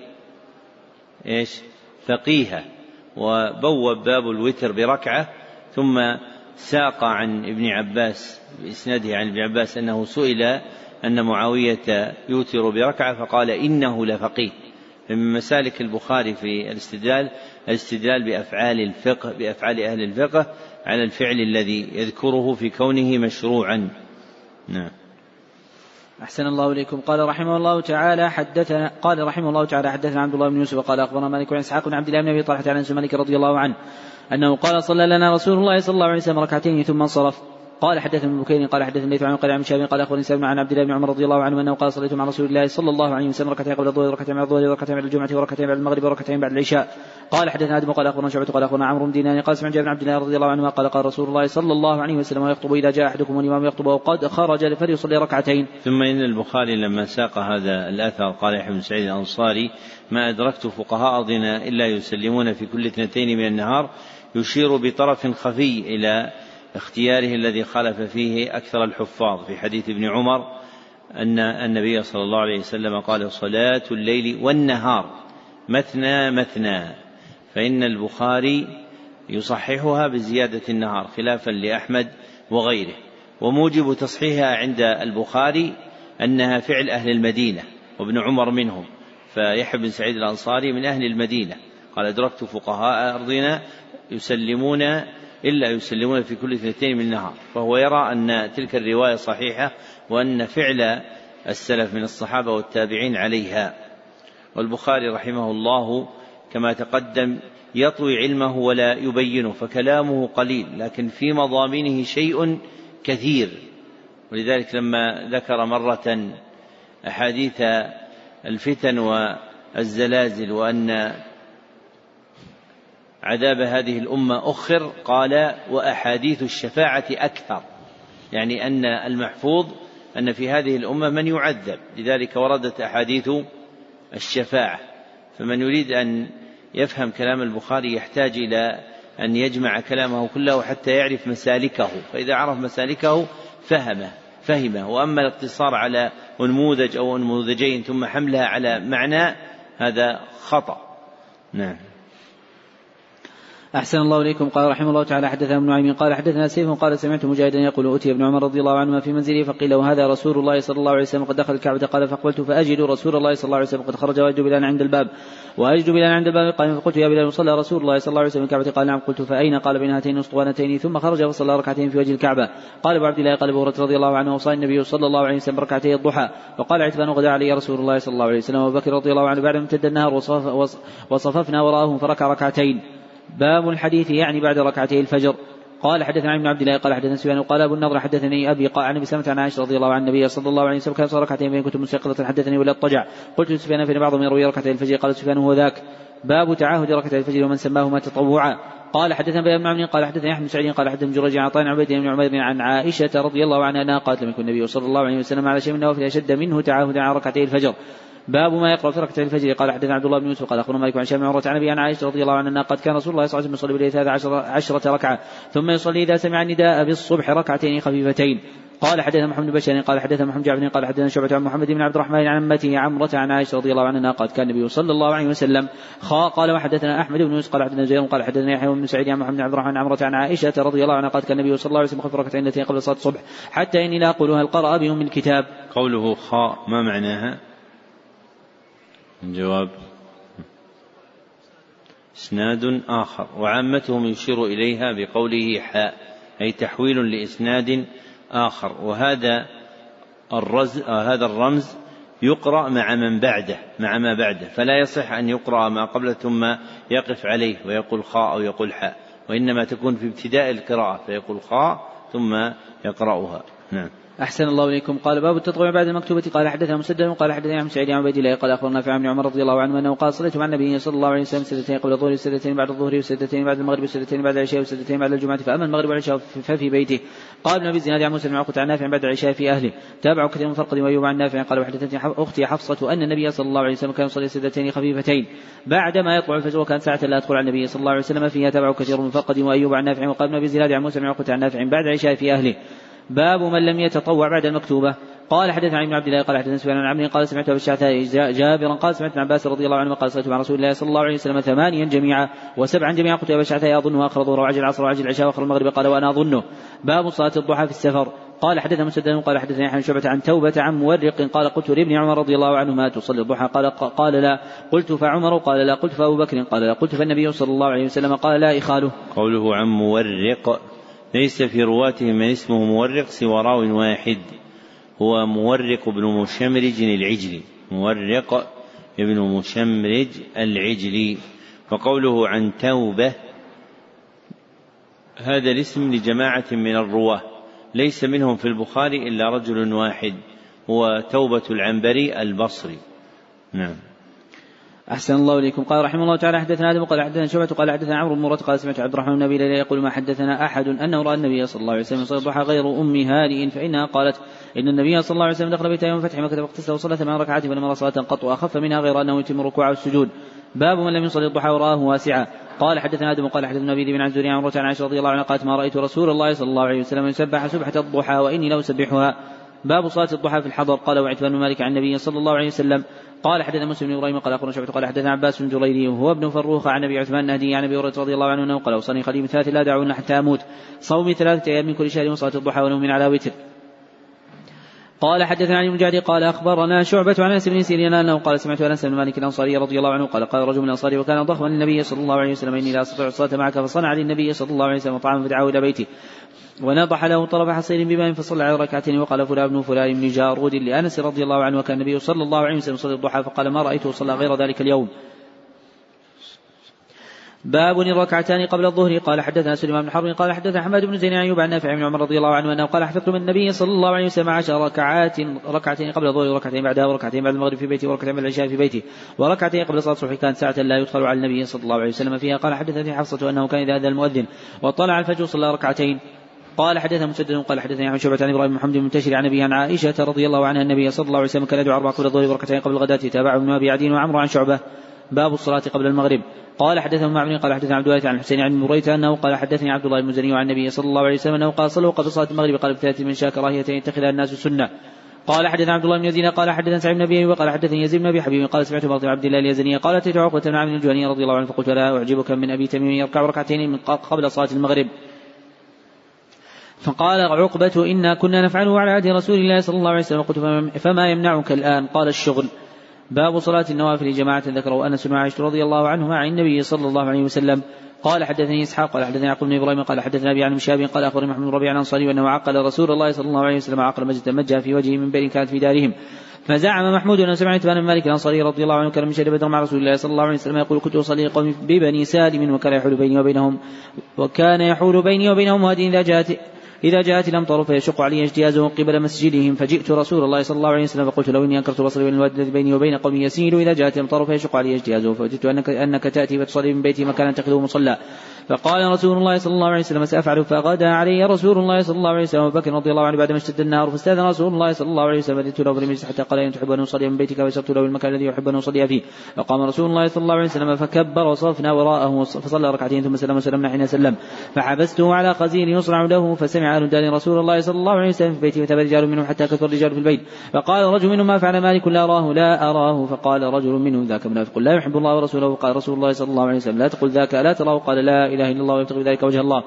إيش؟ فقيهة. وبوب باب الوتر بركعة، ثم ساق عن ابن عباس بإسناده عن ابن عباس أنه سئل أن معاوية يوتر بركعة فقال: إنه لفقيه. فمن مسالك البخاري في الاستدلال الاستدلال بأفعال الفقه بأفعال أهل الفقه على الفعل الذي يذكره في كونه مشروعا. نعم. أحسن الله إليكم. قال رحمه الله تعالى حدثنا قال رحمه الله تعالى حدثنا عبد الله بن يوسف قال أخبرنا مالك عن إسحاق بن عبد الله بن أبي طلحة عن أنس مالك رضي الله عنه أنه قال: صلى لنا رسول الله صلى الله عليه وسلم ركعتين ثم انصرف. قال حدثنا ابن بكير قال حدثنا الليث عن قال عن شاب قال اخبرني سالم عن عبد الله بن عمر رضي الله عنه انه قال صليت مع رسول الله صلى الله عليه وسلم ركعتين قبل الظهر وركعتين بعد الظهر وركعتين بعد الجمعه وركعتين بعد المغرب وركعتين بعد العشاء. قال حدثنا ادم قال اخبرنا شعبة قال اخبرنا عمرو بن دينار قال سمعت جابر بن عبد الله رضي الله عنه قال قال رسول الله صلى الله عليه وسلم يخطب اذا جاء احدكم والامام يخطب وقد خرج فليصلي ركعتين. ثم ان البخاري لما ساق هذا الاثر قال يحيى بن سعيد الانصاري ما ادركت فقهاء ارضنا الا يسلمون في كل اثنتين من النهار، يشير بطرف خفي الى اختياره الذي خالف فيه أكثر الحفاظ في حديث ابن عمر أن النبي صلى الله عليه وسلم قال صلاة الليل والنهار مثنى مثنى، فإن البخاري يصححها بزيادة النهار خلافا لأحمد وغيره. وموجب تصحيحها عند البخاري أنها فعل أهل المدينة وابن عمر منهم، فيحيى بن سعيد الأنصاري من أهل المدينة قال أدركت فقهاء أرضنا يسلمون إلا يسلمون في كل اثنتين من النهار، فهو يرى أن تلك الرواية صحيحة وأن فعل السلف من الصحابة والتابعين عليها. والبخاري رحمه الله كما تقدم يطوي علمه ولا يبينه، فكلامه قليل لكن في مضامينه شيء كثير. ولذلك لما ذكر مرة أحاديث الفتن والزلازل وأن عذاب هذه الأمة أخر قال وأحاديث الشفاعة أكثر، يعني أن المحفوظ أن في هذه الأمة من يعذب، لذلك وردت أحاديث الشفاعة. فمن يريد أن يفهم كلام البخاري يحتاج إلى أن يجمع كلامه كله حتى يعرف مسالكه، فإذا عرف مسالكه فهمه فهمه وأما الاقتصار على نموذج أو نموذجين ثم حملها على معنى هذا خطأ. نعم. أحسن الله إليكم. قال رحمه الله تعالى حدثنا ابن نعيم قال حدثنا سيف قال سمعت مجاهدا يقول أتي ابن عمر رضي الله عنهما في منزله فقيل له هذا رسول الله صلى الله عليه وسلم قد دخل الكعبة، قال فقبلت فأجد رسول الله صلى الله عليه وسلم قد خرج وأجد بلال عند الباب وأجد بلال عند الباب قال فقلت يا بلال صلى رسول الله صلى الله عليه وسلم الكعبة؟ قال نعم. قلت فأين؟ قال بين هاتين الأسطوانتين، ثم خرج فصلى ركعتين في وجه الكعبة. قال أبو عبد الله قال أبو هريرة رضي الله عنه وصى النبي صلى الله عليه وسلم ركعتي الضحى. وقال عتبان وغدا علي رسول الله صلى الله عليه وسلم وأبو بكر رضي الله عنه بعد امتد النهار وصف وصففنا وراءهم فركع ركعتين. باب الحديث يعني بعد ركعتي الفجر. قال حدثنا بن عبد الله قال حدثنا سفيان قال ابو النضر حدثني ابي قال عن ابي سلمة عن عائشة رضي الله عن النبي صلى الله عليه وسلم كان صلى ركعتين فإن كنت مستيقظة حدثني ولا اضطجع. قلت لسفيان فإن بعضهم يروي ركعتي الفجر، قال سفيان هو ذاك. باب تعاهد ركعتي الفجر ومن سماهما تطوعا. قال حدثنا بن عمرو قال حدثنا احمد بن سعيد قال حدثنا جريج عن عطاء عبيد بن عمير عن عائشة رضي الله عنها انها قالت لم يكن النبي صلى الله عليه وسلم على شيء من النوافل اشد منه تعاهدا على ركعتي الفجر. باب ما يقرأ في ركعتي الفجر. قال حدثنا عبد الله بن يوسف قال أخبرنا مالك عن شام عروة عن أبي عن عائشة رضي الله عنها قد كان رسول الله صلى الله عليه وسلم يصلي بالليل عشرة, عشرة ركعة ثم يصلي إذا سمع النداء بالصبح ركعتين خفيفتين. قال حدثنا محمد بن بشار قال حدثنا محمد جعفر قال حدثنا شعبة عن محمد بن عبد الرحمن عن عمته عمرة عن عائشة رضي الله عنها قد كان النبي صلى الله عليه وسلم خا. قال وحدثنا أحمد بن يوسف قال حدثنا زيد قال حدثنا يحيى بن سعيد عن محمد بن عبد الرحمن عن عمرة عن عائشة رضي الله عنها قد كان النبي صلى الله عليه وسلم خف ركعتين التي قبل صلاة الصبح حتى إني لا أقول هل قرأ بهم الكتاب. قوله خاء ما معناها؟ الجواب اسناد آخر، وعامتهم يشير إليها بقوله حاء أي تحويل لإسناد آخر، وهذا الرز هذا الرمز يقرأ مع من بعده مع ما بعده، فلا يصح أن يقرأ ما قبله ثم يقف عليه ويقول خاء أو يقول حاء، وإنما تكون في ابتداء القراءة فيقول خاء ثم يقرأها. نعم. أحسن الله إليكم. قال باب التطوع بعد المكتوبة. قال حدثنا مسدد قال حدثنا عن سعيد عن عبيد الله قال أخبرنا نافع عن عمر رضي الله عنه أنه قال صليت مع النبي صلى الله عليه وسلم سجدتين قبل الظهر وسجدتين بعد الظهر وسجدتين بعد المغرب وسجدتين بعد العشاء وسجدتين بعد الجمعة، فأما المغرب والعشاء ففي بيته. قال ابن أبي الزناد عن موسى بن عقبة عن نافع بعد العشاء في أهله. تابعوا كثير من فرقد وأيوب عن نافع قال وحدثتني أختي حفصة أن النبي صلى الله عليه وسلم كان يصلي سجدتين خفيفتين بعدما يطلع الفجر وكانت ساعة لا يدخل على النبي صلى الله عليه وسلم فيها. تابعوا كثير من فرقد وأيوب عن نافع. وقال ابن أبي الزناد عن موسى بن عقبة عن نافع بعد العشاء في أهله. باب من لم يتطوع بعد المكتوبة. قال حدثنا ابن عبد الله قال حدثنا سفيان عن عمرو قال سمعت ابي الشعثاء جابرا قال سمعت ابن عباس رضي الله عنه قال صليت مع رسول الله صلى الله عليه وسلم ثمانيا جميعا وسبعا جميعا. قلت ابي الشعثاء اظنه اخر ظهر وعجل العصر وعجل العشاء واخر المغرب. قال وانا اظنه. باب صلاه الضحى في السفر. قال حدثنا مسدد قال حدثنا يحيى بن شعبة عن توبة عن مورق قال قلت لابن عمر رضي الله عنهما تصلي الضحى؟ قال قال لا. قلت فعمر؟ قال لا. قلت فابو بكر؟ قال لا. قلت فالنبي صلى الله عليه وسلم؟ قال لا. إخاله. قوله عن مورق ليس في رواته من اسمه مورق سوى راو واحد هو مورق بن مشمرج العجلي مورق ابن مشمرج العجلي. وقوله عن توبة هذا الاسم لجماعة من الرواة ليس منهم في البخاري إلا رجل واحد هو توبة العنبري البصري. نعم. أحسن الله إليكم. قال رحمه الله تعالى حدثنا آدم قال حدثنا شعبة قال حدثنا عمرو بن مرة قال سمعت عبد الرحمن بن أبي ليلى يقول ما حدثنا أحد أنه رأى النبي صلى الله عليه وسلم يصلي الضحى غير أم هانئ فإنها قالت إن النبي صلى الله عليه وسلم دخل بيته يوم فتح مكة فاغتسل وصلى ثمان ركعات فلم يرى صلاة قط وأخف منها غير أنه يتم الركوع والسجود. باب من لم يصلي الضحى ورآه واسعا. قال حدثنا آدم قال حدثنا أبي بن عزوري عن عمرو عن عائشة رضي الله عنها قالت ما رأيت رسول الله صلى الله عليه وسلم يسبح سبحة الضحى وإني لو أسبحها. باب صلاة الضحى في الحضر. قال وعتبان بن مالك عن النبي صلى الله عليه وسلم قال حدثنا مسلم بن ابراهيم قال اخبرنا شعبة قال حدثنا عباس بن جريري وهو ابن فروخ عن ابي عثمان النهدي عن ابي هريرة رضي الله عنه انه قال اوصاني خليل ثلاث لا دعونا حتى اموت صوم ثلاثة ايام من كل شهر وصلاة الضحى ونوم على وتر. قال حدثنا علي بن جعد قال اخبرنا شعبة عن انس بن سيرين انه قال سمعت انس بن مالك الانصاري رضي الله عنه قال قال رجل من الانصار وكان ضخما للنبي صلى الله عليه وسلم اني لا استطيع الصلاة معك فصنع للنبي صلى الله عليه وسلم طعاما فدعاه الى بيته ونضح له طرف حصير بماء فصلى على ركعتين وقال فلان بن فلان بن جارود لأنس رضي الله عنه وكان النبي صلى الله عليه وسلم صلى الضحى فقال ما رأيته صلى غير ذلك اليوم. باب الركعتان قبل الظهر. قال حدثنا سليمان بن حرب قال حدثنا حماد بن زين أيوب عن نافع بن عمر رضي الله عنه أنه قال حفظت من النبي صلى الله عليه وسلم عشر ركعات ركعتين قبل الظهر وركعتين بعدها وركعتين بعد المغرب في بيته وركعتين بعد العشاء في بيته وركعتين قبل صلاة الصبح كانت ساعة لا يدخل على النبي صلى الله عليه وسلم فيها. قال حدثني حفصة أنه كان إذا أذن المؤذن وطلع الفجر صلى ركعتين. قال حدثنا مسدد قال حدثني عن شعبة عن ابراهيم محمد المنتشر عن ابي عن عائشة رضي الله عنها النبي صلى الله عليه وسلم كان يدعو اربع قبل الظهر وركعتين قبل الغداة تابعه ابن ابي عدي وعمرو عن شعبة. باب الصلاة قبل المغرب. قال حدثنا معمر قال حدثنا عبد الله عن الحسين عن مريث انه قال حدثني عبد الله المزني عن النبي صلى الله عليه وسلم انه قال صلوا قبل صلاة المغرب قال بثلاث من شاء كراهية يتخذها الناس سنة. قال حدثنا عبد الله بن يزيد قال حدثنا سعيد بن ابي وقال حدثني يزيد بن ابي حبيب قال سمعت بعض عبد الله اليزني قال اتيت عقبة بن عامر الجهني رضي الله عنه فقلت لا اعجبك من ابي تميم يركع ركعتين من قبل صلاة المغرب. فقال عقبة إنا كنا نفعله على عهد رسول الله صلى الله عليه وسلم قلت فما يمنعك الآن؟ قال الشغل. باب صلاة النوافل جماعة ذكره أنس وعائشة رضي الله عنهما عن النبي صلى الله عليه وسلم. قال حدثني إسحاق قال حدثني يعقوب بن إبراهيم قال حدثنا أبي عن شهاب قال أخبرني محمد بن ربيع الأنصاري وأنه عقل رسول الله صلى الله عليه وسلم عقل مجد مجا في وجهه من بئر كانت في دارهم. فزعم محمود أن سمع عتبان بن مالك الأنصاري رضي الله عنه كان من شهر بدر مع رسول الله صلى الله عليه وسلم يقول كنت أصلي قومي ببني سالم وكان يحول بيني وبينهم وكان يحول بيني وبينهم وادي إذا جاءت إذا جاءت الأمطار فيشق علي اجتيازه قبل مسجدهم فجئت رسول الله صلى الله عليه وسلم فقلت لو إني أنكرت بصري بين الواد الذي بيني وبين قومي يسيل إذا جاءت الأمطار فيشق علي اجتيازه فوجدت أنك, أنك تأتي فتصلي من بيتي مكانا تأخذه مصلى. فقال رسول الله صلى الله عليه وسلم سأفعل. فغدا علي رسول الله صلى الله عليه وسلم وبكر رضي الله عنه بعدما اشتد النهار فاستاذن رسول الله صلى الله عليه وسلم فجئت له بالمجلس حتى قال إن تحب أن أصلي من بيتك فشرت له المكان الذي يحب أن أصلي فيه. فقام رسول الله صلى الله عليه وسلم فكبر وصفنا وراءه فصلى ركعتين ثم سلم وسلمنا حين سلم فحبسته على خزين يصنع له فسمع أهل دار رسول الله صلى الله عليه وسلم في بيته وتبى رجال منهم حتى كثر الرجال في البيت. فقال رجل منهم ما فعل مالك لا أراه لا أراه. فقال رجل منهم ذاك منافق لا يحب الله ورسوله. قال رسول الله صلى الله عليه وسلم لا تقل ذاك لا تراه. قال لا إله إلا الله ويبتغي ذلك وجه الله.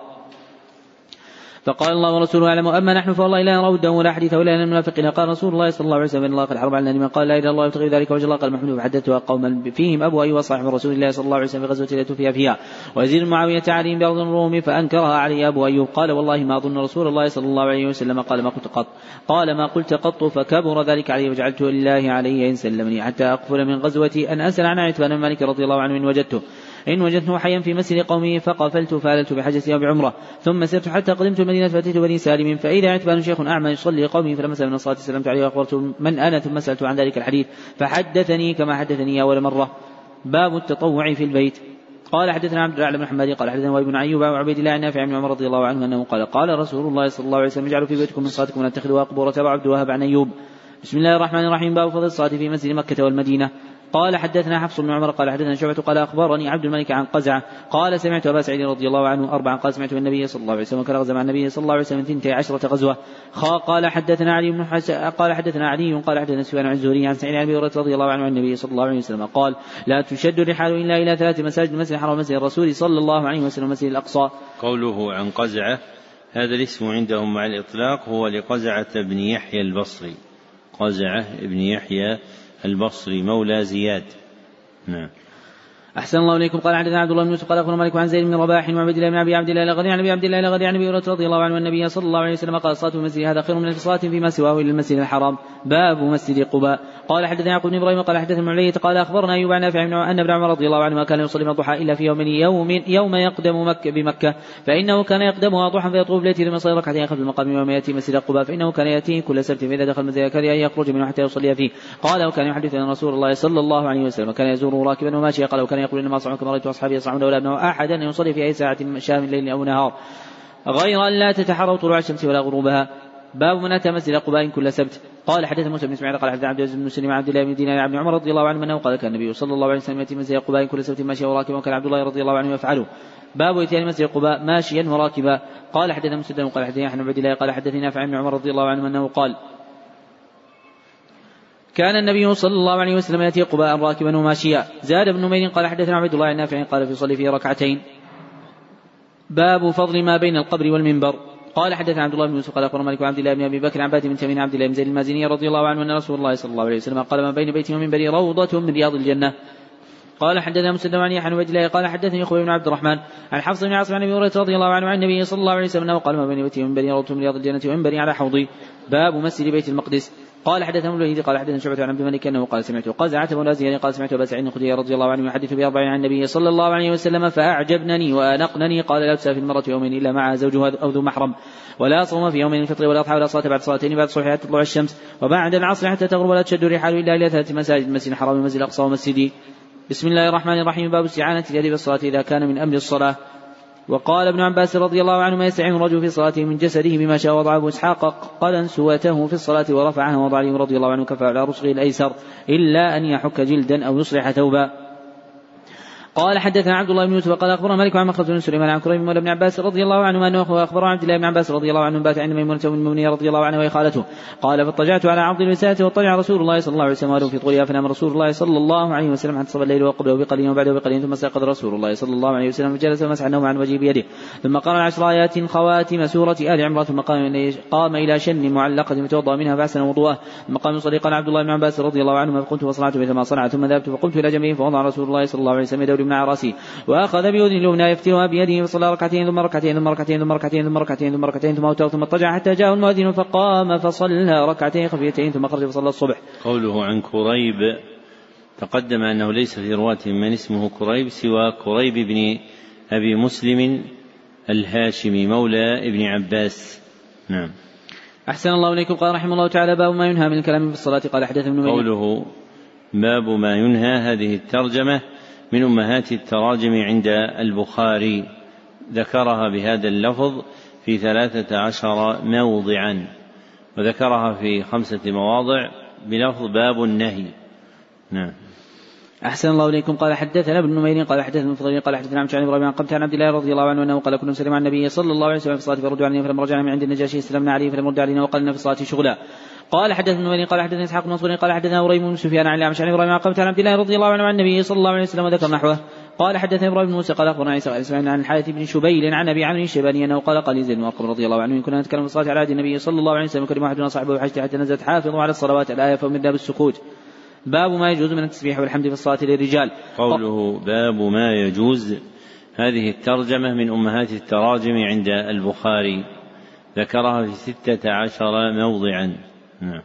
فقال الله ورسوله أعلم أما نحن فوالله لا نرى وده ولا حديث ولا المنافقين. قال رسول الله صلى الله عليه وسلم إن الله قد حرم علينا لمن قال لا إله إلا الله ويبتغي ذلك وجه الله. قال محمود فحدثتها قوما فيهم أبو أيوب صاحب رسول الله صلى الله عليه وسلم في غزوة لا توفي فيها ويزيد معاوية عليهم بأرض الروم فأنكرها علي أبو أيوب. قال والله ما أظن رسول الله صلى الله عليه وسلم قال ما قلت قط قال ما قلت قط فكبر ذلك علي وجعلت لله علي إن سلمني حتى أقفل من غزوتي أن أسأل عن عتبان بن مالك رضي الله عنه إن وجدته إن وجدته حيا في مسجد قومه فقفلت فاللت بحجتي وبعمرة ثم سرت حتى قدمت المدينة فأتيت بني سالم فإذا عتبان شيخ أعمى يصلي قومه فلما سلم من الصلاة سلمت عليه وأخبرت من أنا ثم سألت عن ذلك الحديث فحدثني كما حدثني أول مرة. باب التطوع في البيت. قال حدثنا عبد الله بن محمد قال حدثنا وابن أيوب وعبيد الله نافع بن عمر رضي الله عنه أنه قال قال رسول الله صلى الله عليه وسلم اجعلوا في بيتكم من صلاتكم ولا تتخذوها قبورا. وعبد الوهاب عن أيوب. بسم الله الرحمن الرحيم. باب فضل الصلاة في مسجد مكة والمدينة. قال حدثنا حفص بن عمر قال حدثنا شعبة قال أخبرني عبد الملك عن قزعة قال سمعت أبا سعيد رضي الله عنه أربعا قال سمعت النبي صلى الله عليه وسلم كان غزا مع النبي صلى الله عليه وسلم ثنتي عشرة غزوة. قال حدثنا علي بن حسن قال حدثنا علي قال حدثنا سفيان عن الزهري عن سعيد بن أبي هريرة رضي الله عنه عن النبي صلى الله عليه وسلم قال لا تشد الرحال إلا إلى ثلاث مساجد مسجد الحرام ومسجد الرسول صلى الله عليه وسلم ومسجد الأقصى. قوله عن قزعة هذا الاسم عندهم مع الإطلاق هو لقزعة بن يحيى البصري قزعة بن يحيى البصري مولى زياد. نعم. أحسن الله إليكم. قال حدثنا عبد الله بن يوسف قال أخبرنا مالك عن زيد بن رباح وعبد الله بن أبي عبد الله الغني عن أبي عبد الله الغني عن أبي هريرة رضي الله عنه النبي صلى الله عليه وسلم قال الصلاة في المسجد هذا خير من الصلاة فيما سواه إلى المسجد الحرام. باب مسجد قباء. قال حدثنا يعقوب بن إبراهيم قال حدثنا المعلية قال أخبرنا أيوب عن نافع أن ابن عمر رضي الله عنه ما كان يصلي من الضحى إلا في يوم يوم يوم يقدم مكة بمكة فإنه كان يقدمها ضحى فيطوف بليته لما صلى ركعتين خلف المقام يوم يأتي مسجد قباء فإنه كان يأتيه كل سبت فإذا دخل المسجد كان يخرج منه حتى يصلي فيه. قال وكان يحدث أن رسول الله صلى الله عليه وسلم كان يزوره راكبا وماشيا. قال وكان يقول إنما صعوا كما رأيت أصحابي يصعون ولا أبنه أحدا يصلي في أي ساعة شاء من ليل أو نهار غير أن لا تتحروا طلوع الشمس ولا غروبها. باب من أتى مسجد قباء كل سبت. قال حدث موسى بن اسماعيل قال حدث عبد العزيز بن مسلم عن عبد الله بن دينار عن ابن عمر رضي الله عنه انه قال كان النبي صلى الله عليه وسلم ياتي مسجد قباء كل سبت ماشيا وراكبا وكان عبد الله رضي الله عنه يفعله. باب اتيان مسجد قباء ماشيا وراكبا. قال حدثنا مسدد قال حدثنا يحيى بن عبد الله قال حدثني نافع عن ابن عمر رضي الله عنه انه قال كان النبي صلى الله عليه وسلم ياتي قباء راكبا وماشيا. زاد ابن نمير قال حدثنا عبد الله النافع قال في صلي فيه ركعتين. باب فضل ما بين القبر والمنبر. قال حدثنا عبد الله بن يوسف قال اخبرنا مالك وعبد الله بن ابي بكر عن بادي بن تميم عبد الله بن زيد المازني رضي الله عنه ان رسول الله صلى الله عليه وسلم قال ما بين بيتي ومنبري روضة من رياض الجنة. قال حدثنا مسدد عن يحيى بن عبد الله قال حدثني اخوي بن عبد الرحمن عن حفص بن عاصم عن ابي هريره رضي الله عنه عن النبي صلى الله عليه وسلم انه قال ما بين بيتي ومنبري روضة من رياض الجنة ومنبري على حوضي. باب مسجد بيت المقدس. قال حدثنا ابن الوليد قال حدثنا شعبة عن عبد الملك انه قال سمعت قزعة بن أزيد قال سمعت ابا سعيد الخدري رضي الله عنه يحدث بأربعين عن النبي صلى الله عليه وسلم فأعجبنني وأنقنني. قال لا تسافر المرأة يومين إلا مع زوجها أو ذو محرم ولا صوم في يوم الفطر ولا أضحى ولا صلاة بعد صلاتين بعد الصبح حتى تطلع الشمس وبعد العصر حتى تغرب ولا تشد الرحال إلا إلى ثلاث مساجد المسجد الحرام والمسجد الأقصى ومسجدي. بسم الله الرحمن الرحيم. باب استعانة اليد بالصلاة إذا كان من أمر الصلاة. وقال ابن عباس رضي الله عنهما يستعين الرجل في صلاته من جسده بما شاء. وضع أبو إسحاق قلنسوته في الصلاة ورفعها ووضع علي رضي الله عنه كفى على رسغه الأيسر إلا أن يحك جلدا أو يصلح ثوبا. قال حدثنا عبد الله بن يوسف قال أخبرنا مالك عن مخلد بن سليمان عن كريم مولى ابن عباس رضي الله عنه أنه أخبر عبد الله بن عباس رضي الله عنه بات عند ميمونة بن المؤمنين رضي الله عنه وهي خالته. قال فاضطجعت على عرض الوسادة وطلع رسول الله صلى الله عليه وسلم وله في طولها فنام رسول الله صلى الله عليه وسلم حتى صلى الليل وقبله بقليل وبعده بقليل ثم استيقظ رسول الله صلى الله عليه وسلم فجلس ومسح النوم عن وجهه بيده ثم قرأ العشر آيات خواتم سورة آل عمران ثم قام إلى شن معلقة فتوضأ منها فأحسن وضوءه ثم قام يصلي. قال عبد الله بن عباس رضي الله عنه فقمت فصنعت مثل ما صنع ثم ذهبت فقمت إلى جنبه فوضع رسول الله صلى الله عليه وسلم يده اليمنى على رأسي وأخذ بيده اليمنى يفترها بيده فصلى ركعتين ثم ركعتين ثم ركعتين ثم ركعتين ثم ركعتين ثم ركعتين ثم أوتر ثم اضطجع حتى جاء المؤذن فقام فصلى ركعتين خفيفتين ثم خرج فصلى الصبح. قوله عن كريب تقدم أنه ليس في رواة من اسمه كريب سوى كريب بن أبي مسلم الهاشمي مولى ابن عباس. نعم. أحسن الله إليكم. قال رحمه الله تعالى باب ما ينهى من الكلام في الصلاة. قال حدث ابن قوله باب ما ينهى هذه الترجمة من أمهات التراجم عند البخاري ذكرها بهذا اللفظ في ثلاثة عشر موضعا وذكرها في خمسة مواضع بلفظ باب النهي. نعم. أحسن الله إليكم. قال حدثنا ابن نمير قال حدثنا الفضيل قال حدثنا عن ابراهيم عن قمت عن عبد الله رضي الله عنه أنه قال كنا نسلم عن النبي صلى الله عليه وسلم في الصلاة فردوا علينا فلما رجعنا من عند النجاشي استلمنا عليه فلم رد علينا وقالنا في الصلاة شغلا. قال حدثنا ابن نمير قال حدثنا إسحاق بن منصور قال حدثنا هريم بن سفيان عن الأعمش عن ابراهيم عن قمت عن عبد الله رضي الله عنه عن النبي صلى الله عليه وسلم وذكر نحوه. قال حدثنا ابراهيم بن موسى قال اخبرنا عيسى قال اسمعنا عن الحارث بن شبيل عن ابي عمرو الشيباني انه قال قال زيد بن ارقم رضي الله عنه ان كنا نتكلم في الصلاه على عهد النبي صلى الله عليه وسلم كلم واحدنا صاحبه حتى حتى نزلت حافظوا على الصلوات الايه فامرنا بالسكوت. باب ما يجوز من التسبيح والحمد في الصلاه للرجال. قوله باب ما يجوز هذه الترجمه من امهات التراجم عند البخاري ذكرها في ستة عشر موضعا. نعم.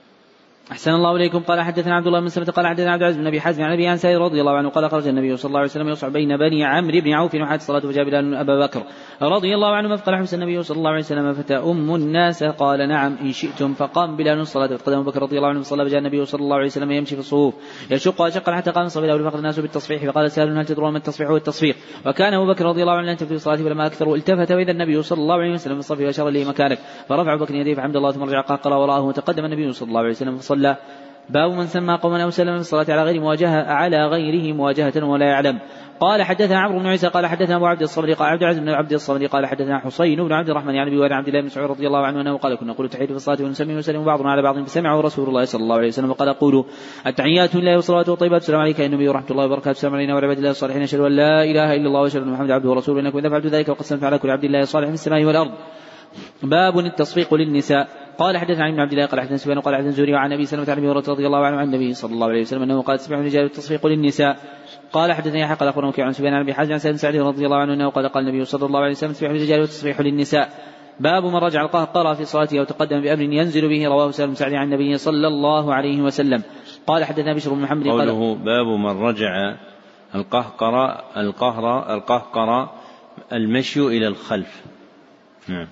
أحسن الله إليكم. قال حدثنا عبد الله بن سلمة قال حدثنا عبد العزيز بن أبي حازم عن أبي أنس رضي الله عنه قال خرج النبي صلى الله عليه وسلم يصعد بين بني عمرو بن عوف وحات الصلاة فجاء بلال أبا بكر رضي الله عنه فقال حمس النبي صلى الله عليه وسلم فتأم الناس قال نعم إن شئتم فقام بلال الصلاة فقدم بكر رضي الله عنه فصلى فجاء النبي صلى الله عليه وسلم يمشي في الصفوف يشق وشق حتى قام الصف الأول فقد الناس بالتصفيح فقال سهل هل تدرون ما التصفيح والتصفيق وكان أبو بكر رضي الله عنه يلتفت في الصلاة فلما أكثر التفت وإذا النبي صلى الله عليه وسلم في الصف وأشار لي مكانك فرفع أبو بكر يديه فحمد الله ثم رجع قال وراءه وتقدم النبي صلى الله عليه وسلم فصلى. باب من سمى قوما أو سلم في الصلاة على غير مواجهة على غيره مواجهة ولا يعلم. قال حدثنا عمرو بن عيسى قال حدثنا أبو عبد الصمد قال عبد العزيز بن عبد الصمد قال حدثنا حسين بن عبد الرحمن يعني بن عبد الله بن مسعود رضي الله عنه أنه قال كنا نقول تحية في الصلاة ونسمي ونسلم بعضنا على بعض فسمعه رسول الله صلى الله عليه وسلم وقال قولوا التحيات لله والصلوات والطيبات السلام عليك يا النبي ورحمة الله وبركاته السلام علينا وعلى عباد الله الصالحين أشهد أن لا إله إلا الله وأشهد أن محمدا عبده ورسوله إنكم إذا فعلتم ذلك وقد سلمت على كل عبد الله الصالح من السماء والأرض. باب التصفيق للنساء. قال حدثنا عن ابن عبد الله قال حدثنا سفيان قال حدثنا زهري وعن ابي سلمة عن ابي هريرة رضي الله عنه عن النبي صلى الله عليه وسلم انه قال تسبح الرجال التصفيق للنساء. قال حدثني يحيى قال أخبرنا وكيع عن سفيان عن أبي حازم عن سالم سعد رضي الله عنه أنه قال قال النبي صلى الله عليه وسلم تسبيح للرجال والتسبيح للنساء. باب من رجع القهقرى في صلاته وتقدم بأمر ينزل به، رواه سالم سعد عن النبي صلى الله عليه وسلم. قال حدثنا بشر بن محمد قوله باب من رجع القهقرى القهر القهقرى المشي إلى الخلف. نعم.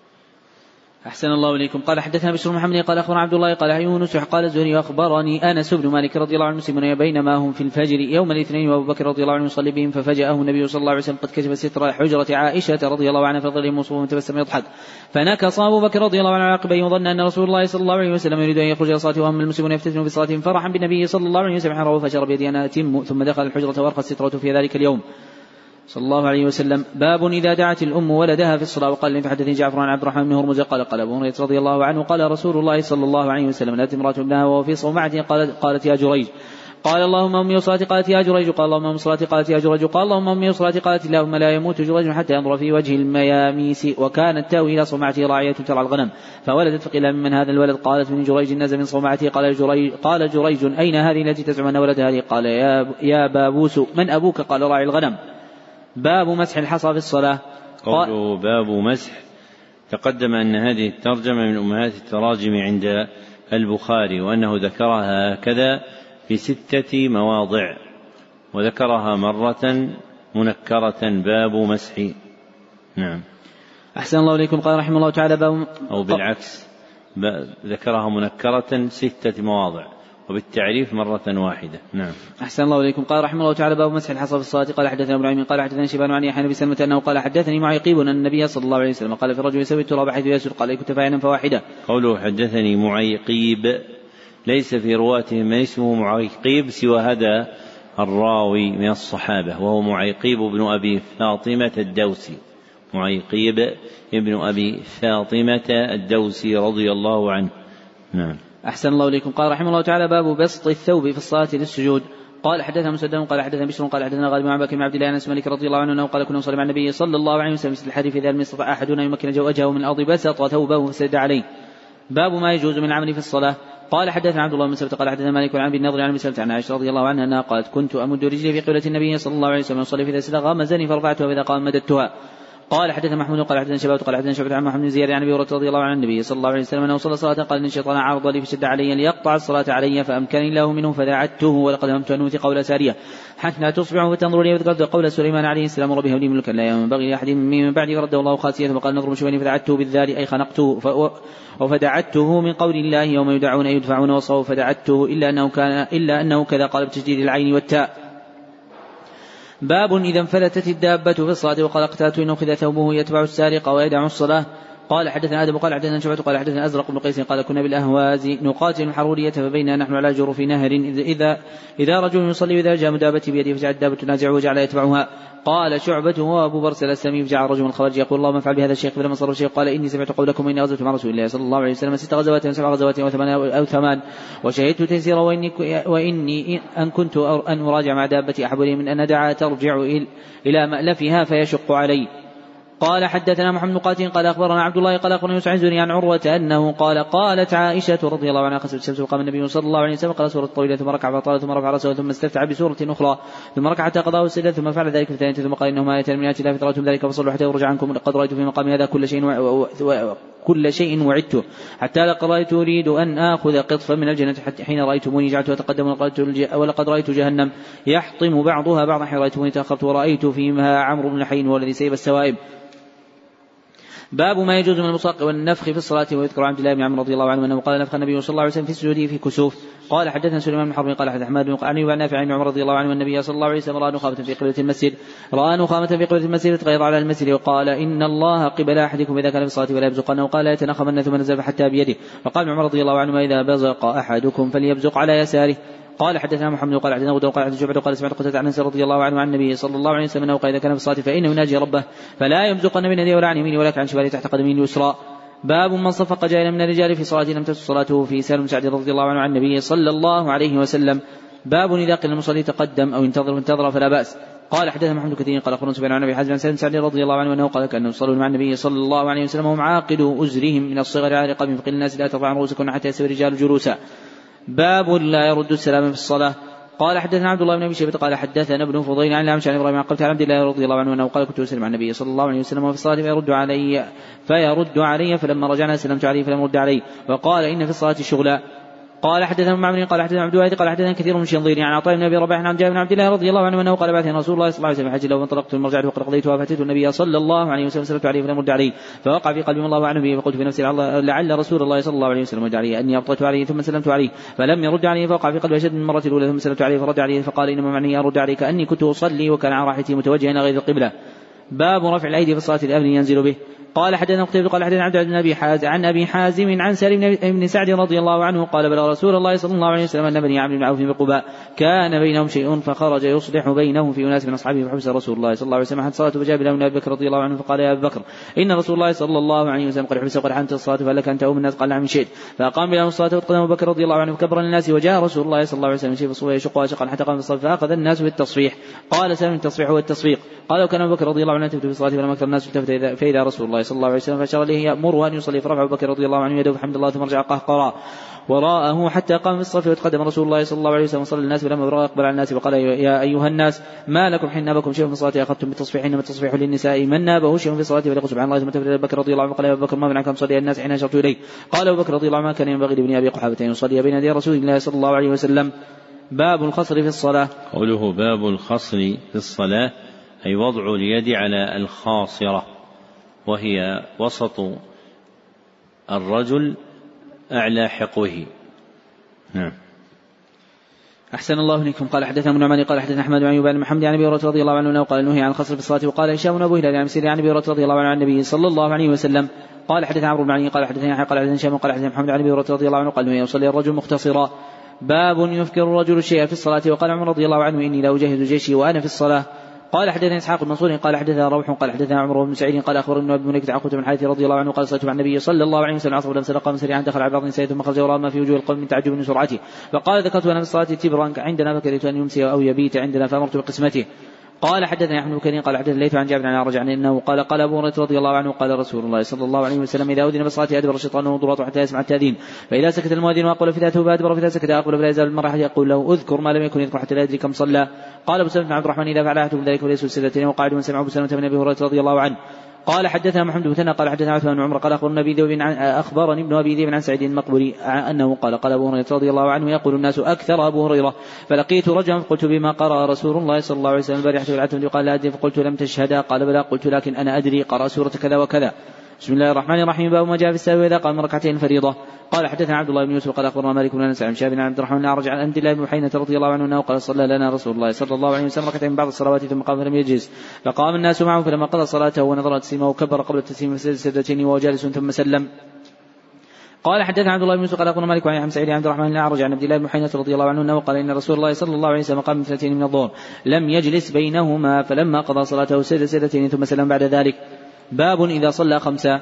أحسن الله إليكم. قال حدثنا بشر بن محمد قال أخبرنا عبد الله قال يونس قال الزهري أخبرني أنس بن مالك رضي الله عنه المسلمون بينما هم في الفجر يوم الاثنين وأبو بكر رضي الله عنه يصلي بهم ففجأه النبي صلى الله عليه وسلم قد كشف ستر حجرة عائشة رضي الله عنها فظل مصروف متبسم يضحك فنكص أبو بكر رضي الله عنه على عقبيه وظن أن رسول الله صلى الله عليه وسلم يريد أن يخرج إلى صلاته وهم المسلمون يفتتنوا بصلاتهم فرحا بالنبي صلى الله عليه وسلم حروا فشر بيدي أنا أتم ثم دخل الحجرة وارخى السترة في ذلك اليوم صلى الله عليه وسلم. باب إذا دعت الأم ولدها في الصلاة. وقال لي فحدثني جعفر عن عبد الرحمن بن هرمز قال قال أبو هريرة رضي الله عنه قال رسول الله صلى الله عليه وسلم نادت امرأة ابنها وهو في صومعته قالت, قالت يا جريج قال اللهم أمي وصلاتي قالت يا جريج قال اللهم أمي وصلاتي قالت يا جريج قال اللهم أمي وصلاتي قالت اللهم لا يموت جريج حتى ينظر في وجه المياميس. وكانت تاوي إلى صومعته راعية ترعى الغنم فولدت فقيل من هذا الولد قالت من جريج نزل من صومعته. قال جريج, قال جريج أين هذه التي تزعم أن ولد هذه؟ قال يا, يا بابوس من أبوك؟ قال راعي الغنم. باب مسح الحصى في الصلاة. قوله باب مسح تقدم أن هذه الترجمة من أمهات التراجم عند البخاري وأنه ذكرها هكذا في ستة مواضع وذكرها مرة منكرة باب مسح. نعم. أحسن الله إليكم. قال رحمه الله تعالى باب أو بالعكس ذكرها منكرة ستة مواضع وبالتعريف مرة واحدة. نعم. أحسن الله إليكم. قال رحمه الله تعالى باب مسح الحصى في الصلاة. قال حدثنا ابن عمين قال حدثنا شيبان عن يحيى بن سلمة أنه قال حدثني معيقيب أن النبي صلى الله عليه وسلم قال في الرجل يسوي التراب حيث يسر قال كنت فاعلا فواحدة. قوله حدثني معيقيب ليس في رواته من اسمه معيقيب سوى هذا الراوي من الصحابة وهو معيقيب بن أبي فاطمة الدوسي معيقيب ابن أبي فاطمة الدوسي رضي الله عنه. نعم. أحسن الله إليكم. قال رحمه الله تعالى باب بسط الثوب في الصلاة للسجود. قال حدثنا مسدد قال حدثنا بشر قال حدثنا غالب عن بكر بن عبد الله أنس مالك رضي الله عنه أنه قال كنا نصلي مع النبي صلى الله عليه وسلم مثل الحديث إذا لم يستطع أحدنا يمكن وجهه من الأرض بسط ثوبه فسجد عليه. باب ما يجوز من العمل في الصلاة. قال حدثنا عبد الله بن سلمة قال حدثنا مالك عن ابي النضر عن ابي سلمة عن عائشة رضي الله عنها انها قالت كنت امد رجلي في قبلة النبي صلى الله عليه وسلم يصلي فاذا سجد غمزني فرفعتها واذا قام مددتها. قال حدثنا محمود قال حدثنا شباب قال حدثنا شعبة عن محمد بن زياد عن ابي هريرة رضي الله عنه النبي صلى الله عليه وسلم انه صلى صلاة قال ان الشيطان عرض لي فشد علي ليقطع الصلاة علي فامكنني الله منه فدعته ولقد همت ان اوتي قول سارية حتى تصبح فتنظر لي وذكرت قول سليمان عليه السلام ربي هب لي ملكا لا ينبغي لاحد من بعدي فرده الله خاسية وقال نضرب شبني فدعته بالذال اي خنقته وفدعته من قول الله يوم يدعون يدفعون وصوا فدعته الا انه كان الا انه كذا قال بتشديد العين والتاء. باب إذا انفلتت الدابة في الصلاة وقال اقتات إن أخذ ثوبه يتبع السارق ويدع الصلاة. قال حدثنا آدم قال حدثنا شعبة قال حدثنا أزرق بن قيس قال كنا بالأهواز نقاتل الحرورية فبيننا نحن على جرف نهر إذا إذا رجل يصلي وإذا جاء دابتي بيده فجعل الدابة تنازعه وجعل يتبعها. قال شعبة وأبو برسل السمي فجعل رجل من الخوارج يقول اللهم افعل بهذا الشيخ فلما صار الشيخ قال إني سمعت قولكم إني غزوت مع رسول الله صلى الله عليه وسلم ست غزوات وسبع غزوات وثمان أو ثمان وشهدت تيسيرا وإني, وإني أن كنت أن أراجع مع دابتي أحب لي من أن دعا ترجع إلى مألفها فيشق علي. قال حدثنا محمد بن قاتل قال أخبرنا عبد الله قال أخبرنا يوسف عن زهري عن عروة أنه قال قالت عائشة رضي الله عنها خسفت الشمس وقام النبي صلى الله عليه وسلم قال سورة طويلة ثم ركع فطال ثم رفع رأسه ثم استفتح بسورة أخرى ثم ركع حتى قضاه السجدة ثم فعل ذلك في الثانية ثم قال إنهما آيتان من آيات الله فترأتم ذلك فصلوا حتى يرجع عنكم لقد رأيت في مقام هذا كل شيء و... و... كل شيء وعدته حتى لقد رأيت أريد أن آخذ قطفا من الجنة حتى حين رأيتموني جعلت أتقدم ولقد رأيت جهنم يحطم بعضها بعضا حين رأيتموني تأخرت ورأيت فيها عمرو بن حين والذي سيب السوائب. باب ما يجوز من المصاق والنفخ في الصلاة. ويذكر عبد الله بن عمرو رضي الله عنه أنه قال نفخ النبي صلى الله عليه وسلم في السجود في كسوف. قال حدثنا سليمان بن حرب قال حدث أحمد بن قعني وعن نافع عن عمر رضي الله عنه النبي صلى الله عليه وسلم رأى نخامة في قبلة المسجد رأى نخامة في قبلة المسجد تغير على المسجد وقال إن الله قبل أحدكم إذا كان في الصلاة ولا يبزق أنه قال لا يتنخمن ثم نزل حتى بيده. وقال عمر رضي الله عنه إذا بزق أحدكم فليبزق على يساره. قال حدثنا محمد قال حدثنا غدر قال حدثنا شعبة قال سمعت قتادة عن انس رضي الله عنه عن النبي صلى الله عليه وسلم انه قال اذا كان في الصلاه فانه يناجي ربه فلا يبزقن من يديه ولا عن يمينه ولكن عن شماله تحت قدمه اليسرى. باب من صفق جاهلا من الرجال في صلاه لم تسد صلاته في سالم بن سعد رضي الله عنه عن النبي صلى الله عليه وسلم. باب اذا قيل المصلي تقدم او انتظر فانتظر فلا باس. قال حدثنا محمد كثير قال اخبرنا سفيان عن ابي حازم عن سالم بن سعد رضي الله عنه انه قال كانهم يصلون مع النبي صلى الله عليه وسلم وهم عاقدوا ازرهم من الصغر على رقابهم فقيل الناس لا ترفعوا رؤوسكم حتى يستوي الرجال جلوسا. باب لا يرد السلام في الصلاه. قال حدثنا عبد الله بن ابي شيبه قال حدثنا ابن فضيل عن الأعمش عن ابراهيم قلت عن عبد الله رضي الله عنه انه قال كنت اسلم عن النبي صلى الله عليه وسلم وفي الصلاه فيرد علي فيرد علي فلما رجعنا سلمت عليه فلم يرد علي وقال ان في الصلاه شغلا. قال حدثنا معمر قال حدثنا عبد الواحد قال حدثنا كثير من شنظير عن عطاء بن ابي رباح عن جابر بن عبد الله رضي الله عنه انه قال بعثني رسول الله صلى الله عليه وسلم حج له فانطلقت ثم رجعت وقد قضيتها فاتيت النبي صلى الله عليه وسلم سلمت عليه فلم يرد عليه فوقع في قلبي الله اعلم به فقلت في نفسي لعل رسول الله صلى الله عليه وسلم يرد عليه اني ابطأت عليه ثم سلمت عليه فلم يرد عليه فوقع في قلبي اشد من المره الاولى ثم سلمت عليه فرد عليه فقال انما معني ارد عليك اني كنت اصلي وكان على راحتي متوجها الى غير القبله. باب رفع الايدي في الصلاه الامن ينزل به. قال حدثنا قتيبة قال حدثنا عبد بن ابي حازم عن ابي حازم عن سالم بن سعد رضي الله عنه قال بلغ رسول الله صلى الله عليه وسلم ان بني عمرو بن عوف بقباء كان بينهم شيء فخرج يصلح بينهم في اناس من اصحابه فحبس رسول الله صلى الله عليه وسلم حتى صلاته فجاء بلال بن ابي بكر رضي الله عنه فقال يا ابي بكر ان رسول الله صلى الله عليه وسلم قد حبس وقد حنت الصلاه فلك ان تؤم الناس قال نعم شئت فاقام بلال الصلاه وقدم ابو بكر رضي الله عنه فكبر الناس وجاء رسول الله صلى الله عليه وسلم شيء فصوى يشق شقا حتى قام الصلاه فاخذ الناس بالتصفيح. قال سلم التصفيح هو التصفيق. قال وكان ابو بكر رضي الله عنه يلتفت في الصلاه فلما اكثر الناس التفت فاذا رسول الله صلى الله عليه وسلم فاشار اليه يامره ان يصلي فرفع ابو بكر رضي الله عنه يده فحمد الله ثم رجع قهقرا وراءه حتى قام في الصف وتقدم رسول الله صلى الله عليه وسلم وصلى الناس فلما بلغ اقبل على الناس وقال يا ايها الناس ما لكم حين نابكم شيء في الصلاه اخذتم بالتصفيح انما التصفيح للنساء من نابه شيء في الصلاه فليقل سبحان الله ثم تفت ابو بكر رضي الله عنه قال يا ابو بكر ما منعك ان تصلي الناس حين اشرت اليه. قال ابو بكر رضي الله عنه كان ينبغي لابن ابي قحافه ان يصلي بين يدي رسول الله صلى الله عليه وسلم. باب الخصر في الصلاه. قوله باب الخصر في الصلاه أي وضع اليد على الخاصرة وهي وسط الرجل أعلى حقوه. نعم. أحسن الله إليكم. قال حدثنا ابن عمر قال حدثنا أحمد بن أيوب بن محمد عن أبي هريرة رضي الله عنه قال نهي عن الخصر في الصلاة. وقال هشام بن أبو هلال عن سيرين عن أبي هريرة رضي الله عنه عن النبي صلى الله عليه وسلم قال حدثنا عمرو بن علي قال حدثنا يحيى قال حدثنا هشام قال حدثنا محمد عن أبي هريرة رضي الله عنه قال نهي يصلي الرجل مختصرا. باب يفكر الرجل الشيء في الصلاة. وقال عمر رضي الله عنه إني لا أجهز جيشي وأنا في الصلاة. قال حدثنا اسحاق بن منصور قال حدثنا روح قال حدثنا عمرو بن سعيد قال اخبرني ابن مليكة عن قتيبة بن الحارث رضي الله عنه قال صليت مع النبي صلى الله عليه وسلم العصر ولم سرق من سريعا دخل على بعض النساء ثم خرج وراء ما في وجوه القوم من تعجب من سرعته فقال ذكرت انا في الصلاه تبرا عندنا فكرهت ان يمسي او يبيت عندنا فامرت بقسمته. قال حدثنا احمد بن كثير قال حدثنا الليث عن جابر عن رجع انه قال قال ابو هريره رضي الله عنه قال رسول الله صلى الله عليه وسلم اذا اذن بالصلاه ادبر الشيطان وضراط حتى يسمع التاذين فاذا سكت المؤذن واقبل في ذاته فادبر فاذا سكت اقبل فلا يزال المرة يقول له اذكر ما لم يكن يذكر حتى لا يدري كم صلى. قال ابو سلمة بن عبد الرحمن اذا فعل احدكم ذلك وليس السجدتين وقاعد من سمع ابو سلمة بن ابي هريره رضي الله عنه. قال حدثنا محمد بن مثنى قال حدثنا عثمان بن عمر قال اخبرنا ابي ذئب اخبرني ابن ابي ذئب عن سعيد المقبري انه قال قال ابو هريره رضي الله عنه يقول الناس اكثر ابو هريره فلقيت رجلا فقلت بما قرأ رسول الله صلى الله عليه وسلم البارحه في العتمه قال لا ادري فقلت لم تشهدا قال بلى قلت لكن انا ادري قرأ سوره كذا وكذا. بسم الله الرحمن الرحيم. باب ما جاء في السهو اذا قام ركعتين الفريضه. قال حدثنا عبد الله بن يوسف قال اخبرنا مالك بن انس عن شاب بن عبد الرحمن اعرج عن عبد الله بن حينة رضي الله عنه انه قال صلى لنا رسول الله صلى الله عليه وسلم ركعتين من بعض الصلوات ثم قام فلم يجلس فقام الناس معه فلما قضى صلاته ونظر تسليمه وكبر قبل التسليم فسجد سجدتين وهو جالس ثم سلم. قال حدثنا عبد الله بن يوسف قال اخبرنا مالك عن سعيد عبد الرحمن الاعرج عن عبد الله بن حينة رضي الله عنه انه قال ان رسول الله صلى الله عليه وسلم قام من اثنتين من الظهر لم يجلس بينهما فلما قضى صلاته سجد سجدتين ثم سلم بعد ذلك. باب اذا صلى خمسا.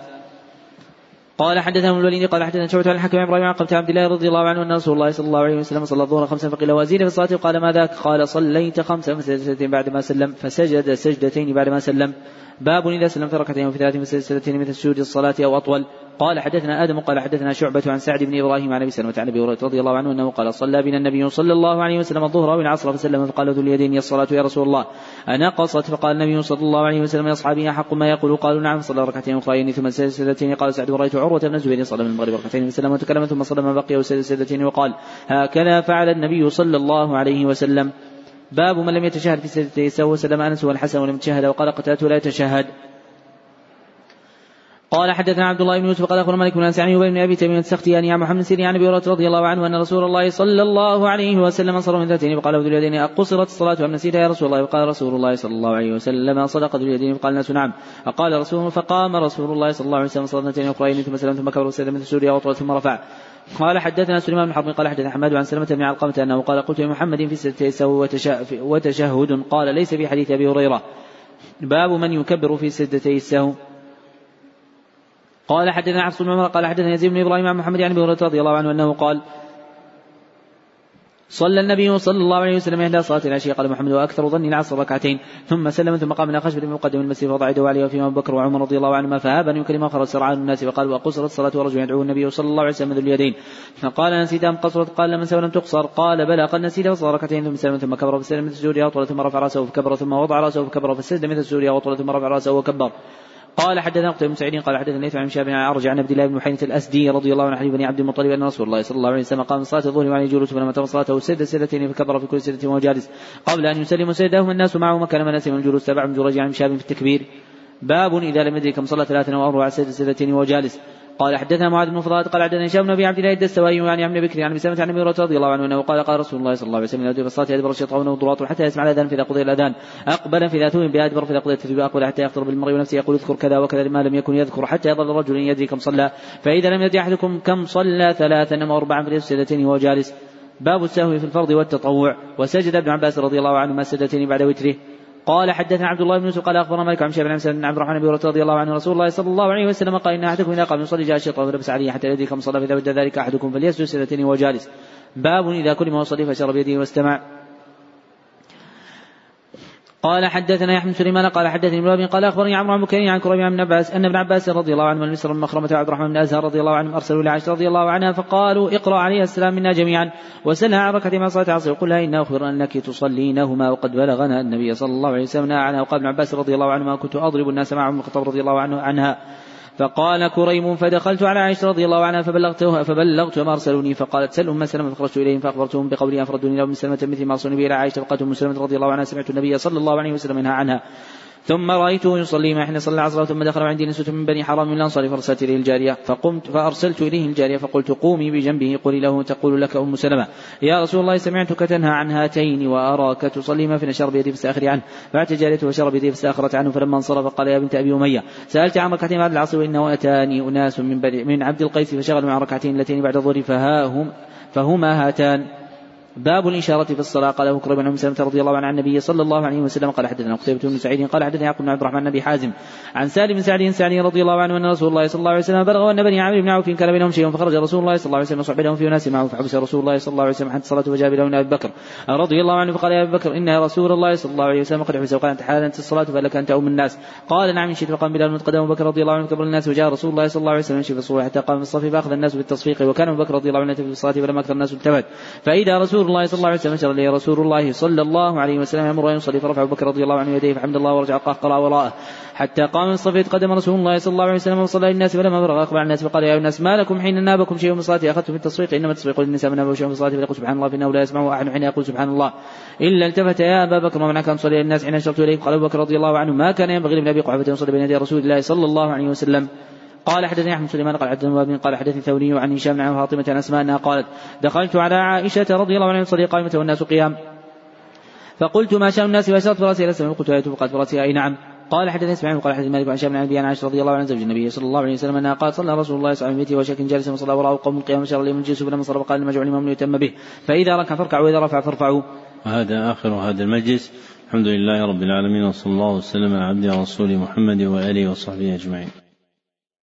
قال حدثنا ابن الوليد قال حدثنا شعبة عن الحكم ابراهيم عن عبد الله رضي الله عنه ان رسول الله صلى الله عليه وسلم صلى الظهر خمسا فقيل وزيد في الصلاه وقال ما ذاك قال صليت خمسا فسجد سجدتين بعد ما سلم فسجد سجدتين بعد ما سلم. باب اذا سلم في ركعتين وفي ثلاث فسجد سجدتين مثل سجود الصلاه او اطول. قال حدثنا ادم قال حدثنا شعبة عن سعد بن ابراهيم عن ابي سلمة عن ابي هريرة رضي الله عنه انه قال صلى بنا النبي صلى الله عليه وسلم الظهر والعصر فسلم فقال ذو اليدين الصلاه يا رسول الله انا قصت فقال النبي صلى الله عليه وسلم لاصحابه حق ما يقول قالوا نعم صلى ركعتين اخرين ثم سجد سجدتين. قال سعد رايت عروة بن الزبير صلى من المغرب ركعتين فسلم وتكلم ثم صلى ما بقي وسجد سجدتين وقال هكذا فعل النبي صلى الله عليه وسلم. باب من لم يتشهد في سجدتي سوى سلم انس والحسن ولم يتشهد وقال قتلت لا يتشهد. قال حدثنا عبد الله بن يوسف قال اخبرنا مالك بن انس عن ابي بن ابي تميم السختياني عن محمد سيرين عن ابي هريره رضي الله عنه ان رسول الله صلى الله عليه وسلم صلى من ذاتين فقال ذو اليدين اقصرت الصلاه ام نسيتها يا رسول الله فقال رسول الله صلى الله عليه وسلم صدق ذو اليدين فقال الناس نعم فقال رسول فقام رسول الله صلى الله عليه وسلم صلى اثنتين اخرين ثم سلم ثم كبر وسجد مثل سوريا وطول ثم رفع. قال حدثنا سليمان بن حرب قال حدثنا حماد عن سلمة بن علقمة انه قال قلت لمحمد في سجدتي سهو وتشهد قال ليس في حديث ابي هريره. باب من يكبر في سجدتي السهو. قال حدثنا عبد بن عمر قال حدثنا يزيد بن ابراهيم عن محمد عن ابي هريره رضي الله عنه انه قال صلى النبي صلى الله عليه وسلم إحدى صلاة العشاء قال محمد وأكثر ظني العصر ركعتين ثم سلم ثم قام من خشبة مقدم المسجد فوضع يده عليه وفيما أبو بكر وعمر رضي الله عنهما فهاب أن يكلم آخر سرعان الناس وقال وقصرت الصلاة ورجل يدعو النبي صلى الله عليه وسلم ذو اليدين فقال نسيت أم قصرت قال لمن سوى لم تقصر قال بلى قد نسيت فصلى ركعتين ثم سلم ثم كبر فسلم مثل سوريا وطول ثم رفع رأسه فكبر ثم وضع رأسه فكبر فسجد مثل سوريا وطول ثم رفع رأسه وكبر. قال حدثنا قتيبة بن سعيد قال حدثنا ليث عن شاب عن أرجع عن عبد الله بن محينة الأسدي رضي الله عنه بني عبد المطلب أن رسول الله صلى الله عليه وسلم قام صلاة الظهر وعليه جلوس فلما تم صلاته سجد سجدتين فكبر في كل سجدة وهو جالس قبل أن يسلم سجدهم الناس معه مكان مناسب من الجلوس تبع من جرج عن شاب في التكبير. باب إذا لم يدري كم صلى ثلاثا أو أربع سجد سجدتين وهو جالس. قال حدثنا معاذ بن فضالة قال حدثنا هشام بن أبي عبد الله الدستوائي يعني عن بكر عن بسمة عن أبي هريرة رضي الله عنه أنه قال قال رسول الله صلى الله عليه وسلم في الصلاة أدبر الشيطان وضراط حتى يسمع الأذان فإذا قضي الأذان أقبل فإذا ثوب بأدبر فإذا قضي التثبيت أقبل حتى يخطر بالمرء ونفسه يقول اذكر كذا وكذا ما لم يكن يذكر حتى يظل الرجل يدري كم صلى فإذا لم يدري أحدكم كم صلى ثلاثا أو أربعا فليسجدتين وهو جالس. باب السهو في الفرض والتطوع. وسجد ابن عباس رضي الله عنهما سجدتين بعد وتره. قال حدثنا عبد الله بن يوسف قال اخبرنا مالك عن شيخ بن بن عبد الرحمن بن هريرة رضي الله عنه رسول الله صلى الله عليه وسلم قال ان احدكم اذا قام يصلي جاء الشيطان فلبس عليه حتى يدري كم صلى فاذا وجد ذلك احدكم فليسجد سجدتين وهو جالس. باب اذا كلم وصلي فشر بيده واستمع. قال حدثنا يحيى بن سليمان قال حدثني ابن ابي قال اخبرني عمرو بن بكير عن كريم بن عباس ان ابن عباس رضي الله عنه والمسر بن مخرمه وعبد الرحمن بن ازهر رضي الله عنهم ارسلوا الى عائشه رضي الله عنها فقالوا اقرا عليها السلام منا جميعا وسلها عن ركعتين مع صلاه العصر وقل لها ان اخبر انك تصلينهما وقد بلغنا النبي صلى الله عليه وسلم عنها. وقال ابن عباس رضي الله عنهما كنت اضرب الناس مع عمر الخطاب رضي الله عنه عنها فقال كريم فدخلت على عائشة رضي الله عنها فبلغته فبلغت ما أرسلوني فقالت سل أم سلمة فخرجت إليهم فأخبرتهم بقولي أفردوني لهم سلمة مثل ما أرسلوني به إلى عائشة فقالت أم سلمة رضي الله عنها سمعت النبي صلى الله عليه وسلم منها عنها ثم رأيته يصلي ما حين صلى العصر ثم دخل عندي نسوة من بني حرام من الأنصار فأرسلت إليه الجارية فقمت فأرسلت إليه الجارية فقلت قومي بجنبه قولي له تقول لك أم سلمة يا رسول الله سمعتك تنهى عن هاتين وأراك تصلي ما في نشر بيدي فاستأخري عنه فأتت جاريته وشرب بيدي فاستأخرت عنه فلما انصرف قال يا بنت أبي أمية سألت عن ركعتين بعد العصر وإنه أتاني أناس من, من عبد القيس فشغلوا عن ركعتين اللتين بعد الظهر فها فهما هاتان. باب الإشارة في الصلاة. قال أبو كريب بن سلمة رضي الله عنه عن النبي صلى الله عليه وسلم قال حدثنا قتيبة بن سعيد قال حدثنا يعقوب بن عبد الرحمن بن حازم عن سالم بن سعد سعدي رضي الله عنه أن رسول الله صلى الله عليه وسلم بلغ أن بني عامر بن عوف كان بينهم شيء فخرج رسول الله صلى الله عليه وسلم صحبتهم في ناس معه فحبس رسول الله صلى الله عليه وسلم حتى صلاته فجاء له أبي بكر رضي الله عنه فقال يا أبي بكر إن رسول الله صلى الله عليه وسلم قد حبس وقال أنت حالت الصلاة فلك أن تؤم الناس. قال نعم شئت فقام بلال متقدم أبو بكر رضي الله عنه كبر الناس وجاء رسول الله صلى الله عليه وسلم يمشي في الصلاة حتى قام في الصف فأخذ الناس بالتصفيق وكان أبو بكر رضي الله عنه في الصلاة فلما أكثر الناس التفت فإذا رسول الله صلى الله عليه وسلم شر لي رسول الله صلى الله عليه وسلم يأمر أن يصلي فرفع أبو بكر رضي الله عنه يديه فحمد الله ورجع قهقرا وراءه حتى قام من الصف قدم رسول الله صلى الله عليه وسلم وصلى للناس فلما فرغ أقبل الناس فقال يا الناس ما لكم حين نابكم شيء من صلاتي أخذت في التصفيق إنما التصفيق للنساء من نابه شيء من صلاتي فيقول سبحان الله فإنه لا يسمع أحد حين يقول سبحان الله إلا التفت يا أبا بكر ومنعك أن تصلي للناس حين أشرت إليه. قال أبو بكر رضي الله عنه ما كان ينبغي لابن أبي قحافة يصلي بين يدي رسول الله صلى الله عليه وسلم. قال حدثني أحمد سليمان قال حدثني وابن قال حدثني ثوري عن هشام عن فاطمة عن أسماء أنها قالت دخلت على عائشة رضي الله عنها تصلي قائمة والناس قيام فقلت ما شأن الناس وأشرت فراسي إلى السماء قلت آية فقالت فراسي أي نعم. قال حدثني اسماعيل قال حدثني مالك عن شام عن عائشة رضي الله عنها زوج النبي صلى الله عليه وسلم أنها قال صلى رسول الله صلى الله عليه وسلم وشك جالسا وصلى وراءه قوم القيام شر لمن جلسوا فلما صلى وقال لما جعل الإمام ليتم به فإذا ركع فاركعوا وإذا رفع فارفعوا. وهذا آخر هذا المجلس. الحمد لله رب العالمين وصلى الله وسلم على عبده ورسوله محمد وآله وصحبه أجمعين.